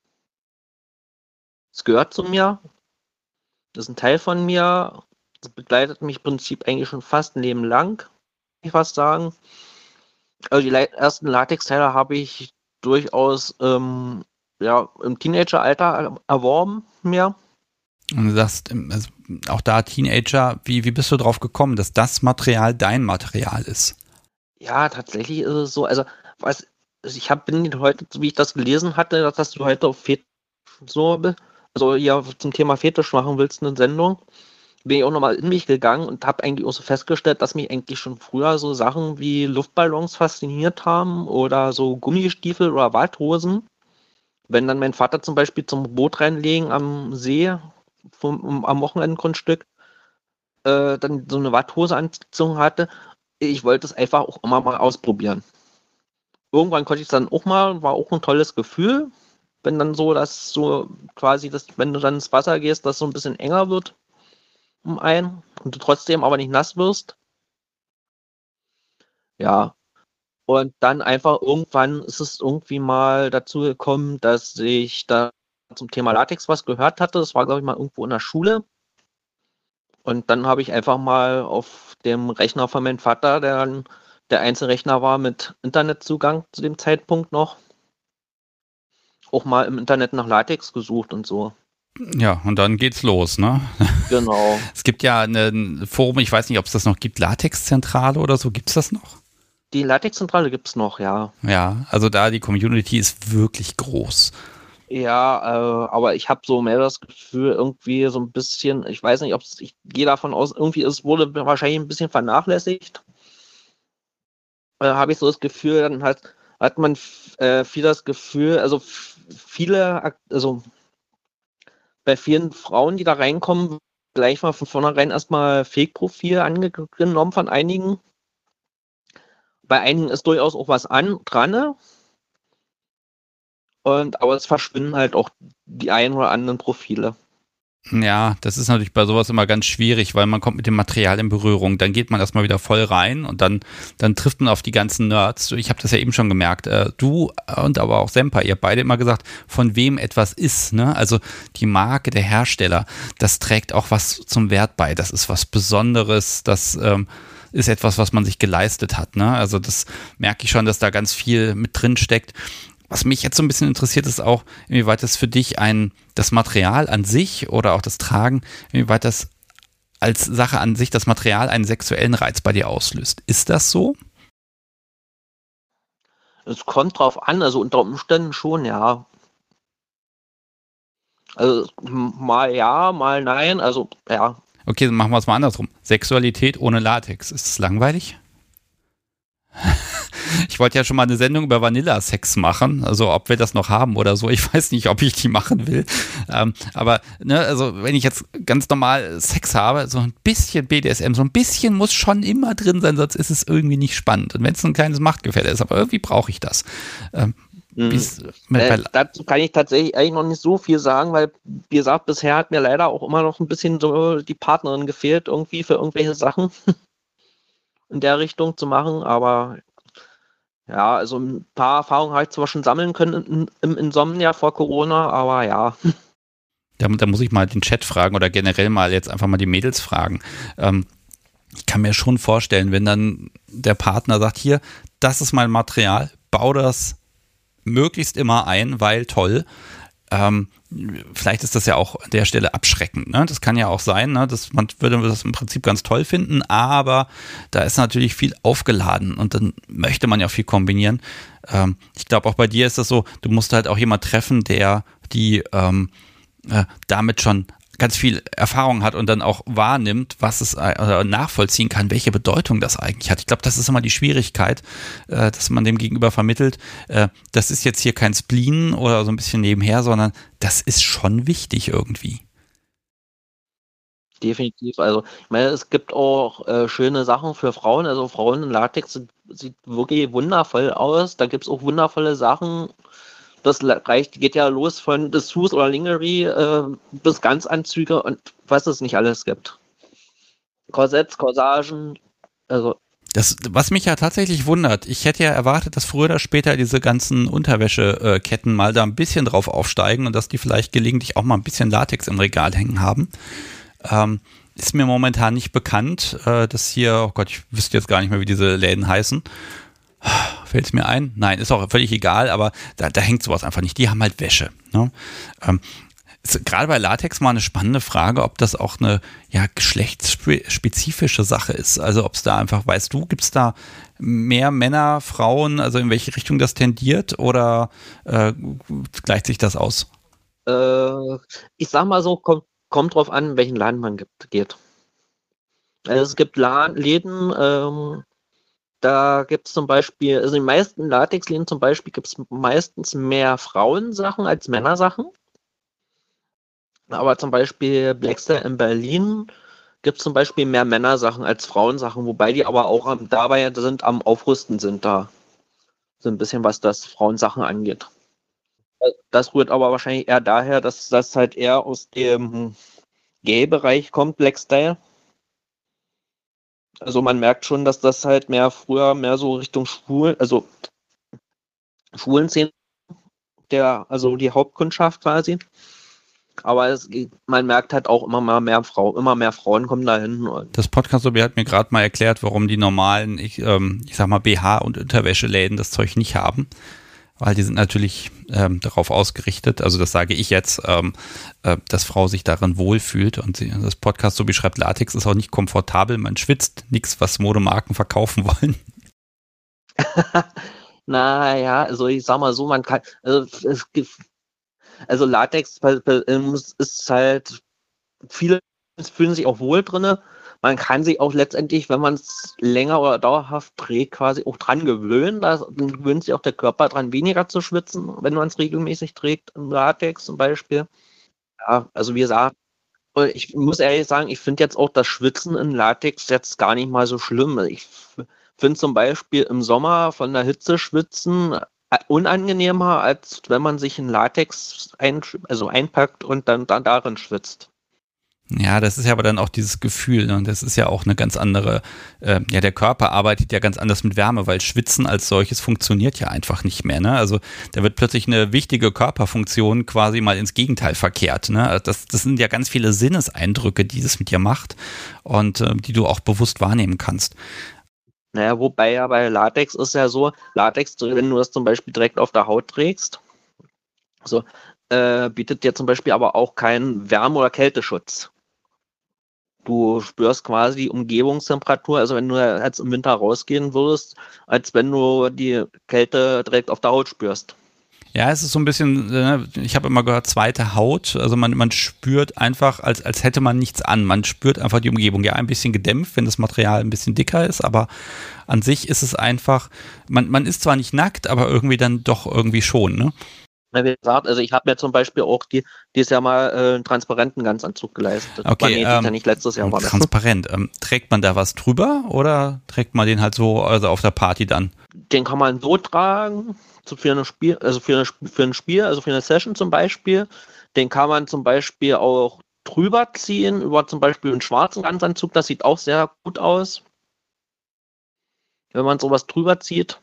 D: Es gehört zu mir. Das ist ein Teil von mir. Das begleitet mich im Prinzip eigentlich schon fast ein Leben lang, kann ich fast sagen. Also die Le- ersten Latex-Teile habe ich durchaus ähm, ja, im Teenageralter er- erworben mir.
A: Und du sagst, ähm, also auch da Teenager, wie, wie bist du drauf gekommen, dass das Material dein Material ist?
D: Ja, tatsächlich ist es so. Also, was, also ich hab, bin heute, wie ich das gelesen hatte, dass dass du heute auf Fetisch so, be- also ja, zum Thema Fetisch machen willst, eine Sendung. bin ich auch nochmal in mich gegangen und habe eigentlich auch so festgestellt, dass mich eigentlich schon früher so Sachen wie Luftballons fasziniert haben oder so Gummistiefel oder Waldhosen. Wenn dann mein Vater zum Beispiel zum Boot reinlegen am See, vom, am Wochenendgrundstück, äh, dann so eine Watthose angezogen hatte, ich wollte es einfach auch immer mal ausprobieren. Irgendwann konnte ich es dann auch mal, war auch ein tolles Gefühl, wenn dann so, dass so quasi, das, wenn du dann ins Wasser gehst, dass so ein bisschen enger wird um einen und du trotzdem aber nicht nass wirst. Ja. Und dann einfach irgendwann ist es irgendwie mal dazu gekommen, dass ich da zum Thema Latex was gehört hatte. Das war, glaube ich, mal irgendwo in der Schule. Und dann habe ich einfach mal auf dem Rechner von meinem Vater, der dann der Einzelrechner war mit Internetzugang zu dem Zeitpunkt noch, auch mal im Internet nach Latex gesucht und so.
A: Ja, und dann geht's los, ne?
D: Genau.
A: Es gibt ja ein Forum, ich weiß nicht, ob es das noch gibt, Latex-Zentrale oder so, gibt's das noch?
D: Die Latex-Zentrale gibt es noch, ja.
A: Ja, also da die Community ist wirklich groß.
D: Ja, äh, aber ich habe so mehr das Gefühl, irgendwie so ein bisschen, ich weiß nicht, ob es, ich gehe davon aus, irgendwie es wurde wahrscheinlich ein bisschen vernachlässigt. Äh, habe ich so das Gefühl, dann halt, hat man äh, viel das Gefühl, also f- viele, also bei vielen Frauen, die da reinkommen, gleich mal von vornherein erstmal Fake-Profil angenommen von einigen. Bei einigen ist durchaus auch was an, dran, ne? Und, aber es verschwinden halt auch die ein oder anderen Profile.
A: Ja, das ist natürlich bei sowas immer ganz schwierig, weil man kommt mit dem Material in Berührung. Dann geht man erstmal wieder voll rein und dann, dann trifft man auf die ganzen Nerds. Ich habe das ja eben schon gemerkt. Äh, du und aber auch Semper, ihr habt beide immer gesagt, von wem etwas ist. Ne? Also die Marke, der Hersteller, das trägt auch was zum Wert bei. Das ist was Besonderes, das ähm, ist etwas, was man sich geleistet hat. Ne? Also das merke ich schon, dass da ganz viel mit drin steckt. Was mich jetzt so ein bisschen interessiert, ist auch, inwieweit das für dich ein, das Material an sich oder auch das Tragen, inwieweit das als Sache an sich, das Material einen sexuellen Reiz bei dir auslöst. Ist das so?
D: Es kommt drauf an, also unter Umständen schon, ja. Also mal ja, mal nein, also ja.
A: Okay, dann machen wir es mal andersrum. Sexualität ohne Latex, ist es langweilig? Ich wollte ja schon mal eine Sendung über Vanilla-Sex machen, also ob wir das noch haben oder so. Ich weiß nicht, ob ich die machen will. Ähm, aber, ne, also wenn ich jetzt ganz normal Sex habe, so ein bisschen B D S M, so ein bisschen muss schon immer drin sein, sonst ist es irgendwie nicht spannend. Und wenn es ein kleines Machtgefälle ist, aber irgendwie brauche ich das. Ähm,
D: Mhm.
A: bis,
D: äh, dazu kann ich tatsächlich eigentlich noch nicht so viel sagen, weil, wie gesagt, bisher hat mir leider auch immer noch ein bisschen so die Partnerin gefehlt, irgendwie für irgendwelche Sachen in der Richtung zu machen, aber ja, also ein paar Erfahrungen habe ich zwar schon sammeln können im Insomnia vor Corona, aber ja.
A: Da, da muss ich mal den Chat fragen oder generell mal jetzt einfach mal die Mädels fragen. Ähm, ich kann mir schon vorstellen, wenn dann der Partner sagt, hier, das ist mein Material, bau das möglichst immer ein, weil toll. Ähm, vielleicht ist das ja auch an der Stelle abschreckend. Ne? Das kann ja auch sein, ne? dass man würde das im Prinzip ganz toll finden, aber da ist natürlich viel aufgeladen und dann möchte man ja viel kombinieren. Ähm, ich glaube, auch bei dir ist das so, du musst halt auch jemand treffen, der die ähm, äh, damit schon ganz viel Erfahrung hat und dann auch wahrnimmt, was es äh, nachvollziehen kann, welche Bedeutung das eigentlich hat. Ich glaube, das ist immer die Schwierigkeit, äh, dass man dem Gegenüber vermittelt, äh, das ist jetzt hier kein Spleen oder so ein bisschen nebenher, sondern das ist schon wichtig irgendwie.
D: Definitiv. Also, ich meine, es gibt auch äh, schöne Sachen für Frauen. Also, Frauen in Latex sind, sieht wirklich wundervoll aus. Da gibt es auch wundervolle Sachen. Das reicht, geht ja los von Dessous oder Lingerie äh, bis Ganzanzüge und was es nicht alles gibt. Korsetts, Corsagen, also.
A: Das, was mich ja tatsächlich wundert, ich hätte ja erwartet, dass früher oder später diese ganzen Unterwäscheketten mal da ein bisschen drauf aufsteigen und dass die vielleicht gelegentlich auch mal ein bisschen Latex im Regal hängen haben. Ähm, ist mir momentan nicht bekannt, äh, dass hier, oh Gott, ich wüsste jetzt gar nicht mehr, wie diese Läden heißen. Fällt es mir ein? Nein, ist auch völlig egal, aber da, da hängt sowas einfach nicht. Die haben halt Wäsche. Ne? Ähm, ist gerade bei Latex mal eine spannende Frage, ob das auch eine ja, geschlechtsspezifische Sache ist. Also ob es da einfach, weißt du, gibt es da mehr Männer, Frauen, also in welche Richtung das tendiert oder äh, gleicht sich das aus?
D: Äh, ich sag mal so, kommt, kommt drauf an, in welchen Laden man gibt, geht. Also es gibt La- Läden, ähm, da gibt es zum Beispiel, also in den meisten Latexläden zum Beispiel gibt es meistens mehr Frauensachen als Männersachen. Aber zum Beispiel Blackstyle in Berlin gibt es zum Beispiel mehr Männersachen als Frauensachen, wobei die aber auch am, dabei sind, am Aufrüsten sind da. So ein bisschen, was das Frauensachen angeht. Das rührt aber wahrscheinlich eher daher, dass das halt eher aus dem Gay-Bereich kommt, Blackstyle. Also man merkt schon, dass das halt mehr früher mehr so Richtung Schwul, also Schwulenszene, der, also die Hauptkundschaft quasi. Aber es, man merkt halt auch immer mal mehr Frauen, immer mehr Frauen kommen dahin.
A: Das Podcast-Lobby hat mir gerade mal erklärt, warum die normalen, ich, ähm, ich sag mal, B H- und Unterwäscheläden das Zeug nicht haben. Weil die sind natürlich ähm, darauf ausgerichtet, also das sage ich jetzt, ähm, äh, dass Frau sich darin wohlfühlt. Und sie, das Podcast, so beschreibt, Latex ist auch nicht komfortabel, man schwitzt, nichts, was Modemarken verkaufen wollen.
D: Naja, also ich sag mal so, man kann, also, es gibt, also Latex ist halt, viele fühlen sich auch wohl drinne. Man kann sich auch letztendlich, wenn man es länger oder dauerhaft trägt, quasi auch dran gewöhnen. Da gewöhnt sich auch der Körper dran, weniger zu schwitzen, wenn man es regelmäßig trägt, im Latex zum Beispiel. Ja, also wie gesagt, ich muss ehrlich sagen, ich finde jetzt auch das Schwitzen in Latex jetzt gar nicht mal so schlimm. Ich finde zum Beispiel im Sommer von der Hitze schwitzen unangenehmer, als wenn man sich in Latex ein, also einpackt und dann, dann darin schwitzt.
A: Ja, das ist ja aber dann auch dieses Gefühl, ne? Und das ist ja auch eine ganz andere, äh, ja, der Körper arbeitet ja ganz anders mit Wärme, weil Schwitzen als solches funktioniert ja einfach nicht mehr, ne? Also da wird plötzlich eine wichtige Körperfunktion quasi mal ins Gegenteil verkehrt, ne? Das, das sind ja ganz viele Sinneseindrücke, die das mit dir macht und äh, die du auch bewusst wahrnehmen kannst.
D: Naja, wobei ja bei Latex ist ja so, Latex, wenn du das zum Beispiel direkt auf der Haut trägst, so, äh, bietet dir zum Beispiel aber auch keinen Wärme- oder Kälteschutz. Du spürst quasi die Umgebungstemperatur, also wenn du jetzt im Winter rausgehen würdest, als wenn du die Kälte direkt auf der Haut spürst.
A: Ja, es ist so ein bisschen, ich habe immer gehört, zweite Haut, also man, man spürt einfach, als, als hätte man nichts an, man spürt einfach die Umgebung, ja, ein bisschen gedämpft, wenn das Material ein bisschen dicker ist, aber an sich ist es einfach, man, man ist zwar nicht nackt, aber irgendwie dann doch irgendwie schon, ne?
D: Wie gesagt, also ich habe mir zum Beispiel auch die, dieses Jahr mal äh, einen transparenten Ganzanzug geleistet.
A: Okay,
D: nee,
A: ähm,
D: ja nicht letztes Jahr war das.
A: Transparent. Ähm, trägt man da was drüber oder trägt man den halt so also auf der Party dann?
D: Den kann man so tragen, so für, eine Spiel, also für, eine, für ein Spiel, also für eine Session zum Beispiel. Den kann man zum Beispiel auch drüber ziehen, über zum Beispiel einen schwarzen Ganzanzug. Das sieht auch sehr gut aus, wenn man sowas drüber zieht.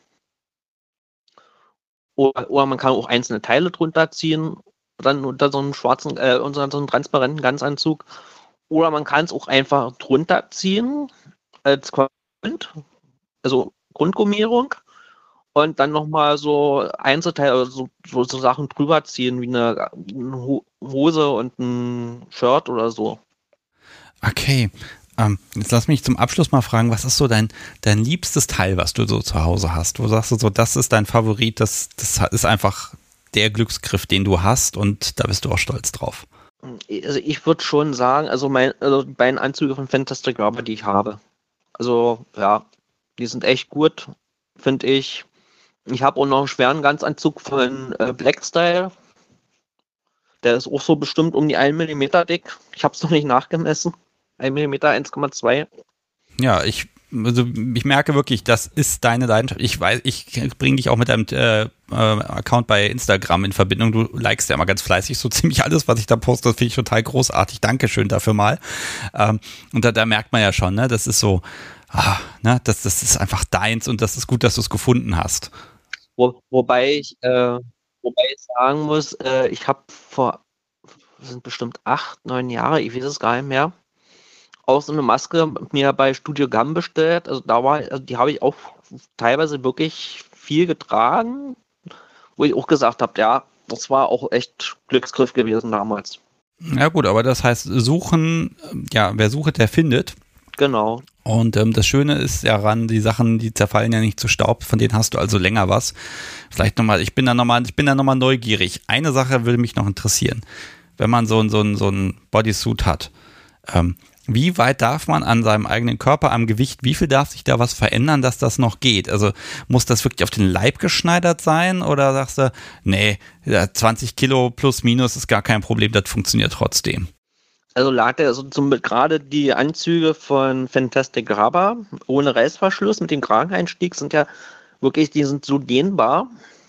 D: Oder, oder man kann auch einzelne Teile drunter ziehen, dann unter so einen schwarzen, äh, unter so einen transparenten Ganzanzug. Oder man kann es auch einfach drunter ziehen, als Grund, also Grundgummierung. Und dann nochmal so Einzelteile, also so, so Sachen drüber ziehen, wie eine, eine Hose und ein Shirt oder so.
A: Okay. Ähm, jetzt lass mich zum Abschluss mal fragen, was ist so dein, dein liebstes Teil, was du so zu Hause hast? Wo sagst du so, das ist dein Favorit, das, das ist einfach der Glücksgriff, den du hast und da bist du auch stolz drauf.
D: Also ich würde schon sagen, also, mein, also die beiden Anzüge von Fantastic Rubber, die ich habe, also ja, die sind echt gut, finde ich. Ich habe auch noch einen schweren Ganzanzug von äh, Blackstyle. Der ist auch so bestimmt um die ein Millimeter dick. Ich habe es noch nicht nachgemessen. ein Millimeter, eins Komma zwei.
A: Ja, ich, also ich merke wirklich, das ist deine Leidenschaft. Ich weiß, ich bringe dich auch mit deinem äh, äh, Account bei Instagram in Verbindung. Du likest ja immer ganz fleißig so ziemlich alles, was ich da poste. Das finde ich total großartig. Dankeschön dafür mal. Ähm, und da, da merkt man ja schon, ne, das ist so, ah, ne, das, das ist einfach deins und das ist gut, dass du es gefunden hast.
D: Wo, wobei ich, äh, wobei ich sagen muss, äh, ich habe vor, das sind bestimmt acht, neun Jahre, ich weiß es gar nicht mehr, auch so eine Maske mir bei Studio Gum bestellt. Also da war, also die habe ich auch teilweise wirklich viel getragen, wo ich auch gesagt habe, ja, das war auch echt Glücksgriff gewesen damals.
A: Ja gut, aber das heißt, suchen, ja, wer sucht, der findet.
D: Genau.
A: Und ähm, das Schöne ist ja ran, die Sachen, die zerfallen ja nicht zu Staub, von denen hast du also länger was. Vielleicht nochmal, ich bin da nochmal, ich bin da nochmal neugierig. Eine Sache würde mich noch interessieren. Wenn man so ein, so ein, so ein Bodysuit hat, ähm, wie weit darf man an seinem eigenen Körper, am Gewicht, wie viel darf sich da was verändern, dass das noch geht? Also muss das wirklich auf den Leib geschneidert sein oder sagst du, nee, zwanzig Kilo plus minus ist gar kein Problem, das funktioniert trotzdem?
D: Also Latex, also zum, gerade die Anzüge von Fantastic Rubber ohne Reißverschluss mit dem Krageneinstieg sind ja wirklich, die sind so dehnbar.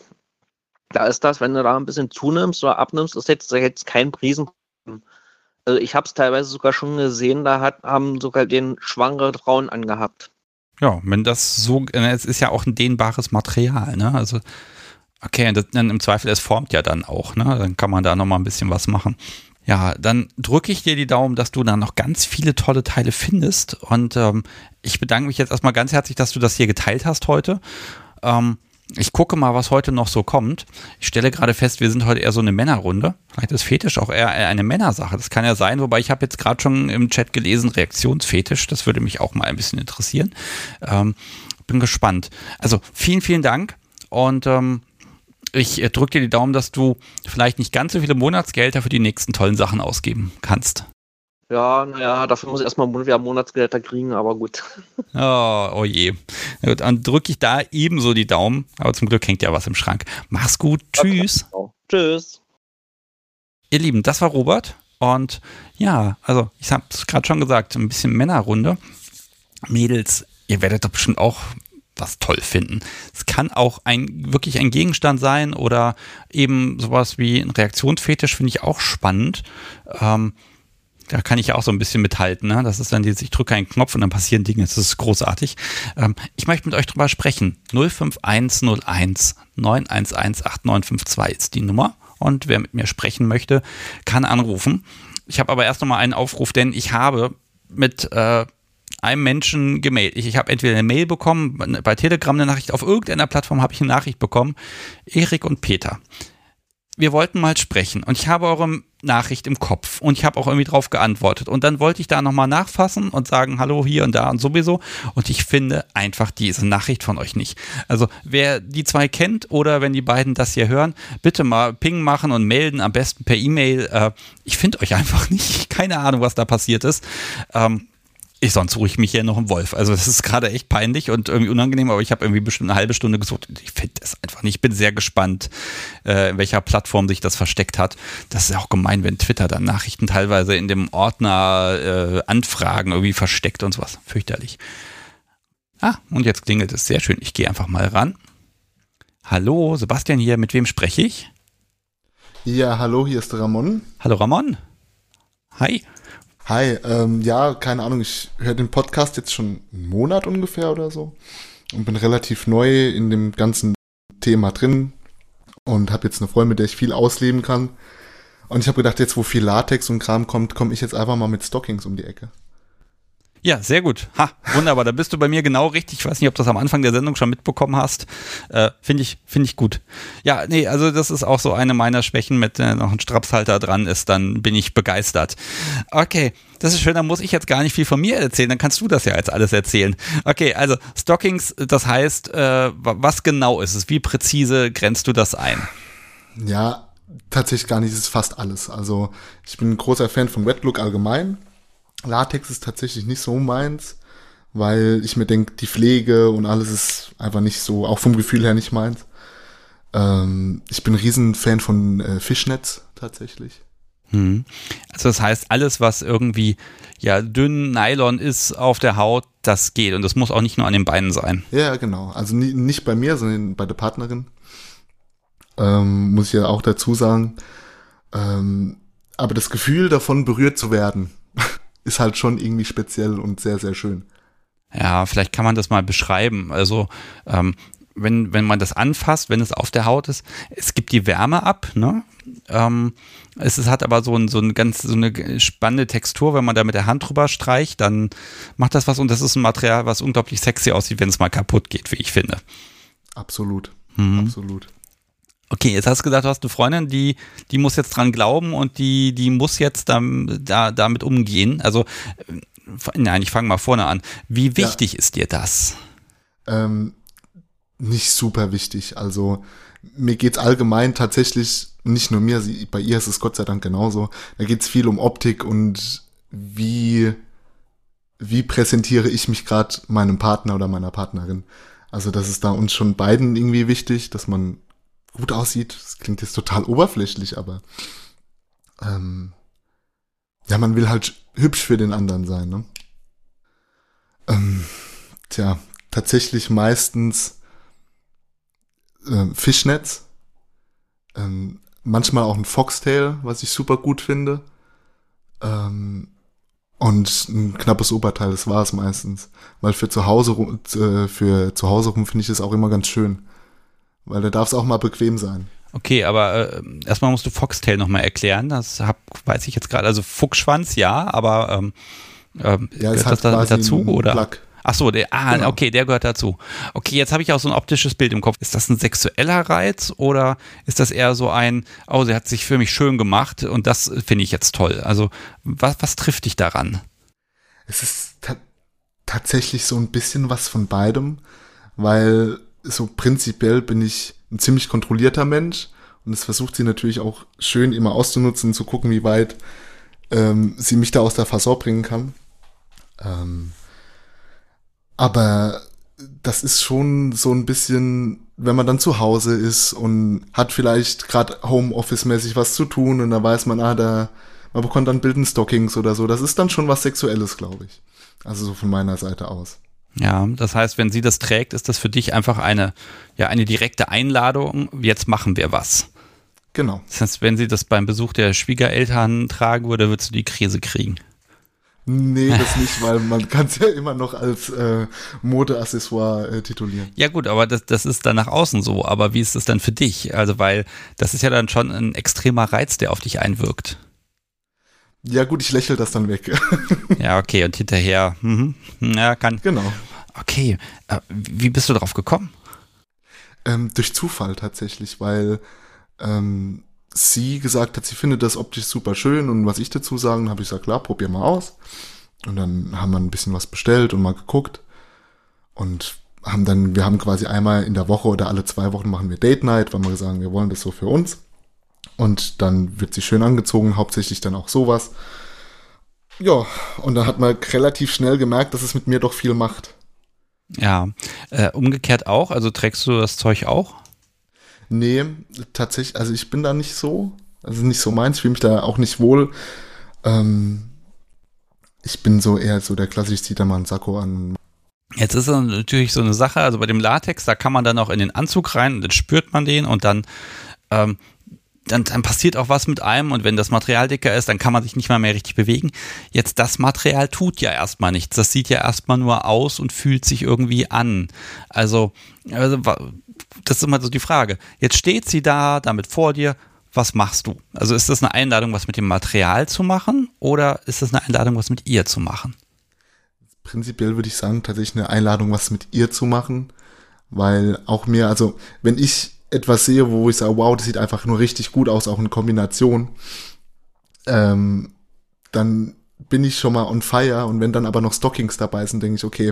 D: Da ist das, wenn du da ein bisschen zunimmst oder abnimmst, ist jetzt, jetzt kein Riesenproblem. Also ich habe es teilweise sogar schon gesehen, da hat, haben sogar den schwangere Frauen angehabt.
A: Ja, wenn das so, es ist ja auch ein dehnbares Material, ne? Also, okay, das, dann im Zweifel, es formt ja dann auch, ne? Dann kann man da nochmal ein bisschen was machen. Ja, dann drücke ich dir die Daumen, dass du da noch ganz viele tolle Teile findest. Und ähm, ich bedanke mich jetzt erstmal ganz herzlich, dass du das hier geteilt hast heute. Ähm, Ich gucke mal, was heute noch so kommt. Ich stelle gerade fest, wir sind heute eher so eine Männerrunde. Vielleicht ist Fetisch auch eher eine Männersache. Das kann ja sein, wobei ich habe jetzt gerade schon im Chat gelesen, Reaktionsfetisch. Das würde mich auch mal ein bisschen interessieren. Ähm, bin gespannt. Also vielen, vielen Dank und ähm, ich drücke dir die Daumen, dass du vielleicht nicht ganz so viele Monatsgelder für die nächsten tollen Sachen ausgeben kannst.
D: Ja, naja, dafür muss ich erstmal wieder Monatsgelder kriegen, aber gut.
A: Oh, oh je. Na gut, dann drücke ich da ebenso die Daumen, aber zum Glück hängt ja was im Schrank. Mach's gut, tschüss.
D: Okay. Tschüss.
A: Ihr Lieben, das war Robert und ja, also ich habe es gerade schon gesagt, ein bisschen Männerrunde. Mädels, ihr werdet doch bestimmt auch was toll finden. Es kann auch ein wirklich ein Gegenstand sein oder eben sowas wie ein Reaktionsfetisch, finde ich auch spannend. Ähm, Da kann ich ja auch so ein bisschen mithalten. Ne? Das ist dann dieses, ich drücke einen Knopf und dann passieren Dinge. Das ist großartig. Ähm, ich möchte mit euch drüber sprechen. null fünf eins null eins neun eins eins acht neun fünf zwei ist die Nummer. Und wer mit mir sprechen möchte, kann anrufen. Ich habe aber erst nochmal einen Aufruf, denn ich habe mit äh, einem Menschen gemailt. Ich, ich habe entweder eine Mail bekommen, bei Telegram eine Nachricht, auf irgendeiner Plattform habe ich eine Nachricht bekommen. Erik und Peter. Wir wollten mal sprechen und ich habe eure Nachricht im Kopf und ich habe auch irgendwie drauf geantwortet und dann wollte ich da nochmal nachfassen und sagen, hallo hier und da und sowieso und ich finde einfach diese Nachricht von euch nicht. Also wer die zwei kennt oder wenn die beiden das hier hören, bitte mal Ping machen und melden, am besten per E-Mail. Äh, ich finde euch einfach nicht, keine Ahnung, was da passiert ist. Ähm, Ich, sonst suche ich mich hier noch einen Wolf. Also das ist gerade echt peinlich und irgendwie unangenehm, aber ich habe irgendwie bestimmt eine halbe Stunde gesucht. Ich finde das einfach nicht. Ich bin sehr gespannt, äh, in welcher Plattform sich das versteckt hat. Das ist ja auch gemein, wenn Twitter dann Nachrichten teilweise in dem Ordner äh, Anfragen irgendwie versteckt und sowas. Fürchterlich. Ah, und jetzt klingelt es. Sehr schön. Ich gehe einfach mal ran. Hallo, Sebastian hier. Mit wem spreche ich?
E: Ja, hallo, hier ist Ramon.
A: Hallo Ramon. Hi.
E: Hi, ähm, ja, keine Ahnung, ich höre den Podcast jetzt schon einen Monat ungefähr oder so und bin relativ neu in dem ganzen Thema drin und habe jetzt eine Freundin, mit der ich viel ausleben kann. Und ich habe gedacht, jetzt wo viel Latex und Kram kommt, komme ich jetzt einfach mal mit Stockings um die Ecke.
A: Ja, sehr gut. Ha, wunderbar. Da bist du bei mir genau richtig. Ich weiß nicht, ob du das am Anfang der Sendung schon mitbekommen hast. Äh, finde ich, finde ich gut. Ja, nee, also das ist auch so eine meiner Schwächen, mit äh, noch ein Strapshalter dran ist, dann bin ich begeistert. Okay, das ist schön, dann muss ich jetzt gar nicht viel von mir erzählen, dann kannst du das ja jetzt alles erzählen. Okay, also Stockings, das heißt, äh, was genau ist es? Wie präzise grenzt du das ein?
E: Ja, tatsächlich gar nicht, es ist fast alles. Also ich bin ein großer Fan von Wet Look allgemein. Latex ist tatsächlich nicht so meins, weil ich mir denke, die Pflege und alles ist einfach nicht so, auch vom Gefühl her nicht meins. Ähm, ich bin ein Riesenfan von äh, Fischnetz tatsächlich.
A: Hm. Also das heißt, alles, was irgendwie ja dünn Nylon ist auf der Haut, das geht und das muss auch nicht nur an den Beinen sein.
E: Ja, genau. Also nie, nicht bei mir, sondern bei der Partnerin. Ähm, muss ich ja auch dazu sagen. Ähm, aber das Gefühl davon, berührt zu werden, ist halt schon irgendwie speziell und sehr, sehr schön.
A: Ja, vielleicht kann man das mal beschreiben. Also ähm, wenn, wenn man das anfasst, wenn es auf der Haut ist, es gibt die Wärme ab, ne? Ähm, es ist, hat aber so, ein, so, ein ganz, so eine spannende Textur, wenn man da mit der Hand drüber streicht, dann macht das was und das ist ein Material, was unglaublich sexy aussieht, wenn es mal kaputt geht, wie ich finde.
E: Absolut,
A: mhm.
E: absolut.
A: Okay, jetzt hast du gesagt, du hast eine Freundin, die, die muss jetzt dran glauben und die, die muss jetzt da, da, damit umgehen. Also, nein, ich fange mal vorne an. Wie wichtig ja. ist dir das?
E: Ähm, nicht super wichtig. Also, mir geht's allgemein tatsächlich, nicht nur mir, sie, bei ihr ist es Gott sei Dank genauso, da geht's viel um Optik und wie wie präsentiere ich mich gerade meinem Partner oder meiner Partnerin. Also das ist da uns schon beiden irgendwie wichtig, dass man gut aussieht. Das klingt jetzt total oberflächlich, aber ähm, ja, man will halt hübsch für den anderen sein, ne? Ähm, tja, tatsächlich meistens äh, Fischnetz, ähm, manchmal auch ein Foxtail, was ich super gut finde, ähm, und ein knappes Oberteil, das war es meistens, weil für zu Hause rum, äh, für zu Hause rum finde ich es auch immer ganz schön, weil da darf es auch mal bequem sein.
A: Okay, aber äh, erstmal musst du Foxtail nochmal erklären, das hab, weiß ich jetzt gerade, also Fuchsschwanz, ja, aber ähm, ähm,
E: Ja,
A: gehört
E: es hat
A: das da mit
E: quasi
A: dazu,
E: einen
A: oder?
E: Plug.
A: Ach so, der, ah,
E: Genau.
A: okay, der gehört dazu. Okay, jetzt habe ich auch so ein optisches Bild im Kopf. Ist das ein sexueller Reiz oder ist das eher so ein, oh, sie hat sich für mich schön gemacht und das finde ich jetzt toll. Also was, was trifft dich daran?
E: Es ist ta- tatsächlich so ein bisschen was von beidem, weil so prinzipiell bin ich ein ziemlich kontrollierter Mensch und das versucht sie natürlich auch schön immer auszunutzen, zu gucken, wie weit ähm, sie mich da aus der Fasson bringen kann. Ähm, aber das ist schon so ein bisschen, wenn man dann zu Hause ist und hat vielleicht gerade Homeoffice-mäßig was zu tun und da weiß man, ah, da man bekommt dann Bildenstockings oder so. Das ist dann schon was Sexuelles, glaube ich. Also so von meiner Seite aus.
A: Ja, das heißt, wenn sie das trägt, ist das für dich einfach eine, ja, eine direkte Einladung, jetzt machen wir was.
E: Genau.
A: Das heißt, wenn sie das beim Besuch der Schwiegereltern tragen würde, würdest du die Krise kriegen.
E: Nee, das nicht, weil man kann es ja immer noch als äh, Modeaccessoire äh, titulieren.
A: Ja gut, aber das, das ist dann nach außen so. Aber wie ist das dann für dich? Also weil das ist ja dann schon ein extremer Reiz, der auf dich einwirkt.
E: Ja gut, ich lächle das dann weg.
A: Ja, okay, und hinterher, mhm, ja, kann.
E: Genau.
A: Okay, äh, wie bist du drauf gekommen?
E: Ähm, durch Zufall tatsächlich, weil ähm, sie gesagt hat, sie findet das optisch super schön und was ich dazu sagen, habe ich gesagt, klar, probier mal aus. Und dann haben wir ein bisschen was bestellt und mal geguckt und haben dann, wir haben quasi einmal in der Woche oder alle zwei Wochen machen wir Date Night, weil wir sagen, wir wollen das so für uns. Und dann wird sie schön angezogen, hauptsächlich dann auch sowas. Ja, und dann hat man relativ schnell gemerkt, dass es mit mir doch viel macht.
A: Ja, äh, umgekehrt auch, also trägst du das Zeug auch?
E: Nee, tatsächlich, also ich bin da nicht so, also nicht so meins, ich fühle mich da auch nicht wohl. Ähm, ich bin so eher so der klassische, ich ziehe da mal einen Sakko an.
A: Jetzt ist es natürlich so eine Sache, also bei dem Latex, da kann man dann auch in den Anzug rein und dann spürt man den und dann, ähm, dann, dann passiert auch was mit einem und wenn das Material dicker ist, dann kann man sich nicht mal mehr richtig bewegen. Jetzt das Material tut ja erstmal nichts, das sieht ja erstmal nur aus und fühlt sich irgendwie an. Also, also das ist immer so die Frage. Jetzt steht sie da, damit vor dir, was machst du? Also ist das eine Einladung, was mit dem Material zu machen oder ist das eine Einladung, was mit ihr zu machen?
E: Prinzipiell würde ich sagen, tatsächlich eine Einladung, was mit ihr zu machen, weil auch mir, also wenn ich etwas sehe, wo ich sage, wow, das sieht einfach nur richtig gut aus, auch in Kombination, ähm, dann bin ich schon mal on fire und wenn dann aber noch Stockings dabei sind, denke ich, okay,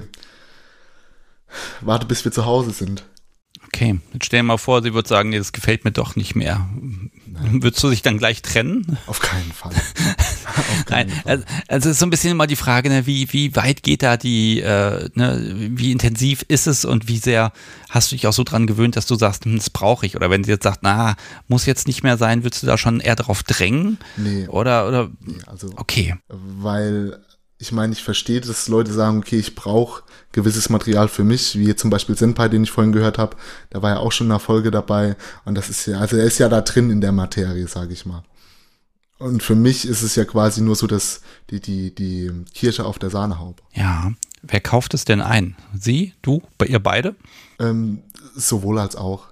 E: warte, bis wir zu Hause sind.
A: Okay, jetzt stell dir mal vor, sie würde sagen, nee, das gefällt mir doch nicht mehr. Nein. Würdest du dich dann gleich trennen?
E: Auf keinen Fall. Auf keinen
A: Nein,
E: Fall.
A: also, also ist so ein bisschen immer die Frage, ne, wie, wie weit geht da die, äh, ne, wie intensiv ist es und wie sehr hast du dich auch so dran gewöhnt, dass du sagst, hm, das brauche ich. Oder wenn sie jetzt sagt, na, muss jetzt nicht mehr sein, würdest du da schon eher drauf drängen?
E: Nee.
A: Oder, oder,
E: nee, also,
A: okay.
E: Weil, ich meine, ich verstehe, dass Leute sagen, okay, ich brauche gewisses Material für mich, wie zum Beispiel Senpai, den ich vorhin gehört habe, da war ja auch schon eine Folge dabei und das ist ja, also er ist ja da drin in der Materie, sage ich mal. Und für mich ist es ja quasi nur so, dass die, die, die Kirsche auf der Sahnehaube.
A: Ja, wer kauft es denn ein? Sie, du, bei ihr beide?
E: Ähm, sowohl als auch.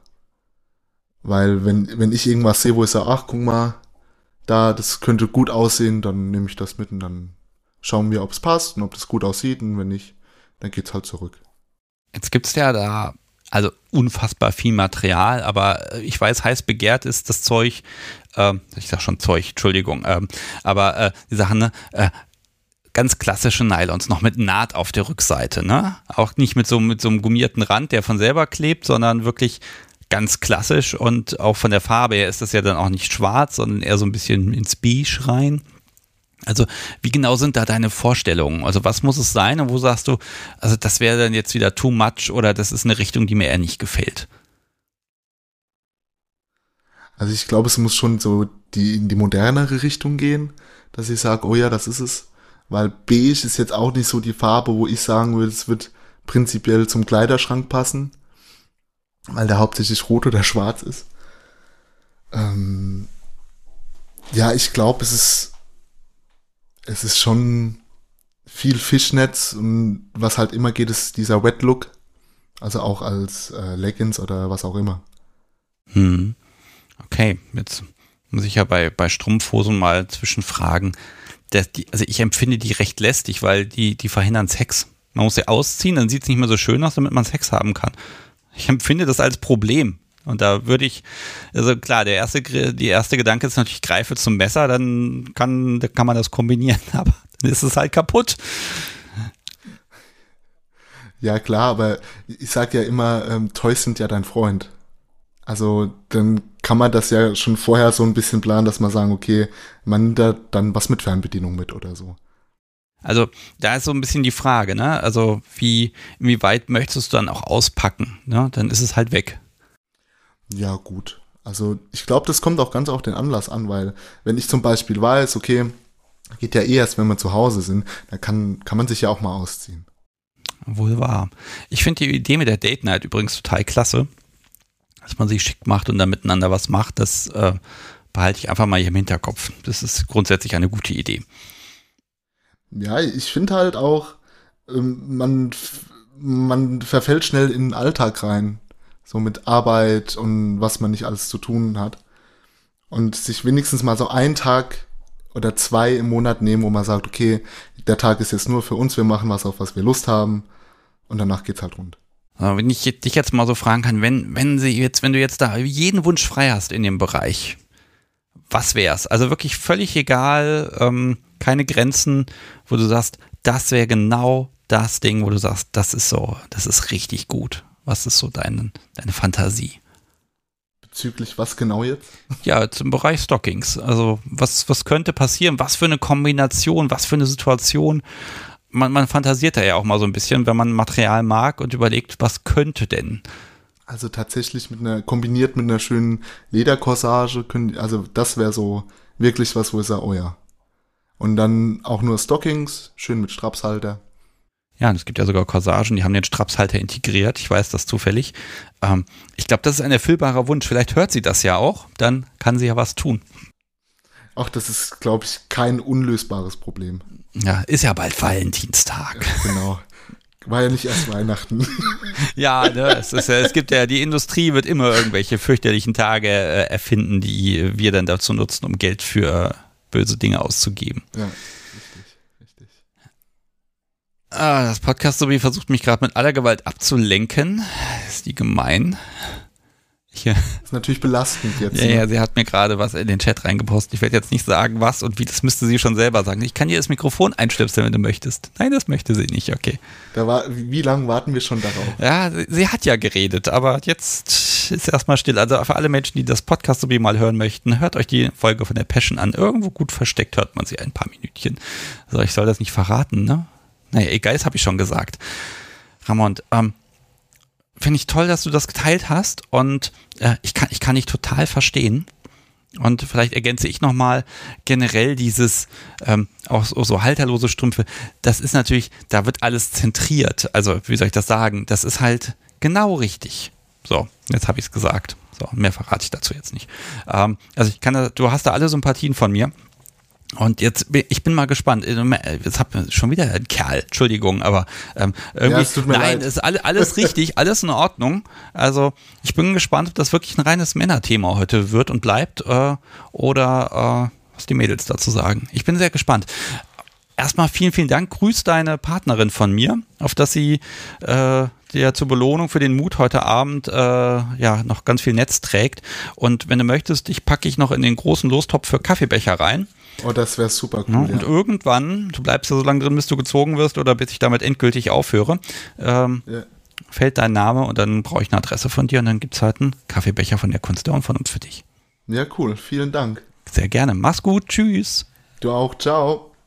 E: Weil wenn, wenn ich irgendwas sehe, wo ich sage, ach, guck mal, da, das könnte gut aussehen, dann nehme ich das mit und dann schauen wir, ob es passt und ob das gut aussieht und wenn nicht, dann geht's halt zurück.
A: Jetzt gibt's ja da also unfassbar viel Material, aber ich weiß, heiß begehrt ist das Zeug, äh, ich sag schon Zeug, Entschuldigung, äh, aber äh, die Sachen, ne, äh, ganz klassische Nylons, noch mit Naht auf der Rückseite, ne? Auch nicht mit so, mit so einem gummierten Rand, der von selber klebt, sondern wirklich ganz klassisch und auch von der Farbe her ist das ja dann auch nicht schwarz, sondern eher so ein bisschen ins Beige rein. Also wie genau sind da deine Vorstellungen? Also was muss es sein und wo sagst du, also das wäre dann jetzt wieder too much oder das ist eine Richtung, die mir eher nicht gefällt?
E: Also ich glaube, es muss schon so die in die modernere Richtung gehen, dass ich sage, oh ja, das ist es. Weil beige ist jetzt auch nicht so die Farbe, wo ich sagen würde, es wird prinzipiell zum Kleiderschrank passen, weil der hauptsächlich rot oder schwarz ist. Ähm, ja, ich glaube, es ist es ist schon viel Fischnetz und was halt immer geht, ist dieser Wet Look, also auch als äh, Leggings oder was auch immer.
A: Hm. Okay, jetzt muss ich ja bei, bei Strumpfhosen mal zwischenfragen. Das, die, also ich empfinde die recht lästig, weil die, die verhindern Sex. Man muss sie ausziehen, dann sieht es nicht mehr so schön aus, damit man Sex haben kann. Ich empfinde das als Problem. Und da würde ich, also klar, der erste, die erste Gedanke ist natürlich, ich greife zum Messer, dann kann, dann kann man das kombinieren, aber dann ist es halt kaputt.
E: Ja klar, aber ich sag ja immer, ähm, Toys sind ja dein Freund. Also dann kann man das ja schon vorher so ein bisschen planen, dass man sagen, okay, man nimmt da dann was mit Fernbedienung mit oder so.
A: Also da ist so ein bisschen die Frage, ne? Also wie, inwieweit möchtest du dann auch auspacken, ne? Dann ist es halt weg.
E: Ja gut, also ich glaube, das kommt auch ganz auf den Anlass an, weil wenn ich zum Beispiel weiß, okay, geht ja eh erst, wenn wir zu Hause sind, dann kann, kann man sich ja auch mal ausziehen.
A: Wohl wahr. Ich finde die Idee mit der Date Night übrigens total klasse. Dass man sich schick macht und dann miteinander was macht, das äh, behalte ich einfach mal hier im Hinterkopf. Das ist grundsätzlich eine gute Idee.
E: Ja, ich finde halt auch, ähm, man, man verfällt schnell in den Alltag rein. So mit Arbeit und was man nicht alles zu tun hat. Und sich wenigstens mal so einen Tag oder zwei im Monat nehmen, wo man sagt, okay, der Tag ist jetzt nur für uns, wir machen was, auf was wir Lust haben. Und danach geht's halt rund.
A: Wenn ich dich jetzt mal so fragen kann, wenn, wenn sie jetzt, wenn du jetzt da jeden Wunsch frei hast in dem Bereich, was wär's? Also wirklich völlig egal, ähm, keine Grenzen, wo du sagst, das wäre genau das Ding, wo du sagst, das ist so, das ist richtig gut. Was ist so deine, deine Fantasie?
E: Bezüglich was genau jetzt?
A: Ja, jetzt im Bereich Stockings. Also was, was könnte passieren? Was für eine Kombination? Was für eine Situation? Man, man fantasiert da ja auch mal so ein bisschen, wenn man Material mag und überlegt, was könnte denn?
E: Also tatsächlich mit einer, kombiniert mit einer schönen Ledercorsage, können, also das wäre so wirklich was, wo ich sage, oh ja. Und dann auch nur Stockings, schön mit Strapshalter.
A: Ja, und es gibt ja sogar Corsagen, die haben den Strapshalter integriert, ich weiß das zufällig. Ähm, ich glaube, das ist ein erfüllbarer Wunsch, vielleicht hört sie das ja auch, dann kann sie ja was tun.
E: Ach, das ist, glaube ich, kein unlösbares Problem.
A: Ja, ist ja bald Valentinstag.
E: Ja, genau. War ja nicht erst Weihnachten.
A: Ja, ne, es, ist, es gibt ja, die Industrie wird immer irgendwelche fürchterlichen Tage äh, erfinden, die wir dann dazu nutzen, um Geld für äh, böse Dinge auszugeben.
E: Ja, richtig, richtig.
A: Ah, das Podcast-Sobi versucht mich gerade mit aller Gewalt abzulenken. Ist die gemein. Hier.
E: Das ist natürlich belastend jetzt.
A: Ja,
E: ne?
A: ja, sie hat mir gerade was in den Chat reingepostet. Ich werde jetzt nicht sagen, was und wie, das müsste sie schon selber sagen. Ich kann ihr das Mikrofon einstöpseln, wenn du möchtest. Nein, das möchte sie nicht, okay.
E: Da war, wie lange warten wir schon darauf?
A: Ja, sie, sie hat ja geredet, aber jetzt ist erstmal still. Also für alle Menschen, die das Podcast so wie mal hören möchten, hört euch die Folge von der Passion an. Irgendwo gut versteckt hört man sie ein paar Minütchen. Also ich soll das nicht verraten, ne? Naja, egal, das habe ich schon gesagt. Ramon, ähm, finde ich toll, dass du das geteilt hast und äh, ich kann, ich kann dich total verstehen. Und vielleicht ergänze ich nochmal generell dieses, ähm, auch so, so halterlose Strümpfe, das ist natürlich, da wird alles zentriert. Also, wie soll ich das sagen? Das ist halt genau richtig. So, jetzt habe ich es gesagt. So, mehr verrate ich dazu jetzt nicht. Ähm, also, ich kann da, du hast da alle Sympathien von mir. Und jetzt, ich bin mal gespannt. Jetzt hab schon wieder ein Kerl, Entschuldigung, aber ähm, irgendwie,
E: ja, es tut mir
A: nein,
E: leid.
A: ist alles, alles richtig, alles in Ordnung. Also ich bin gespannt, ob das wirklich ein reines Männerthema heute wird und bleibt äh, oder äh, was die Mädels dazu sagen. Ich bin sehr gespannt. Erstmal vielen, vielen Dank. Grüß deine Partnerin von mir, auf dass sie äh, dir zur Belohnung für den Mut heute Abend äh, ja noch ganz viel Netz trägt. Und wenn du möchtest, dich packe ich noch in den großen Lostopf für Kaffeebecher rein.
E: Oh, das wäre super cool.
A: Ja,
E: ja.
A: und irgendwann, du bleibst ja so lange drin, bis du gezogen wirst oder bis ich damit endgültig aufhöre, ähm,
E: ja.
A: fällt dein Name und dann brauche ich eine Adresse von dir und dann gibt es halt einen Kaffeebecher von der Kunst der Unvernunft für dich.
E: Ja, cool. Vielen Dank.
A: Sehr gerne. Mach's gut. Tschüss.
E: Du auch. Ciao.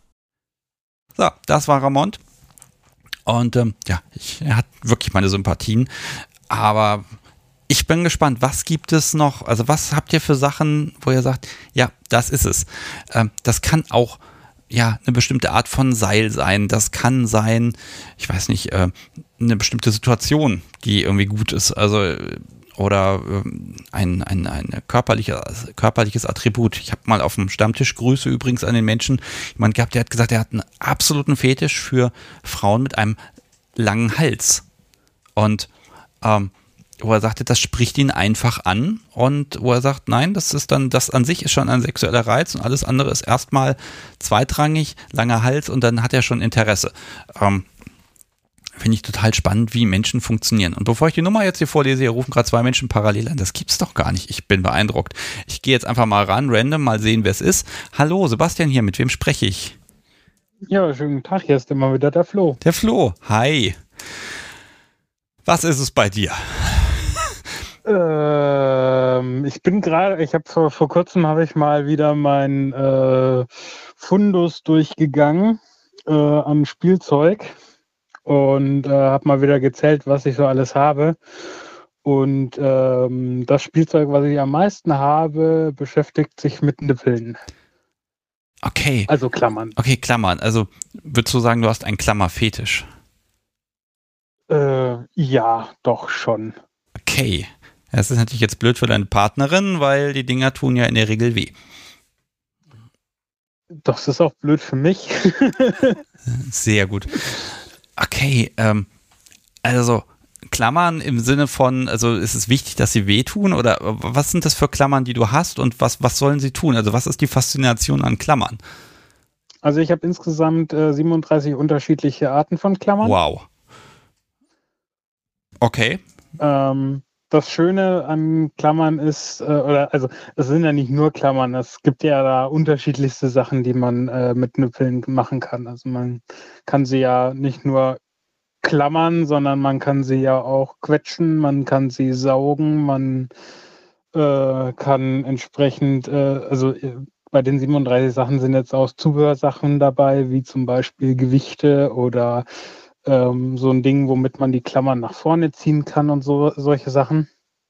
A: So, das war Ramon. Und ähm, ja, ich, er hat wirklich meine Sympathien. Aber ich bin gespannt, was gibt es noch? Also was habt ihr für Sachen, wo ihr sagt, ja, das ist es. Ähm, das kann auch ja eine bestimmte Art von Seil sein. Das kann sein, ich weiß nicht, äh, eine bestimmte Situation, die irgendwie gut ist. Also oder ähm, ein, ein, ein körperliches, körperliches Attribut. Ich habe mal auf dem Stammtisch, Grüße übrigens an den Menschen, jemand gehabt, der hat gesagt, er hat einen absoluten Fetisch für Frauen mit einem langen Hals. Und ähm, wo er sagte, das spricht ihn einfach an und wo er sagt, nein, das ist dann, das an sich ist schon ein sexueller Reiz und alles andere ist erstmal zweitrangig, langer Hals und dann hat er schon Interesse. Ähm, Finde ich total spannend, wie Menschen funktionieren. Und bevor ich die Nummer jetzt hier vorlese, hier rufen gerade zwei Menschen parallel an. Das gibt's doch gar nicht. Ich bin beeindruckt. Ich gehe jetzt einfach mal ran, random, mal sehen, wer es ist. Hallo, Sebastian hier. Mit wem spreche ich?
F: Ja, schönen Tag. Hier ist immer wieder der Flo.
A: Der Flo. Hi. Was ist es bei dir?
F: Ähm, ich bin gerade, ich habe vor, vor kurzem habe ich mal wieder mein äh, Fundus durchgegangen äh, an Spielzeug. Und äh, habe mal wieder gezählt, was ich so alles habe. Und ähm, das Spielzeug, was ich am meisten habe, beschäftigt sich mit Nippeln.
A: Okay.
F: Also Klammern.
A: Okay, Klammern. Also würdest du sagen, du hast einen Klammerfetisch?
F: Äh, ja, doch schon.
A: Okay. Das ist natürlich jetzt blöd für deine Partnerin, weil die Dinger tun ja in der Regel weh.
F: Das ist auch blöd für mich.
A: Sehr gut. Okay, ähm, also Klammern im Sinne von, also ist es wichtig, dass sie wehtun oder was sind das für Klammern, die du hast und was, was sollen sie tun? Also was ist die Faszination an Klammern?
F: Also ich habe insgesamt äh, siebenunddreißig unterschiedliche Arten von Klammern.
A: Wow. Okay.
F: Ähm, das Schöne an Klammern ist, äh, oder also es sind ja nicht nur Klammern, es gibt ja da unterschiedlichste Sachen, die man äh, mit Nippeln machen kann. Also man kann sie ja nicht nur klammern, sondern man kann sie ja auch quetschen, man kann sie saugen, man äh, kann entsprechend, äh, also äh, bei den siebenunddreißig Sachen sind jetzt auch Zubehörsachen dabei, wie zum Beispiel Gewichte oder ähm, so ein Ding, womit man die Klammern nach vorne ziehen kann und so solche Sachen.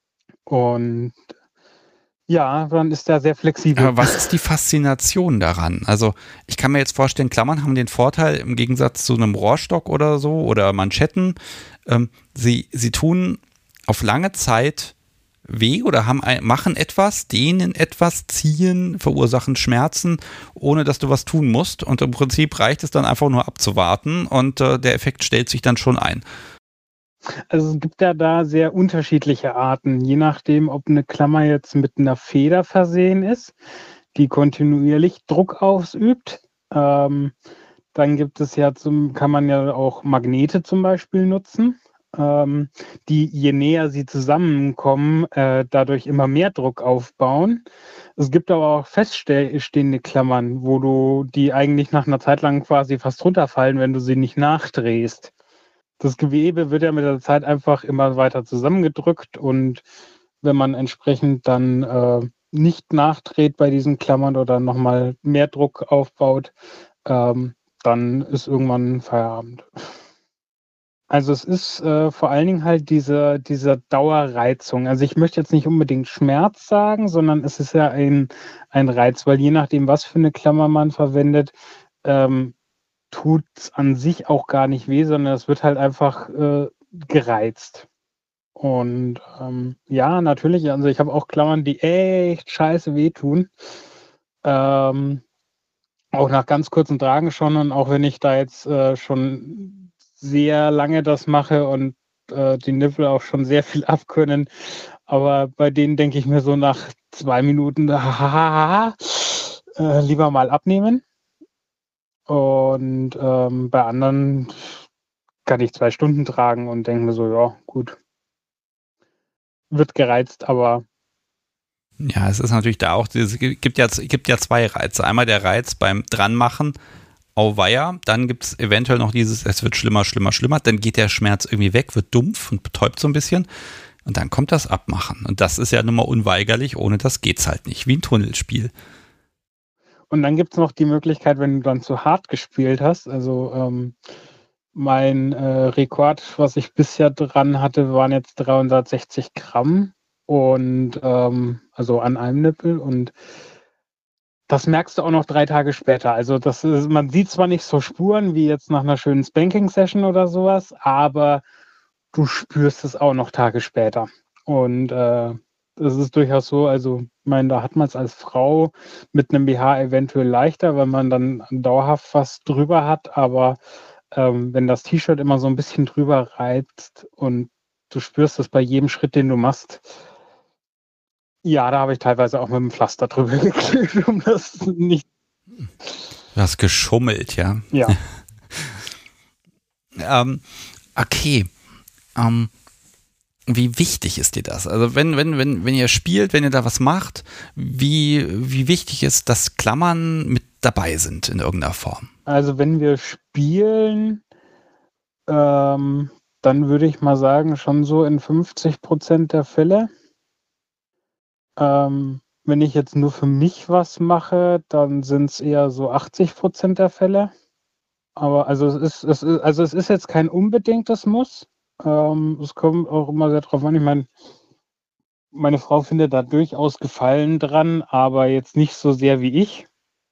F: Und ja, man ist da sehr flexibel.
A: Aber was ist die Faszination daran? Also ich kann mir jetzt vorstellen, Klammern haben den Vorteil im Gegensatz zu einem Rohrstock oder so oder Manschetten, ähm, sie, sie tun auf lange Zeit weh oder haben ein, machen etwas, dehnen etwas, ziehen, verursachen Schmerzen, ohne dass du was tun musst. Und im Prinzip reicht es dann einfach nur abzuwarten und äh, der Effekt stellt sich dann schon ein.
F: Also es gibt ja da sehr unterschiedliche Arten, je nachdem, ob eine Klammer jetzt mit einer Feder versehen ist, die kontinuierlich Druck ausübt. Ähm, dann gibt es ja zum, kann man ja auch Magnete zum Beispiel nutzen, ähm, die je näher sie zusammenkommen, äh, dadurch immer mehr Druck aufbauen. Es gibt aber auch feststehende Klammern, wo du die eigentlich nach einer Zeit lang quasi fast runterfallen, wenn du sie nicht nachdrehst. Das Gewebe wird ja mit der Zeit einfach immer weiter zusammengedrückt und wenn man entsprechend dann äh, nicht nachdreht bei diesen Klammern oder nochmal mehr Druck aufbaut, ähm, dann ist irgendwann Feierabend. Also es ist äh, vor allen Dingen halt diese, diese Dauerreizung. Also ich möchte jetzt nicht unbedingt Schmerz sagen, sondern es ist ja ein, ein Reiz, weil je nachdem, was für eine Klammer man verwendet, ähm, tut es an sich auch gar nicht weh, sondern es wird halt einfach äh, gereizt. Und ähm, ja, natürlich, also ich habe auch Klammern, die echt scheiße wehtun. Ähm, auch nach ganz kurzen Tragen schon und auch wenn ich da jetzt äh, schon sehr lange das mache und äh, die Nippel auch schon sehr viel abkönnen, aber bei denen denke ich mir so nach zwei Minuten, hahaha, äh, lieber mal abnehmen. Und ähm, bei anderen kann ich zwei Stunden tragen und denke mir so, ja, gut. Wird gereizt, aber
A: Ja, es ist natürlich da auch, es gibt ja, gibt ja zwei Reize. Einmal der Reiz beim Dranmachen, auweia, dann gibt es eventuell noch dieses, es wird schlimmer, schlimmer, schlimmer, dann geht der Schmerz irgendwie weg, wird dumpf und betäubt so ein bisschen und dann kommt das Abmachen. Und das ist ja nun mal unweigerlich, ohne das geht's halt nicht, wie ein Tunnelspiel.
F: Und dann gibt es noch die Möglichkeit, wenn du dann zu hart gespielt hast, also ähm, mein äh, Rekord, was ich bisher dran hatte, waren jetzt dreihundertsechzig Gramm und ähm, also an einem Nippel, und das merkst du auch noch drei Tage später. Also das ist, man sieht zwar nicht so Spuren wie jetzt nach einer schönen Spanking-Session oder sowas, aber du spürst es auch noch Tage später. Und äh, das ist durchaus so, also ich meine, da hat man es als Frau mit einem B H eventuell leichter, weil man dann dauerhaft was drüber hat, aber ähm, wenn das T-Shirt immer so ein bisschen drüber reizt und du spürst es bei jedem Schritt, den du machst, ja, da habe ich teilweise auch mit dem Pflaster drüber geklebt, um das nicht...
A: Du hast geschummelt, ja?
F: Ja.
A: ähm, okay. Ähm, wie wichtig ist dir das? Also wenn, wenn, wenn, wenn ihr spielt, wenn ihr da was macht, wie, wie wichtig ist, dass Klammern mit dabei sind in irgendeiner Form?
F: Also wenn wir spielen, ähm, dann würde ich mal sagen, schon so in fünfzig Prozent der Fälle. Ähm, wenn ich jetzt nur für mich was mache, dann sind es eher so achtzig Prozent der Fälle. Aber also es ist, es ist, also es ist jetzt kein unbedingtes Muss. Ähm, es kommt auch immer sehr drauf an. Ich meine, meine Frau findet da durchaus Gefallen dran, aber jetzt nicht so sehr wie ich.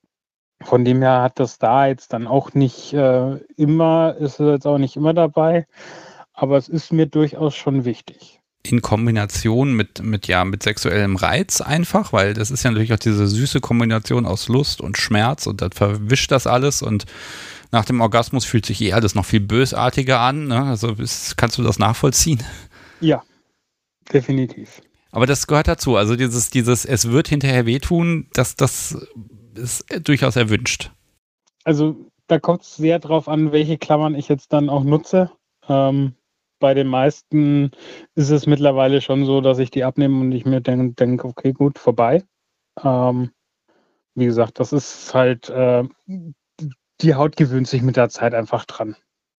F: Von dem her hat das da jetzt dann auch nicht äh, immer, ist es jetzt auch nicht immer dabei. Aber es ist mir durchaus schon wichtig.
A: In Kombination mit, mit, ja, mit sexuellem Reiz einfach, weil das ist ja natürlich auch diese süße Kombination aus Lust und Schmerz und das verwischt das alles und nach dem Orgasmus fühlt sich eh alles noch viel bösartiger an, ne? Also ist, kannst du das nachvollziehen?
F: Ja, definitiv.
A: Aber das gehört dazu, also dieses, dieses es wird hinterher wehtun, das, das ist durchaus erwünscht.
F: Also da kommt es sehr drauf an, welche Klammern ich jetzt dann auch nutze. Ähm, bei den meisten ist es mittlerweile schon so, dass ich die abnehme und ich mir denke, denk, okay, gut, vorbei. Ähm, wie gesagt, das ist halt, äh, die Haut gewöhnt sich mit der Zeit einfach dran.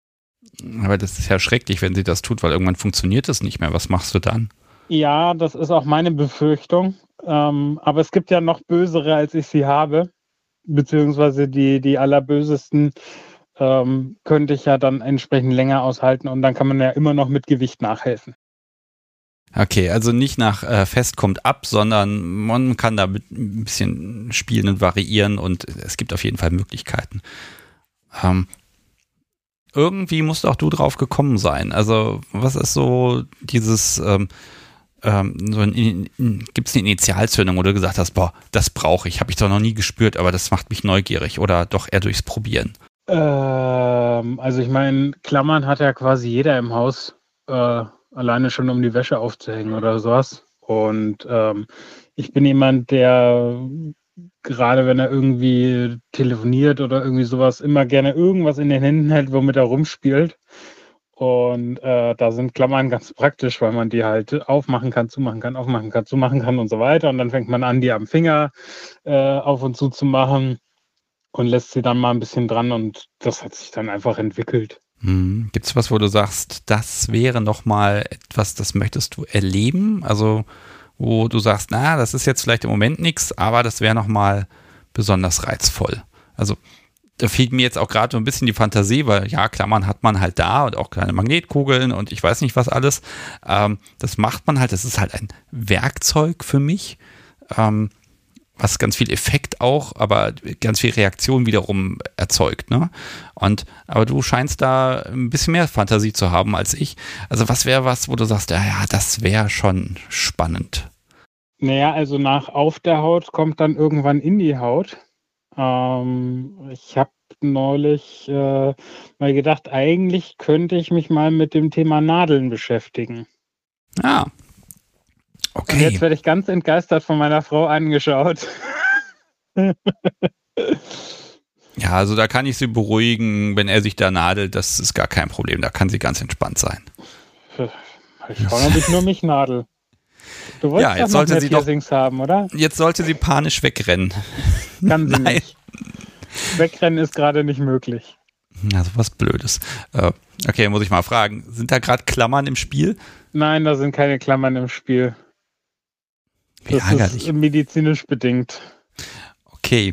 A: Aber das ist ja schrecklich, wenn sie das tut, weil irgendwann funktioniert es nicht mehr. Was machst du dann?
F: Ja, das ist auch meine Befürchtung. Ähm, aber es gibt ja noch bösere, als ich sie habe. Beziehungsweise die, die allerbösesten ähm, könnte ich ja dann entsprechend länger aushalten und dann kann man ja immer noch mit Gewicht nachhelfen.
A: Okay, also nicht nach äh, fest kommt ab, sondern man kann da mit ein bisschen spielen und variieren und es gibt auf jeden Fall Möglichkeiten. Ähm, irgendwie musst auch du drauf gekommen sein. Also was ist so dieses, ähm, ähm, so ein, gibt es eine Initialzündung, wo du gesagt hast, boah, das brauche ich, habe ich doch noch nie gespürt, aber das macht mich neugierig oder doch eher durchs Probieren?
F: Ähm, also ich meine, Klammern hat ja quasi jeder im Haus, äh, alleine schon um die Wäsche aufzuhängen oder sowas. Und ähm, ich bin jemand, der gerade wenn er irgendwie telefoniert oder irgendwie sowas, immer gerne irgendwas in den Händen hält, womit er rumspielt. Und äh, da sind Klammern ganz praktisch, weil man die halt aufmachen kann, zumachen kann, aufmachen kann, zumachen kann und so weiter. Und dann fängt man an, die am Finger äh, auf und zu zu machen und lässt sie dann mal ein bisschen dran und das hat sich dann einfach entwickelt.
A: Hm. Gibt es was, wo du sagst, das wäre nochmal etwas, das möchtest du erleben? Also wo du sagst, na, das ist jetzt vielleicht im Moment nichts, aber das wäre nochmal besonders reizvoll. Also da fehlt mir jetzt auch gerade so ein bisschen die Fantasie, weil ja, Klammern hat man halt da und auch kleine Magnetkugeln und ich weiß nicht was alles. Ähm, das macht man halt, das ist halt ein Werkzeug für mich, ähm, was ganz viel Effekt auch, aber ganz viel Reaktion wiederum erzeugt, ne? Und, aber du scheinst da ein bisschen mehr Fantasie zu haben als ich. Also was wäre was, wo du sagst, ja, ja, das wäre schon spannend?
F: Naja, also nach auf der Haut kommt dann irgendwann in die Haut. Ähm, ich habe neulich äh, mal gedacht, eigentlich könnte ich mich mal mit dem Thema Nadeln beschäftigen.
A: Ah, okay.
F: Und jetzt werde ich ganz entgeistert von meiner Frau angeschaut.
A: Ja, also da kann ich sie beruhigen, wenn er sich da nadelt, das ist gar kein Problem, da kann sie ganz entspannt sein.
F: Mal schauen, ob ich nur mich nadel. Du wolltest
A: ja, jetzt
F: doch noch
A: sollte
F: mehr
A: sie doch,
F: Piercings haben, oder?
A: Jetzt sollte sie panisch wegrennen.
F: Kann sie
A: Nein.
F: nicht. Wegrennen ist gerade nicht möglich.
A: Ja, sowas Blödes. Äh, okay, muss ich mal fragen, sind da gerade Klammern im Spiel?
F: Nein, da sind keine Klammern im Spiel.
A: Wie
F: das
A: ärgerlich.
F: ist medizinisch bedingt.
A: Okay,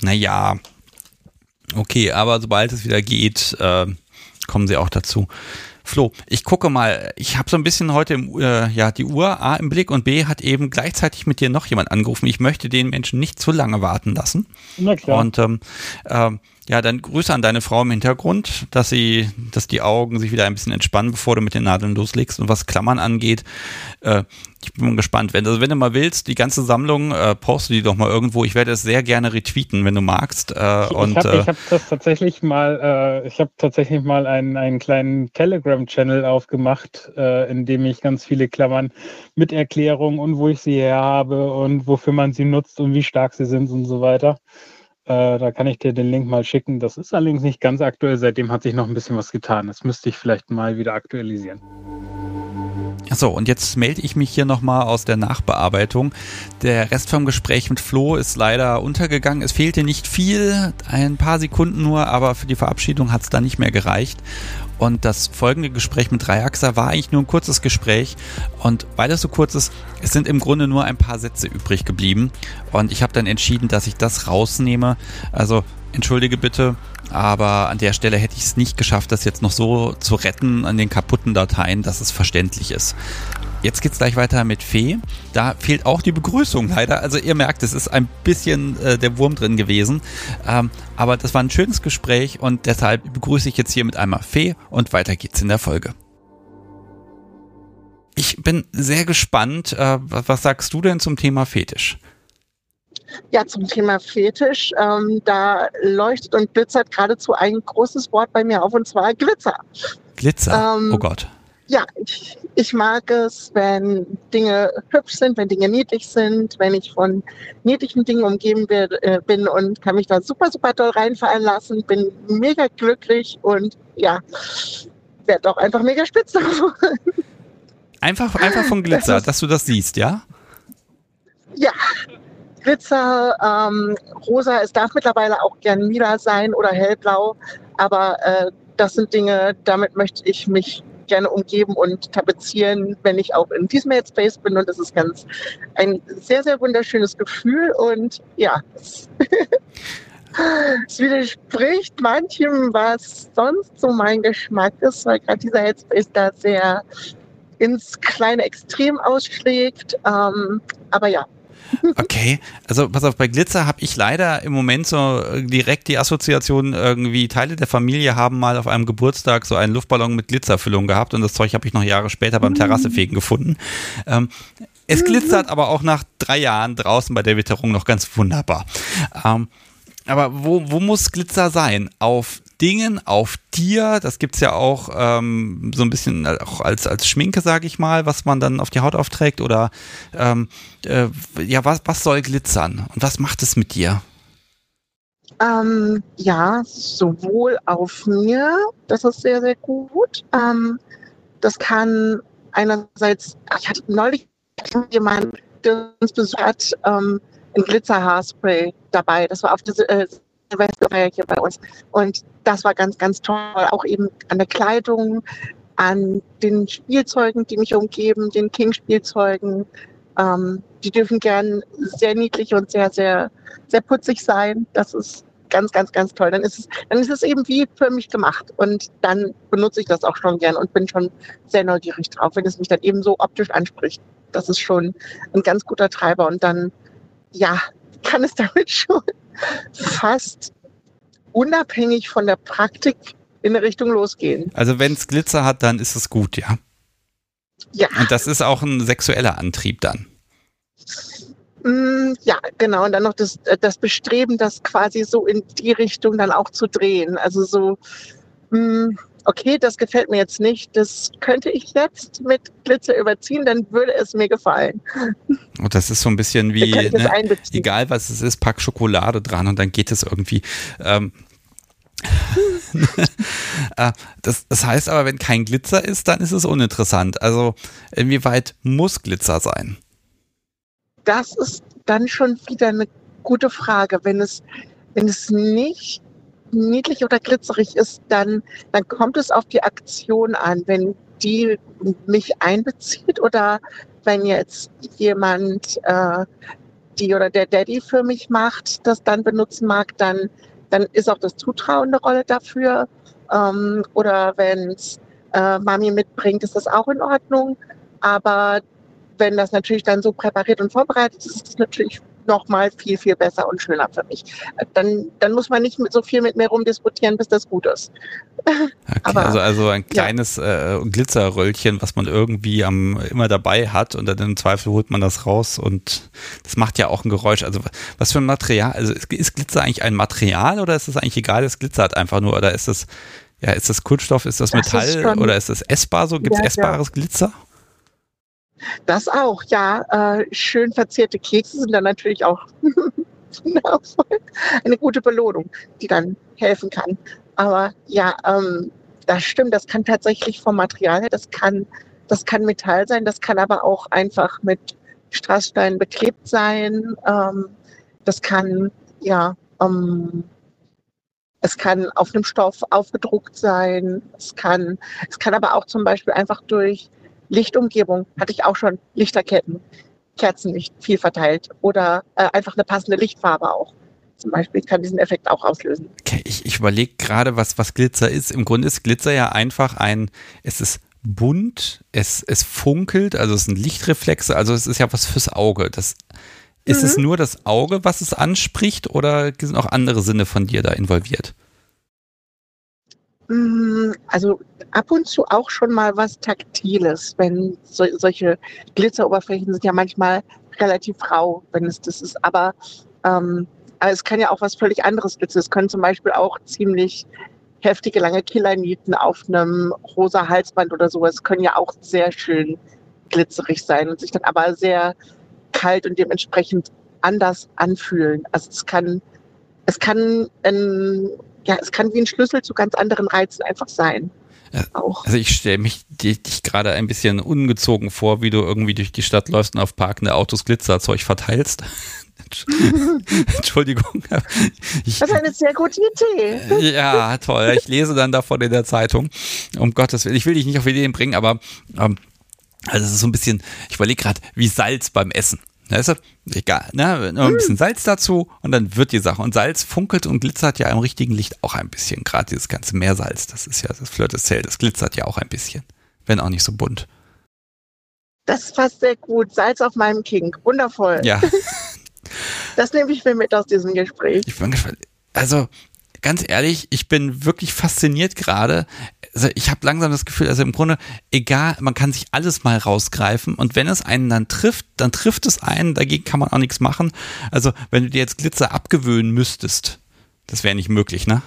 A: naja, okay, aber sobald es wieder geht, äh, kommen sie auch dazu. Flo, ich gucke mal, ich habe so ein bisschen heute im, äh, ja, die Uhr A im Blick und B hat eben gleichzeitig mit dir noch jemand angerufen. Ich möchte den Menschen nicht zu lange warten lassen.
F: Na klar.
A: Und ähm, äh, ja, dann Grüße an deine Frau im Hintergrund, dass sie, dass die Augen sich wieder ein bisschen entspannen, bevor du mit den Nadeln loslegst. Und was Klammern angeht, äh, ich bin mal gespannt. Wenn, also wenn du mal willst, die ganze Sammlung, äh, poste die doch mal irgendwo. Ich werde es sehr gerne retweeten, wenn du magst. Äh,
F: Ich,
A: und,
F: ich habe
A: äh,
F: ich hab das tatsächlich mal, äh, ich habe tatsächlich mal einen, einen kleinen Telegram-Channel aufgemacht, äh, in dem ich ganz viele Klammern mit Erklärung und wo ich sie her habe und wofür man sie nutzt und wie stark sie sind und so weiter. Äh, da kann ich dir den Link mal schicken. Das ist allerdings nicht ganz aktuell. Seitdem hat sich noch ein bisschen was getan. Das müsste ich vielleicht mal wieder aktualisieren.
A: So, und jetzt melde ich mich hier nochmal aus der Nachbearbeitung. Der Rest vom Gespräch mit Flo ist leider untergegangen. Es fehlte nicht viel, ein paar Sekunden nur, aber für die Verabschiedung hat es dann nicht mehr gereicht. Und das folgende Gespräch mit Dreiachser war eigentlich nur ein kurzes Gespräch. Und weil es so kurz ist, es sind im Grunde nur ein paar Sätze übrig geblieben. Und ich habe dann entschieden, dass ich das rausnehme. Also entschuldige bitte, aber an der Stelle hätte ich es nicht geschafft, das jetzt noch so zu retten an den kaputten Dateien, dass es verständlich ist. Jetzt geht's gleich weiter mit Fee. Da fehlt auch die Begrüßung leider. Also ihr merkt, es ist ein bisschen äh, der Wurm drin gewesen. Ähm, aber das war ein schönes Gespräch und deshalb begrüße ich jetzt hier mit einmal Fee und weiter geht's in der Folge. Ich bin sehr gespannt. Äh, was, was sagst du denn zum Thema Fetisch?
G: Ja, zum Thema Fetisch, ähm, da leuchtet und glitzert geradezu ein großes Wort bei mir auf, und zwar Glitzer.
A: Glitzer?
G: Ähm,
A: oh Gott.
G: Ja, ich, ich mag es, wenn Dinge hübsch sind, wenn Dinge niedlich sind, wenn ich von niedlichen Dingen umgeben wird, äh, bin und kann mich da super, super toll reinfallen lassen, bin mega glücklich und ja, werde auch einfach mega spitz davon.
A: Einfach, einfach von Glitzer,
G: das ist,
A: dass du das siehst, ja?
G: Ja. Glitzer, ähm, rosa, es darf mittlerweile auch gern lila sein oder hellblau, aber äh, das sind Dinge, damit möchte ich mich gerne umgeben und tapezieren, wenn ich auch in diesem Headspace bin, und das ist ganz ein sehr, sehr wunderschönes Gefühl und ja, es, es widerspricht manchem, was sonst so mein Geschmack ist, weil gerade dieser Headspace da sehr ins kleine Extrem ausschlägt, ähm, aber ja.
A: Okay, also pass auf, bei Glitzer habe ich leider im Moment so direkt die Assoziation, irgendwie Teile der Familie haben mal auf einem Geburtstag so einen Luftballon mit Glitzerfüllung gehabt und das Zeug habe ich noch Jahre später beim Terrassefegen gefunden. Ähm, es glitzert aber auch nach drei Jahren draußen bei der Witterung noch ganz wunderbar. Ähm, aber wo, wo muss Glitzer sein? Auf Dingen, auf dir, das gibt's ja auch ähm, so ein bisschen auch als, als Schminke, sage ich mal, was man dann auf die Haut aufträgt, oder ähm, äh, ja, was, was soll glitzern und was macht es mit dir?
G: Ähm, ja, sowohl auf mir, das ist sehr, sehr gut. Ähm, das kann einerseits, ich hatte neulich jemand, der uns besucht hat, ähm, ein Glitzer-Haarspray dabei. Das war auf der äh, Silvesterfeier hier bei uns. Und das war ganz, ganz toll. Auch eben an der Kleidung, an den Spielzeugen, die mich umgeben, den King-Spielzeugen. Ähm, die dürfen gern sehr niedlich und sehr, sehr, sehr putzig sein. Das ist ganz, ganz, ganz toll. Dann ist es, dann ist es eben wie für mich gemacht. Und dann benutze ich das auch schon gern und bin schon sehr neugierig drauf, wenn es mich dann eben so optisch anspricht. Das ist schon ein ganz guter Treiber. Und dann, ja, kann es damit schon fast unabhängig von der Praktik in eine Richtung losgehen.
A: Also wenn es Glitzer hat, dann ist es gut, ja?
G: Ja.
A: Und das ist auch ein sexueller Antrieb dann?
G: Mm, ja, genau. Und dann noch das, das Bestreben, das quasi so in die Richtung dann auch zu drehen. Also so, mm, okay, das gefällt mir jetzt nicht, das könnte ich jetzt mit Glitzer überziehen, dann würde es mir gefallen.
A: Und das ist so ein bisschen wie, ne, egal was es ist, pack Schokolade dran und dann geht es irgendwie. Ähm, das, das heißt aber, wenn kein Glitzer ist, dann ist es uninteressant. Also inwieweit muss Glitzer sein?
G: Das ist dann schon wieder eine gute Frage. Wenn es, wenn es nicht niedlich oder glitzerig ist, dann, dann kommt es auf die Aktion an, wenn die mich einbezieht oder wenn jetzt jemand äh, die oder der Daddy für mich macht, das dann benutzen mag, dann, dann ist auch das Zutrauen eine Rolle dafür. Ähm, oder wenn es äh, Mami mitbringt, ist das auch in Ordnung. Aber wenn das natürlich dann so präpariert und vorbereitet ist, ist es natürlich nochmal viel, viel besser und schöner für mich. Dann, dann muss man nicht mit so viel mit mir rumdiskutieren, bis das gut ist.
A: Okay,
G: Aber,
A: also, also ein kleines ja. äh, Glitzerröllchen, was man irgendwie am, immer dabei hat und dann im Zweifel holt man das raus und das macht ja auch ein Geräusch. Also was für ein Material, also ist, ist Glitzer eigentlich ein Material oder ist es eigentlich egal, es glitzert einfach nur oder ist das, ja, ist das Kunststoff, ist das, das Metall ist schon, oder ist das essbar so? Gibt es ja, essbares ja. Glitzer?
G: Das auch, ja. Äh, schön verzierte Kekse sind dann natürlich auch eine gute Belohnung, die dann helfen kann. Aber ja, ähm, das stimmt, das kann tatsächlich vom Material her, das kann, das kann Metall sein, das kann aber auch einfach mit Strasssteinen beklebt sein. Ähm, das kann, ja, ähm, es kann auf einem Stoff aufgedruckt sein. Es kann, es kann aber auch zum Beispiel einfach durch Lichtumgebung, hatte ich auch schon, Lichterketten, Kerzenlicht viel verteilt oder äh, einfach eine passende Lichtfarbe auch. Zum Beispiel kann diesen Effekt auch auslösen.
A: Okay, ich, ich überlege gerade, was, was Glitzer ist. Im Grunde ist Glitzer ja einfach ein, es ist bunt, es, es funkelt, also es sind Lichtreflexe, also es ist ja was fürs Auge. Das, ist mhm. es nur das Auge, was es anspricht oder sind auch andere Sinne von dir da involviert?
G: Also ab und zu auch schon mal was Taktiles, wenn so, solche Glitzeroberflächen sind ja manchmal relativ rau, wenn es das ist, aber, ähm, aber es kann ja auch was völlig anderes glitzern. Es können zum Beispiel auch ziemlich heftige, lange Killernieten auf einem rosa Halsband oder sowas, können ja auch sehr schön glitzerig sein und sich dann aber sehr kalt und dementsprechend anders anfühlen. Also es kann, es kann ein Ja, es kann wie ein Schlüssel zu ganz anderen Reizen einfach sein.
A: Ja, auch. Also ich stelle mich dich gerade ein bisschen ungezogen vor, wie du irgendwie durch die Stadt läufst und auf parkende Autos Glitzerzeug verteilst. Entschuldigung. Ich,
G: das ist eine sehr gute Idee.
A: Ja, toll. Ich lese dann davon in der Zeitung. Um Gottes Willen. Ich will dich nicht auf Ideen bringen, aber ähm, also es ist so ein bisschen, ich überlege gerade, wie Salz beim Essen. Weißt du, egal, ne? Nur ein bisschen Salz dazu und dann wird die Sache. Und Salz funkelt und glitzert ja im richtigen Licht auch ein bisschen. Gerade dieses ganze Meersalz, das ist ja das Fleur de Sel, das glitzert ja auch ein bisschen. Wenn auch nicht so bunt.
G: Das passt sehr gut. Salz auf meinem King. Wundervoll.
A: Ja.
G: Das nehme ich mir mit aus diesem Gespräch.
A: Ich bin gespannt. Also, ganz ehrlich, ich bin wirklich fasziniert gerade. Also ich habe langsam das Gefühl, also im Grunde, egal, man kann sich alles mal rausgreifen und wenn es einen dann trifft, dann trifft es einen, dagegen kann man auch nichts machen. Also wenn du dir jetzt Glitzer abgewöhnen müsstest, das wäre nicht möglich, ne?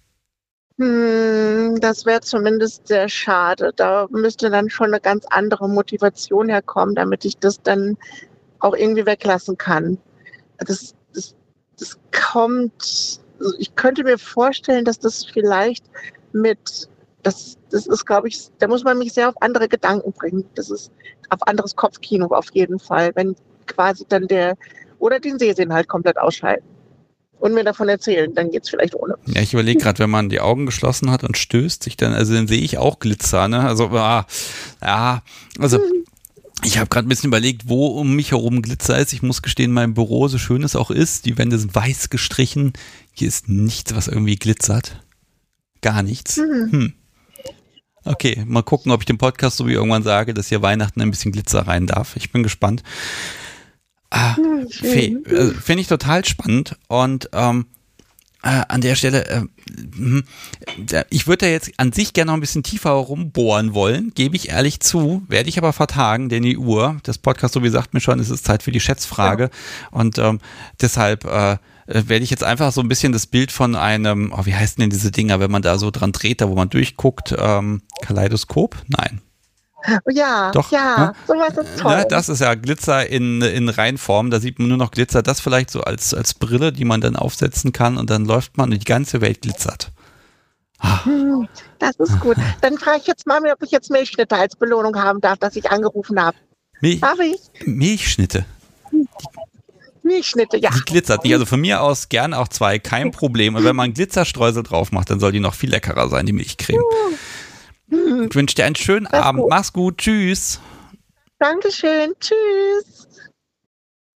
G: Hm, das wäre zumindest sehr schade. Da müsste dann schon eine ganz andere Motivation herkommen, damit ich das dann auch irgendwie weglassen kann. Das, das, das kommt, also ich könnte mir vorstellen, dass das vielleicht mit Das, das ist, glaube ich, da muss man mich sehr auf andere Gedanken bringen. Das ist auf anderes Kopfkino auf jeden Fall, wenn quasi dann der, oder den Sehsinn halt komplett ausschalten und mir davon erzählen, dann geht's vielleicht ohne.
A: Ja, ich überlege gerade, wenn man die Augen geschlossen hat und stößt sich dann, also dann sehe ich auch Glitzer, ne? Also, ah, ja, also mhm. ich habe gerade ein bisschen überlegt, wo um mich herum Glitzer ist. Ich muss gestehen, mein Büro, so schön es auch ist, die Wände sind weiß gestrichen. Hier ist nichts, was irgendwie glitzert. Gar nichts. Mhm. Hm. Okay, mal gucken, ob ich dem Podcast so wie irgendwann sage, dass hier Weihnachten ein bisschen Glitzer rein darf. Ich bin gespannt. Ah, Fee, äh, finde ich total spannend und ähm, äh, an der Stelle, äh, ich würde da jetzt an sich gerne noch ein bisschen tiefer rumbohren wollen, gebe ich ehrlich zu, werde ich aber vertagen, denn die Uhr, das Podcast, so wie sagt mir schon, es ist Zeit für die Schätzfrage ja. und ähm, deshalb äh, werde ich jetzt einfach so ein bisschen das Bild von einem, oh, wie heißen denn diese Dinger, wenn man da so dran dreht, da wo man durchguckt, ähm, Kaleidoskop? Nein.
G: Ja,
A: Doch,
G: ja,
A: ne?
G: sowas ist toll.
A: Ne, das ist ja Glitzer in, in Reinform, da sieht man nur noch Glitzer, das vielleicht so als, als Brille, die man dann aufsetzen kann und dann läuft man und die ganze Welt glitzert. Ah.
G: Das ist gut. Dann frage ich jetzt mal, ob ich jetzt Milchschnitte als Belohnung haben darf, dass ich angerufen habe.
A: Milch,
G: darf ich?
A: Milchschnitte?
G: Milchschnitte, ja.
A: Die glitzert nicht. Also von mir aus gern auch zwei, kein Problem. Und wenn man Glitzerstreusel drauf macht, dann soll die noch viel leckerer sein, die Milchcreme. Ich wünsche dir einen schönen Abend. Gut. Mach's gut. Tschüss.
G: Dankeschön. Tschüss.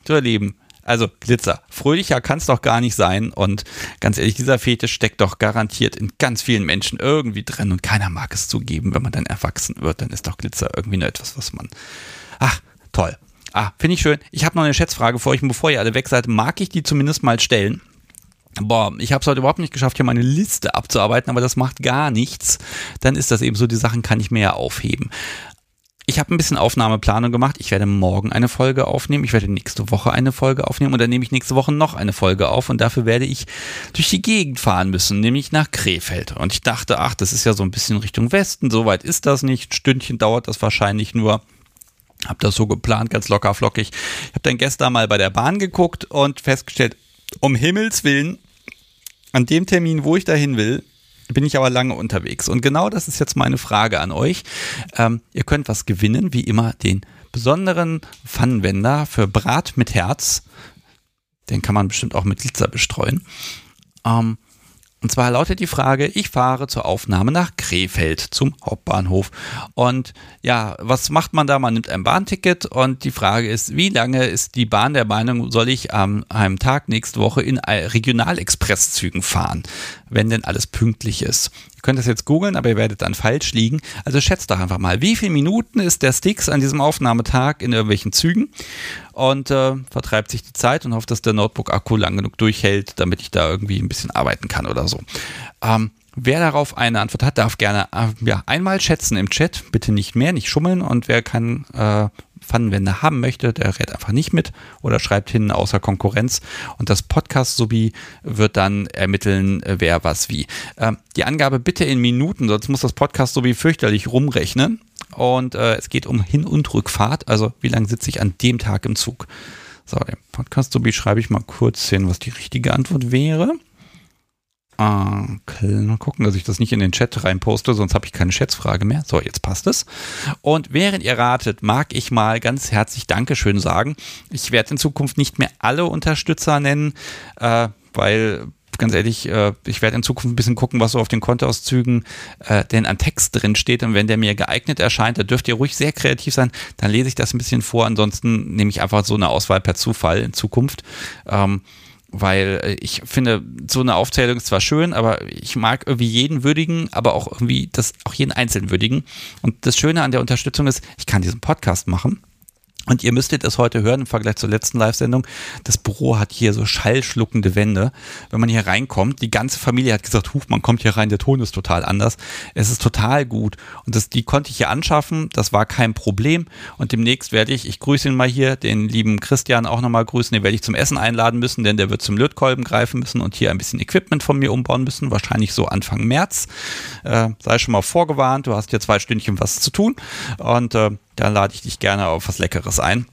A: So, ihr Lieben, also Glitzer, fröhlicher kann es doch gar nicht sein und ganz ehrlich, dieser Fetisch steckt doch garantiert in ganz vielen Menschen irgendwie drin und keiner mag es zugeben, wenn man dann erwachsen wird, dann ist doch Glitzer irgendwie nur etwas, was man, ach, toll. Ah, finde ich schön. Ich habe noch eine Schätzfrage für euch und bevor ihr alle weg seid, mag ich die zumindest mal stellen. Boah, ich habe es heute überhaupt nicht geschafft, hier meine Liste abzuarbeiten, aber das macht gar nichts. Dann ist das eben so, die Sachen kann ich mir ja aufheben. Ich habe ein bisschen Aufnahmeplanung gemacht. Ich werde morgen eine Folge aufnehmen. Ich werde nächste Woche eine Folge aufnehmen und dann nehme ich nächste Woche noch eine Folge auf und dafür werde ich durch die Gegend fahren müssen, nämlich nach Krefeld. Und ich dachte, ach, das ist ja so ein bisschen Richtung Westen, so weit ist das nicht. Ein Stündchen dauert das wahrscheinlich nur. Hab das so geplant, ganz locker flockig. Ich habe dann gestern mal bei der Bahn geguckt und festgestellt, um Himmels Willen, an dem Termin, wo ich dahin will, bin ich aber lange unterwegs. Und genau das ist jetzt meine Frage an euch. Ähm, ihr könnt was gewinnen, wie immer den besonderen Pfannenwender für Brat mit Herz. Den kann man bestimmt auch mit Glitzer bestreuen. Ähm, und zwar lautet die Frage, ich fahre zur Aufnahme nach Krefeld zum Hauptbahnhof. Und ja, was macht man da? Man nimmt ein Bahnticket und die Frage ist, wie lange ist die Bahn der Meinung, soll ich an einem Tag nächste Woche in Regionalexpresszügen fahren, wenn denn alles pünktlich ist. Ihr könnt das jetzt googeln, aber ihr werdet dann falsch liegen. Also schätzt doch einfach mal, wie viele Minuten ist der Stix an diesem Aufnahmetag in irgendwelchen Zügen und äh, vertreibt sich die Zeit und hofft, dass der Notebook-Akku lang genug durchhält, damit ich da irgendwie ein bisschen arbeiten kann oder so. Ähm, wer darauf eine Antwort hat, darf gerne äh, ja, einmal schätzen im Chat, bitte nicht mehr, nicht schummeln und wer keinen äh, Pfannenwender haben möchte, der rät einfach nicht mit oder schreibt hin außer Konkurrenz und das Podcast-Subi wird dann ermitteln, wer was wie. Ähm, die Angabe bitte in Minuten, sonst muss das Podcast-Subi fürchterlich rumrechnen und äh, es geht um Hin- und Rückfahrt, also wie lange sitze ich an dem Tag im Zug. So, dem Podcast-Subi schreibe ich mal kurz hin, was die richtige Antwort wäre. Okay, mal gucken, dass ich das nicht in den Chat reinposte, sonst habe ich keine Schätzfrage mehr. So, jetzt passt es. Und während ihr ratet, mag ich mal ganz herzlich Dankeschön sagen. Ich werde in Zukunft nicht mehr alle Unterstützer nennen, äh, weil, ganz ehrlich, äh, ich werde in Zukunft ein bisschen gucken, was so auf den Kontoauszügen äh, denn an Text drin steht. Und wenn der mir geeignet erscheint, da dürft ihr ruhig sehr kreativ sein, dann lese ich das ein bisschen vor. Ansonsten nehme ich einfach so eine Auswahl per Zufall in Zukunft. Ähm, Weil ich finde, so eine Aufzählung ist zwar schön, aber ich mag irgendwie jeden würdigen, aber auch irgendwie das auch jeden Einzelnen würdigen. Und das Schöne an der Unterstützung ist, ich kann diesen Podcast machen. Und ihr müsstet es heute hören im Vergleich zur letzten Live-Sendung. Das Büro hat hier so schallschluckende Wände. Wenn man hier reinkommt, die ganze Familie hat gesagt, huch, man kommt hier rein, der Ton ist total anders. Es ist total gut. Und das, die konnte ich hier anschaffen, das war kein Problem. Und demnächst werde ich, ich grüße ihn mal hier, den lieben Christian auch nochmal grüßen, den werde ich zum Essen einladen müssen, denn der wird zum Lötkolben greifen müssen und hier ein bisschen Equipment von mir umbauen müssen, wahrscheinlich so Anfang März. Äh, sei schon mal vorgewarnt, du hast hier zwei Stündchen was zu tun. Und äh, da lade ich dich gerne auf was Leckeres ein.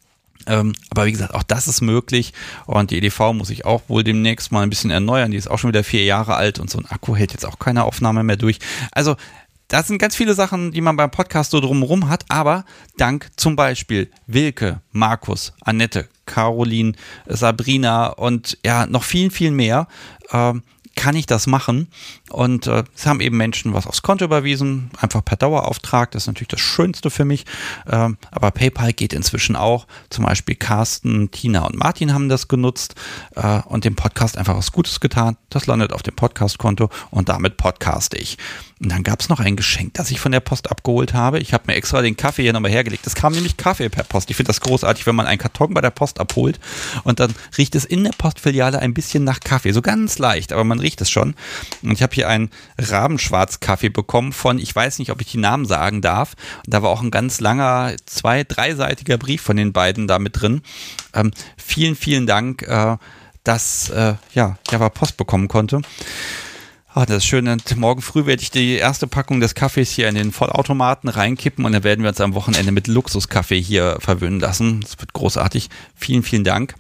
A: Ähm, aber wie gesagt, auch das ist möglich und die E D V muss ich auch wohl demnächst mal ein bisschen erneuern. Die ist auch schon wieder vier Jahre alt und so ein Akku hält jetzt auch keine Aufnahme mehr durch. Also das sind ganz viele Sachen, die man beim Podcast so drumherum hat, aber dank zum Beispiel Wilke, Markus, Annette, Caroline, Sabrina und ja, noch vielen, vielen mehr, ähm, kann ich das machen und äh, es haben eben Menschen was aufs Konto überwiesen, einfach per Dauerauftrag, das ist natürlich das Schönste für mich, ähm, aber PayPal geht inzwischen auch, zum Beispiel Carsten, Tina und Martin haben das genutzt äh, und dem Podcast einfach was Gutes getan, das landet auf dem Podcast-Konto und damit podcaste ich. Und dann gab es noch ein Geschenk, das ich von der Post abgeholt habe. Ich habe mir extra den Kaffee hier nochmal hergelegt. Es kam nämlich Kaffee per Post. Ich finde das großartig, wenn man einen Karton bei der Post abholt und dann riecht es in der Postfiliale ein bisschen nach Kaffee. So ganz leicht, aber man riecht es schon. Und ich habe hier einen Rabenschwarz-Kaffee bekommen von, ich weiß nicht, ob ich die Namen sagen darf. Und da war auch ein ganz langer, zwei-, dreiseitiger Brief von den beiden da mit drin. Ähm, vielen, vielen Dank, äh, dass äh, ja, ich aber Post bekommen konnte. Ah, das ist schön. Und morgen früh werde ich die erste Packung des Kaffees hier in den Vollautomaten reinkippen und dann werden wir uns am Wochenende mit Luxuskaffee hier verwöhnen lassen. Das wird großartig. Vielen, vielen Dank.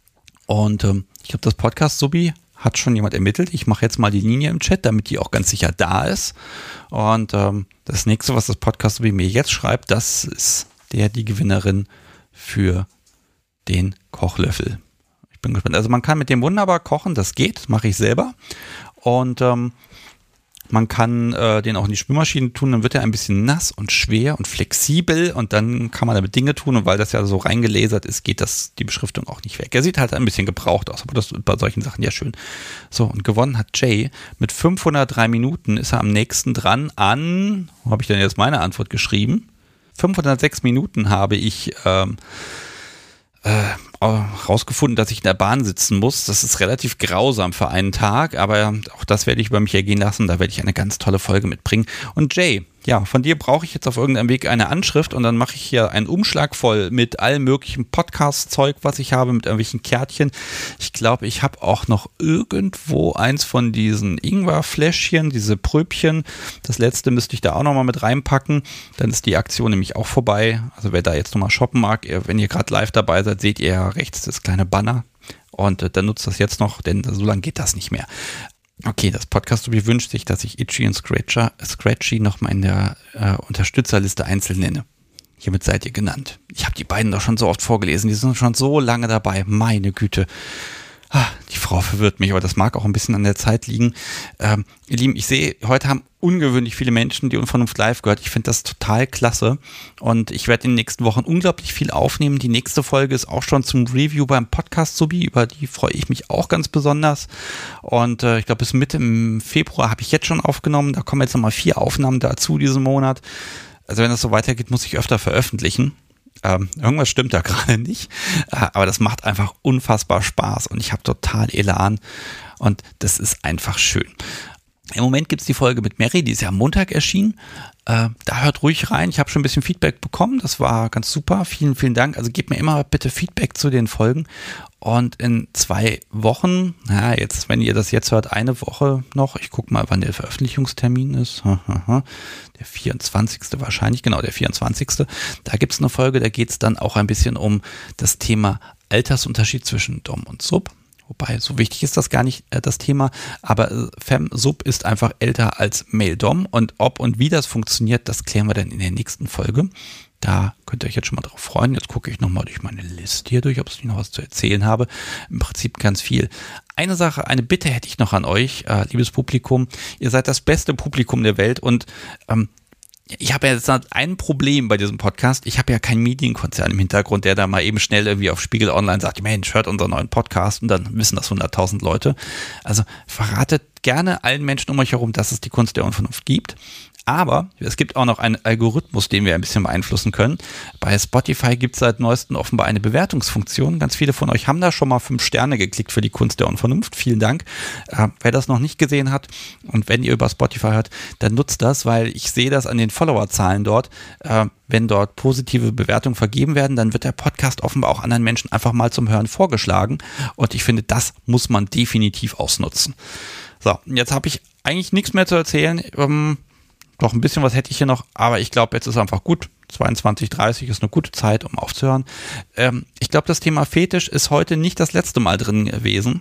A: Und ähm, ich glaube, das Podcast-Subi hat schon jemand ermittelt. Ich mache jetzt mal die Linie im Chat, damit die auch ganz sicher da ist. Und ähm, das nächste, was das Podcast-Subi mir jetzt schreibt, das ist der, die Gewinnerin für den Kochlöffel. Ich bin gespannt. Also man kann mit dem wunderbar kochen, das geht, das mache ich selber. Und ähm, Man kann äh, den auch in die Spülmaschine tun, dann wird er ein bisschen nass und schwer und flexibel und dann kann man damit Dinge tun und weil das ja so reingelasert ist, geht das die Beschriftung auch nicht weg. Er sieht halt ein bisschen gebraucht aus, aber das ist bei solchen Sachen ja schön. So, und gewonnen hat Jay. Mit fünfhundertdrei Minuten ist er am nächsten dran an, wo habe ich denn jetzt meine Antwort geschrieben? fünfhundertsechs Minuten habe ich ähm, äh, rausgefunden, dass ich in der Bahn sitzen muss. Das ist relativ grausam für einen Tag, aber auch das werde ich über mich ergehen lassen. Da werde ich eine ganz tolle Folge mitbringen. Und Jay, ja, von dir brauche ich jetzt auf irgendeinem Weg eine Anschrift und dann mache ich hier einen Umschlag voll mit allem möglichen Podcast-Zeug, was ich habe, mit irgendwelchen Kärtchen. Ich glaube, ich habe auch noch irgendwo eins von diesen Ingwer-Fläschchen, diese Pröbchen. Das letzte müsste ich da auch nochmal mit reinpacken. Dann ist die Aktion nämlich auch vorbei. Also wer da jetzt nochmal shoppen mag, wenn ihr gerade live dabei seid, seht ihr ja rechts das kleine Banner. Und äh, dann nutzt das jetzt noch, denn so lange geht das nicht mehr. Okay, das Podcast-Subi wünscht sich, dass ich Itchy und Scratcher, Scratchy nochmal in der äh, Unterstützerliste einzeln nenne. Hiermit seid ihr genannt. Ich habe die beiden doch schon so oft vorgelesen. Die sind schon so lange dabei. Meine Güte. Ah, die Frau verwirrt mich, aber das mag auch ein bisschen an der Zeit liegen. Ähm, ihr Lieben, ich sehe, heute haben ungewöhnlich viele Menschen die Unvernunft live gehört. Ich finde das total klasse und ich werde in den nächsten Wochen unglaublich viel aufnehmen. Die nächste Folge ist auch schon zum Review beim Podcast-Subi, über die freue ich mich auch ganz besonders und äh, ich glaube bis Mitte im Februar habe ich jetzt schon aufgenommen. Da kommen jetzt nochmal vier Aufnahmen dazu diesen Monat. Also wenn das so weitergeht, muss ich öfter veröffentlichen. Ähm, irgendwas stimmt da gerade nicht, äh, aber das macht einfach unfassbar Spaß und ich habe total Elan und das ist einfach schön. Im Moment gibt es die Folge mit Mary, die ist ja am Montag erschienen. Äh, da hört ruhig rein. Ich habe schon ein bisschen Feedback bekommen. Das war ganz super. Vielen, vielen Dank. Also gebt mir immer bitte Feedback zu den Folgen. Und in zwei Wochen, na jetzt, wenn ihr das jetzt hört, eine Woche noch. Ich gucke mal, wann der Veröffentlichungstermin ist. Der vierundzwanzigste wahrscheinlich. Genau, der vierundzwanzigste Da gibt es eine Folge, da geht es dann auch ein bisschen um das Thema Altersunterschied zwischen Dom und Sub. Wobei, so wichtig ist das gar nicht, äh, das Thema, aber äh, Fem-Sub ist einfach älter als Male-Dom und ob und wie das funktioniert, das klären wir dann in der nächsten Folge. Da könnt ihr euch jetzt schon mal drauf freuen. Jetzt gucke ich nochmal durch meine Liste hier durch, ob ich noch was zu erzählen habe. Im Prinzip ganz viel. Eine Sache, eine Bitte hätte ich noch an euch, äh, liebes Publikum. Ihr seid das beste Publikum der Welt und ähm, ich habe ja jetzt ein Problem bei diesem Podcast. Ich habe ja keinen Medienkonzern im Hintergrund, der da mal eben schnell irgendwie auf Spiegel Online sagt, Mensch, hört unseren neuen Podcast und dann wissen das hunderttausend Leute. Also verratet gerne allen Menschen um euch herum, dass es die Kunst der Unvernunft gibt. Aber es gibt auch noch einen Algorithmus, den wir ein bisschen beeinflussen können. Bei Spotify gibt es seit neuestem offenbar eine Bewertungsfunktion. Ganz viele von euch haben da schon mal fünf Sterne geklickt für die Kunst der Unvernunft. Vielen Dank. Äh, wer das noch nicht gesehen hat und wenn ihr über Spotify hört, dann nutzt das, weil ich sehe das an den Followerzahlen dort. Äh, wenn dort positive Bewertungen vergeben werden, dann wird der Podcast offenbar auch anderen Menschen einfach mal zum Hören vorgeschlagen. Und ich finde, das muss man definitiv ausnutzen. So, jetzt habe ich eigentlich nichts mehr zu erzählen. Ähm, Noch ein bisschen was hätte ich hier noch, aber ich glaube, jetzt ist einfach gut. zweiundzwanzig Uhr dreißig ist eine gute Zeit, um aufzuhören. Ähm, ich glaube, das Thema Fetisch ist heute nicht das letzte Mal drin gewesen.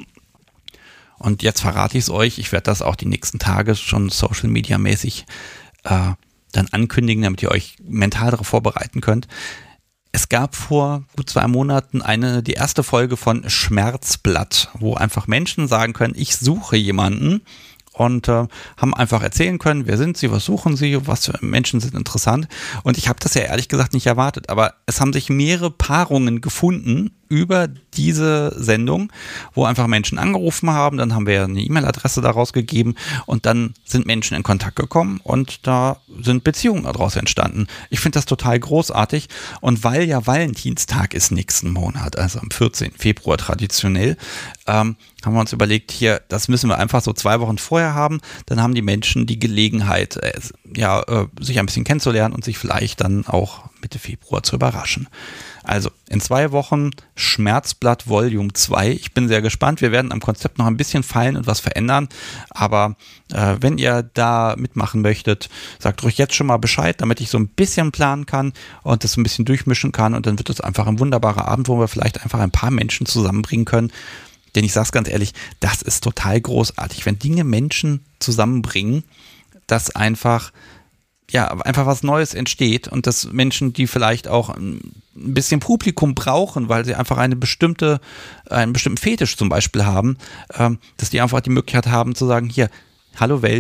A: Und jetzt verrate ich es euch. Ich werde das auch die nächsten Tage schon Social Media mäßig äh, dann ankündigen, damit ihr euch mental darauf vorbereiten könnt. Es gab vor gut zwei Monaten eine, die erste Folge von Schmerzblatt, wo einfach Menschen sagen können, ich suche jemanden, und äh, haben einfach erzählen können, wer sind sie, was suchen sie, was für Menschen sind interessant. Und ich habe das ja ehrlich gesagt nicht erwartet, aber es haben sich mehrere Paarungen gefunden über diese Sendung, wo einfach Menschen angerufen haben, dann haben wir eine E-Mail-Adresse daraus gegeben und dann sind Menschen in Kontakt gekommen und da sind Beziehungen daraus entstanden. Ich finde das total großartig und weil ja Valentinstag ist nächsten Monat, also am vierzehnten Februar traditionell, ähm, haben wir uns überlegt, hier, das müssen wir einfach so zwei Wochen vorher haben, dann haben die Menschen die Gelegenheit, äh, ja, äh, sich ein bisschen kennenzulernen und sich vielleicht dann auch Mitte Februar zu überraschen. Also in zwei Wochen Schmerzblatt Volume zwei. Ich bin sehr gespannt. Wir werden am Konzept noch ein bisschen feilen und was verändern. Aber äh, wenn ihr da mitmachen möchtet, sagt ruhig jetzt schon mal Bescheid, damit ich so ein bisschen planen kann und das ein bisschen durchmischen kann. Und dann wird es einfach ein wunderbarer Abend, wo wir vielleicht einfach ein paar Menschen zusammenbringen können. Denn ich sage es ganz ehrlich, das ist total großartig, wenn Dinge Menschen zusammenbringen, dass einfach ja, einfach was Neues entsteht und dass Menschen, die vielleicht auch ein bisschen Publikum brauchen, weil sie einfach eine bestimmte, einen bestimmten Fetisch zum Beispiel haben, ähm, dass die einfach die Möglichkeit haben zu sagen, hier, hallo Welt,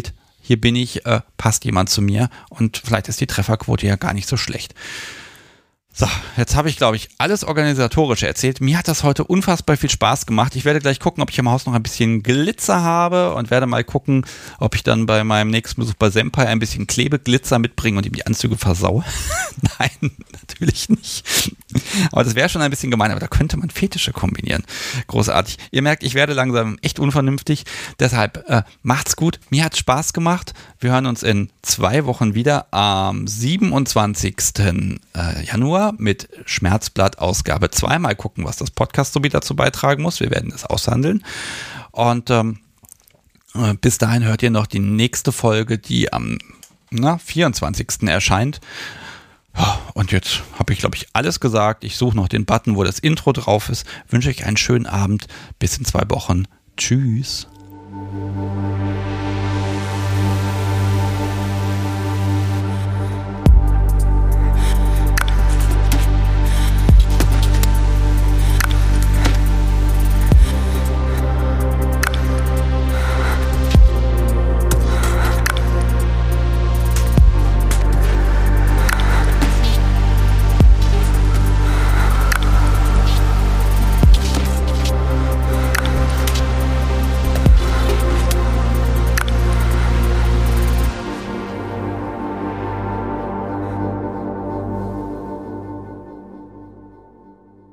A: hier bin ich, äh, passt jemand zu mir und vielleicht ist die Trefferquote ja gar nicht so schlecht. So, jetzt habe ich, glaube ich, alles Organisatorische erzählt. Mir hat das heute unfassbar viel Spaß gemacht. Ich werde gleich gucken, ob ich im Haus noch ein bisschen Glitzer habe und werde mal gucken, ob ich dann bei meinem nächsten Besuch bei Senpai ein bisschen Klebeglitzer mitbringe und ihm die Anzüge versaue. Nein, natürlich nicht. Aber das wäre schon ein bisschen gemein, aber da könnte man Fetische kombinieren. Großartig. Ihr merkt, ich werde langsam echt unvernünftig. Deshalb äh, macht's gut. Mir hat's Spaß gemacht. Wir hören uns in zwei Wochen wieder am siebenundzwanzigsten Januar mit Schmerzblatt Ausgabe zwei. Mal gucken, was das Podcast so wieder dazu beitragen muss. Wir werden es aushandeln. Und ähm, bis dahin hört ihr noch die nächste Folge, die am na, vierundzwanzigsten erscheint. Und jetzt habe ich, glaube ich, alles gesagt. Ich suche noch den Button, wo das Intro drauf ist. Wünsche euch einen schönen Abend. Bis in zwei Wochen. Tschüss.